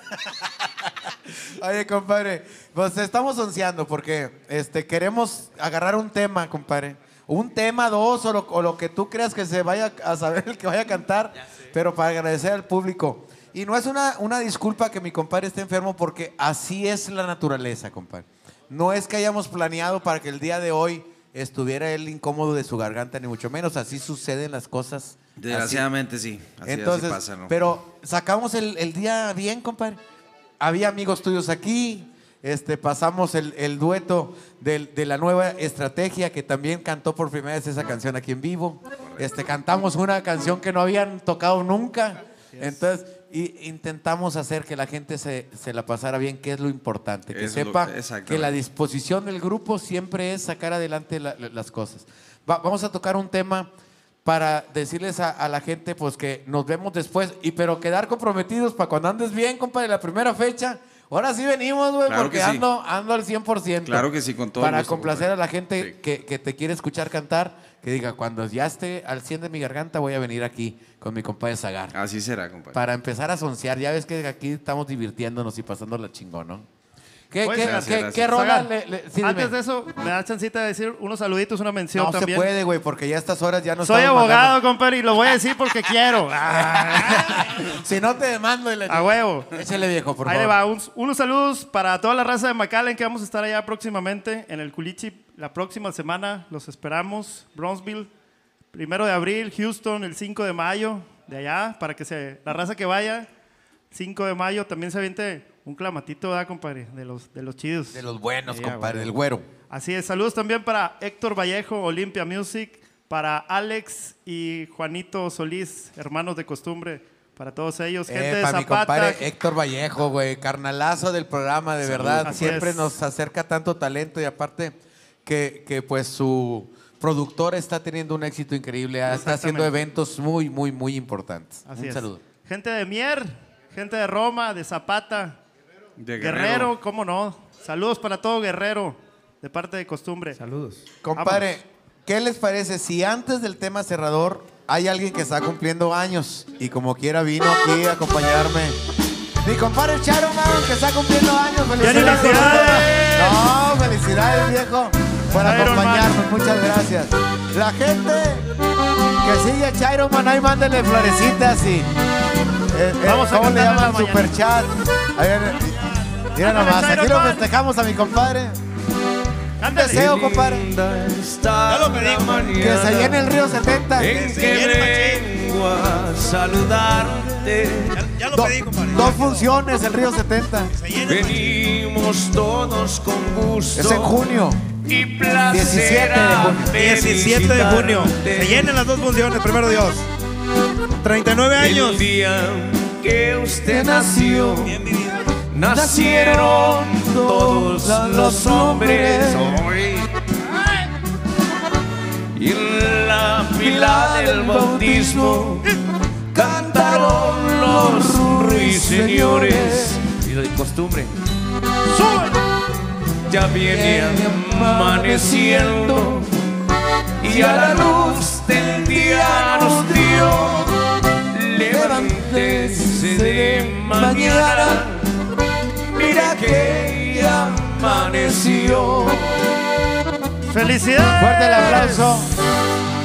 Oye, compadre, pues estamos onceando porque este, queremos agarrar un tema, compadre. Un tema, dos, o lo, o lo que tú creas que se vaya a saber el que vaya a cantar, pero para agradecer al público. Y no es una, una disculpa que mi compadre esté enfermo porque así es la naturaleza, compadre. No es que hayamos planeado para que el día de hoy estuviera él incómodo de su garganta, ni mucho menos. Así suceden las cosas. Desgraciadamente así. sí. Así, Entonces, así pasa, ¿no? pero sacamos el, el día bien, compadre. Había amigos tuyos aquí, este, pasamos el, el dueto del- de la nueva estrategia, que también cantó por primera vez esa canción aquí en vivo. Este, cantamos una canción que no habían tocado nunca. Entonces, y intentamos hacer que la gente se, se la pasara bien, que es lo importante. Que Eso es lo sepa que- exactamente. que la disposición del grupo siempre es sacar adelante la- la- las cosas. Va- vamos a tocar un tema para decirles a, a la gente pues que nos vemos después, y pero quedar comprometidos para cuando andes bien, compadre, la primera fecha. Ahora sí venimos, güey, Claro porque que sí. ando, ando al cien por ciento. Claro que sí, con todo el Para gusto, complacer compadre. a la gente que, que te quiere escuchar cantar, que diga, cuando ya esté al cien de mi garganta voy a venir aquí con mi compadre Zagar. Así será, compadre. Para empezar a soncear, ya ves que aquí estamos divirtiéndonos y pasándola chingón, ¿no? ¿Qué, Oye, qué, gracias, qué- gracias. qué rola Zagar, le, le- sí, antes dime. de eso, me da chancita de decir unos saluditos, una mención No también. se puede, güey, porque ya a estas horas ya no Soy estamos abogado, mandando. compadre, y lo voy a decir porque quiero. Si no te demando. y le- A huevo. Échale, viejo, por Ahí le favor. va. Un- unos saludos para toda la raza de McAllen, que vamos a estar allá próximamente en el Culichi la próxima semana. Los esperamos. Bronzeville, primero de abril. Houston, el cinco de mayo. De allá, para que se, la raza que vaya. cinco de mayo también se aviente un clamatito, ¿verdad, compadre? De los, de los chidos. De los buenos, Sí, compadre, güey. del güero. Así es. Saludos también para Héctor Vallejo, Olympia Music. Para Alex y Juanito Solís, hermanos de costumbre. Para todos ellos. Gente Eh, de para mi Zapata. compadre Héctor Vallejo, güey, carnalazo del programa, de Salud. verdad. Así Siempre es. nos acerca tanto talento y aparte que, que pues su productor está teniendo un éxito increíble. ah, Está haciendo Exactamente. eventos muy, muy, muy importantes. Así un es. saludo. Gente de Mier, gente de Roma, de Zapata, De Guerrero. Guerrero. cómo no. Saludos para todo Guerrero, de parte de costumbre. Saludos. Compadre, ¿qué les parece si antes del tema cerrador hay alguien que está cumpliendo años y como quiera vino aquí a acompañarme? Mi compadre Charo, mano, que está cumpliendo años. ¡Felicidades! ¡Felicidades! No, felicidades, viejo, por Chairo, acompañarnos. Muchas gracias. La gente que sigue a Chairo, man, ahí mándenle florecitas y... eh, eh, Vamos a ¿Cómo le cantarle llaman? la mañana. Super chat. Mira nomás, Chairo, aquí lo man. festejamos a mi compadre. Un Ándale. deseo, compadre. Ya lo pedí, compadre. Que se llene el río setenta. En que vengo a saludarte. Ya, ya lo Do- pedí, compadre. dos funciones, el río setenta. Se llena el Venimos todos con gusto. Es en junio. Y placer diecisiete de junio. diecisiete de junio. Se llenan las dos funciones, primero Dios. treinta y nueve años. El día que usted nació, Bien vivido. nacieron todos los hombres. Y en la fila del bautismo cantaron los ruiseñores. Y de costumbre. Ya viene amaneciendo y a la luz del día nos dio. Levántese de mañana, mira que ya amaneció. ¡Felicidades! Fuerte el aplauso.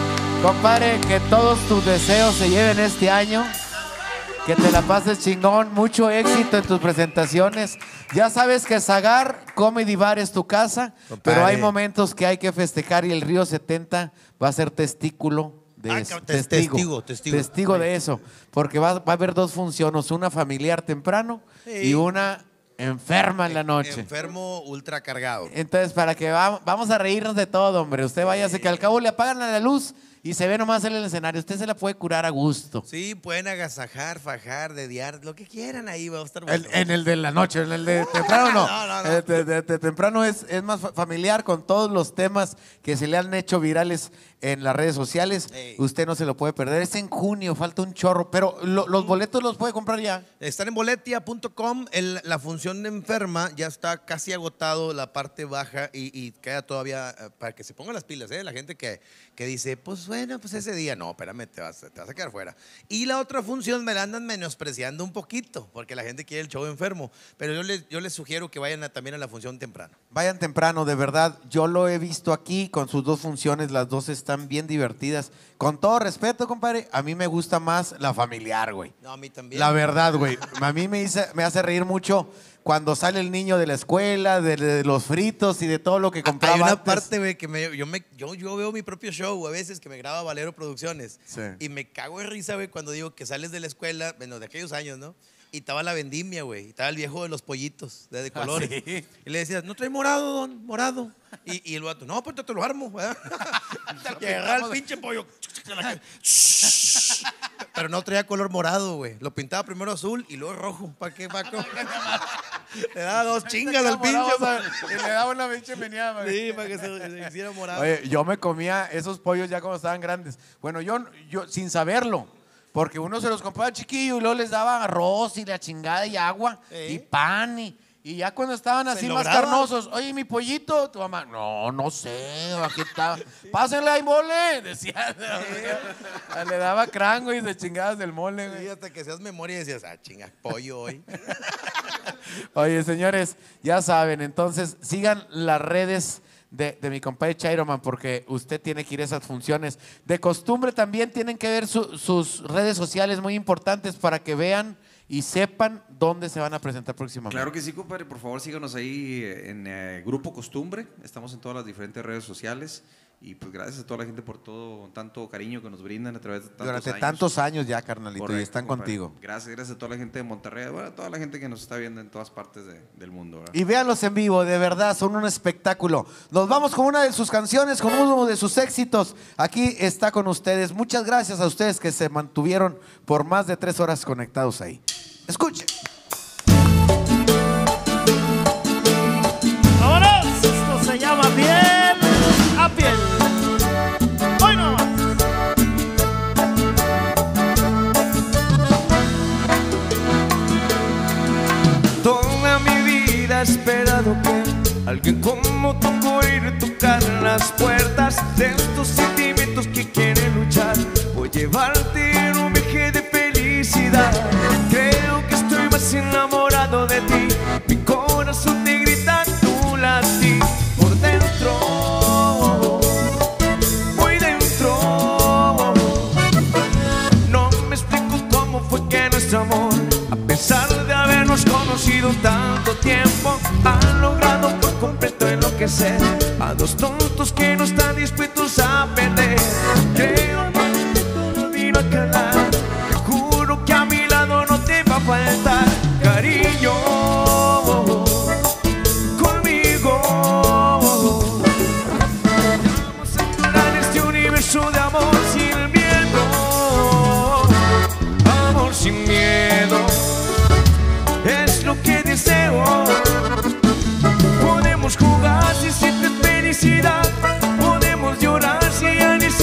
Compadre, que todos tus deseos se lleven este año. Que te la pases chingón. Mucho éxito en tus presentaciones. Ya sabes que Zagar Comedy Bar es tu casa, Compadre. pero hay momentos que hay que festejar y el Río setenta va a ser testículo de Ah, eso. cabrón, tes- testigo, testigo. Testigo de eso. Porque va, va a haber dos funciones, una familiar temprano Sí. y una enferma en la noche. Enfermo ultra cargado. Entonces, para que va- vamos a reírnos de todo, hombre. Usted váyase, que al cabo le apagan la luz y se ve nomás en el escenario. Usted se la puede curar a gusto. Sí, pueden agasajar, fajar, dediar, lo que quieran ahí, va a estar El- bueno. en el de la noche, en el de temprano no. No, no, no. El de, de- de temprano es, es más fa- familiar con todos los temas que se le han hecho virales en las redes sociales. Ey. Usted no se lo puede perder. Es en junio, falta un chorro, pero lo- los boletos los puede comprar ya. Están en boletia punto com. El- la función de enferma ya está casi agotado, la parte baja, y, y queda todavía eh, para que se pongan las pilas, ¿eh? La gente que, que dice, pues bueno, pues ese día, no, espérame, te vas, te vas a quedar fuera. Y la otra función me la andan menospreciando un poquito, porque la gente quiere el show enfermo. Pero yo les, yo les sugiero que vayan a- también a la función temprano. Vayan temprano, de verdad. Yo lo he visto aquí con sus dos funciones, las dos están bien divertidas. Con todo respeto, compadre, a mí me gusta más la familiar, güey. No, a mí también. La verdad, güey. A mí me, hice- me hace reír mucho cuando sale el niño de la escuela, de, de los fritos y de todo lo que compraba Hay una antes. parte, güey, que me, yo, me, yo, yo veo mi propio show a veces que me graba Valero Producciones. Sí. Y me cago de risa, güey, cuando digo que sales de la escuela, bueno, de aquellos años, ¿no? Y estaba la vendimia, güey. y Estaba el viejo de los pollitos, de, de Ah, colores. ¿sí? Y le decías, ¿no trae morado, don? Morado. Y, y el vato, no, pues te lo armo, ¿verdad? Y agarraba el pinche pollo. Pero no traía color morado, güey. Lo pintaba primero azul y luego rojo. ¿Para qué, Paco? Le daba dos chingas al pinche. Y le daba una pinche meneada, Sí, para que se, se hiciera morado. Oye, yo me comía esos pollos ya cuando estaban grandes. Bueno, yo, yo sin saberlo, porque uno se los compraba chiquillo y luego les daba arroz y la chingada y agua y pan y, y ya cuando estaban así más lograba? carnosos, oye, mi pollito, tu mamá, no, no sé, aquí está, pásenle ahí mole, decía. Le daba crango y de chingadas del mole, güey. Sí, hasta que seas memoria y decías, ah, chinga, pollo hoy. Oye, señores, ya saben, entonces sigan las redes de, de mi compadre Chairoman porque usted tiene que ir a esas funciones. De costumbre también tienen que ver su- sus redes sociales muy importantes para que vean y sepan dónde se van a presentar próximamente. Claro que sí, compadre. Por favor, síganos ahí en eh, Grupo Costumbre. Estamos en todas las diferentes redes sociales. Y pues gracias a toda la gente por todo, tanto cariño que nos brindan a través de tantos Durante años. tantos años ya, carnalito, Correcto, y están compadre. contigo. Gracias, gracias a toda la gente de Monterrey, bueno, a toda la gente que nos está viendo en todas partes de- del mundo. ¿verdad? Y véanlos en vivo, de verdad, son un espectáculo. Nos vamos con una de sus canciones, con uno de sus éxitos. Aquí está con ustedes. Muchas gracias a ustedes que se mantuvieron por más de tres horas conectados ahí. Escuchen. ¡Vámonos! Esto se llama Piel a Piel. ¡Hoy no! Toda mi vida he esperado que alguien como tú pudiera tocar las puertas de estos sentimientos que quieren luchar por llevarte en un viaje de felicidad. Creo que estoy más enamorado de ti. Mi corazón te grita tu latir por dentro, muy dentro. No me explico cómo fue que nuestro amor, a pesar de habernos conocido tanto tiempo, ha logrado por completo enloquecer a dos tontos que no están dispuestos a perder. Creo que todo vino a calar. Te juro que a mi lado no te va a faltar cariño conmigo. Vamos a explorar este universo de amor sin miedo. Amor sin miedo es lo que deseo. Podemos jugar si sientes felicidad, podemos llorar si ya ni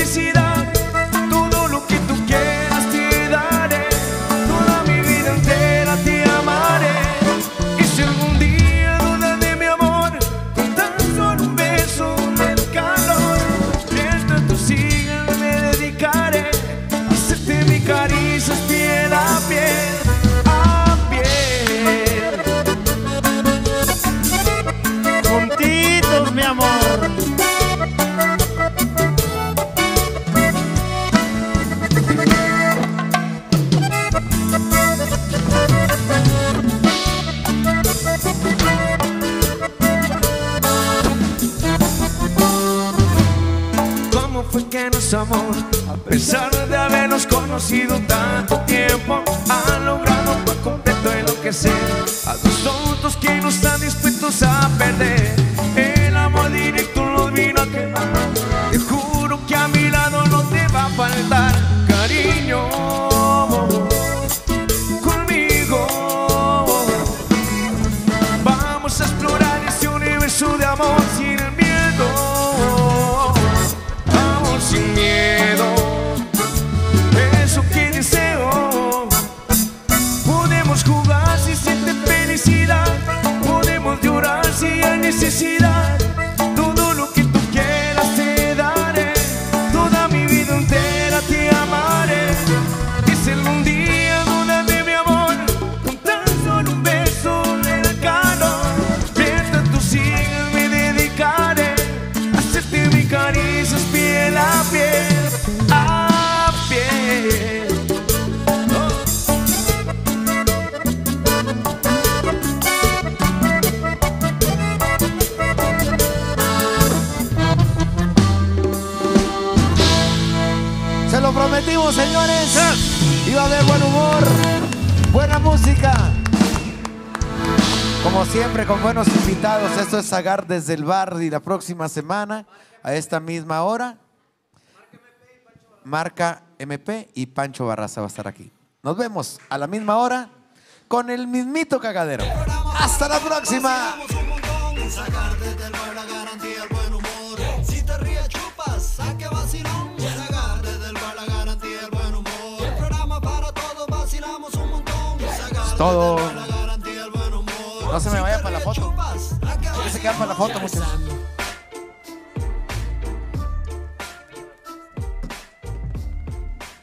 que no es amor. A pesar de habernos conocido tanto tiempo, han logrado por completo enloquecer a dos tontos que no están dispuestos a perder. El amor directo los vino a quemar. Te juro que a mi lado no te va a faltar cariño. Conmigo vamos a explorar este universo de amor sin el miedo. Amor sin miedo, eso que deseo. Podemos jugar si siente felicidad, podemos llorar si hay necesidad. Todo lo que tú quieras te daré, toda mi vida entera te amaré. Y si algún día dudas de mi amor, con tan solo un beso en el calor, mientras tú sigas me dedicaré a hacerte mi caricias piel a piel, a piel. Se lo prometimos, señores. Iba a haber buen humor, buena música. Como siempre, con buenos invitados. Esto es Zagar desde el bar. Y la próxima semana, a esta misma hora, Marca M P y Pancho Barraza va a estar aquí. Nos vemos a la misma hora con el mismito cagadero. ¡Hasta la próxima! Zagar desde el bar, la garantía, el buen humor. Si te ríes, chupas, saque vacilón. Zagar desde el bar, la garantía, el buen humor. El programa para todos, vacilamos un montón. Es todo. No se me vaya para la foto. Que se queda para la foto, muchachos.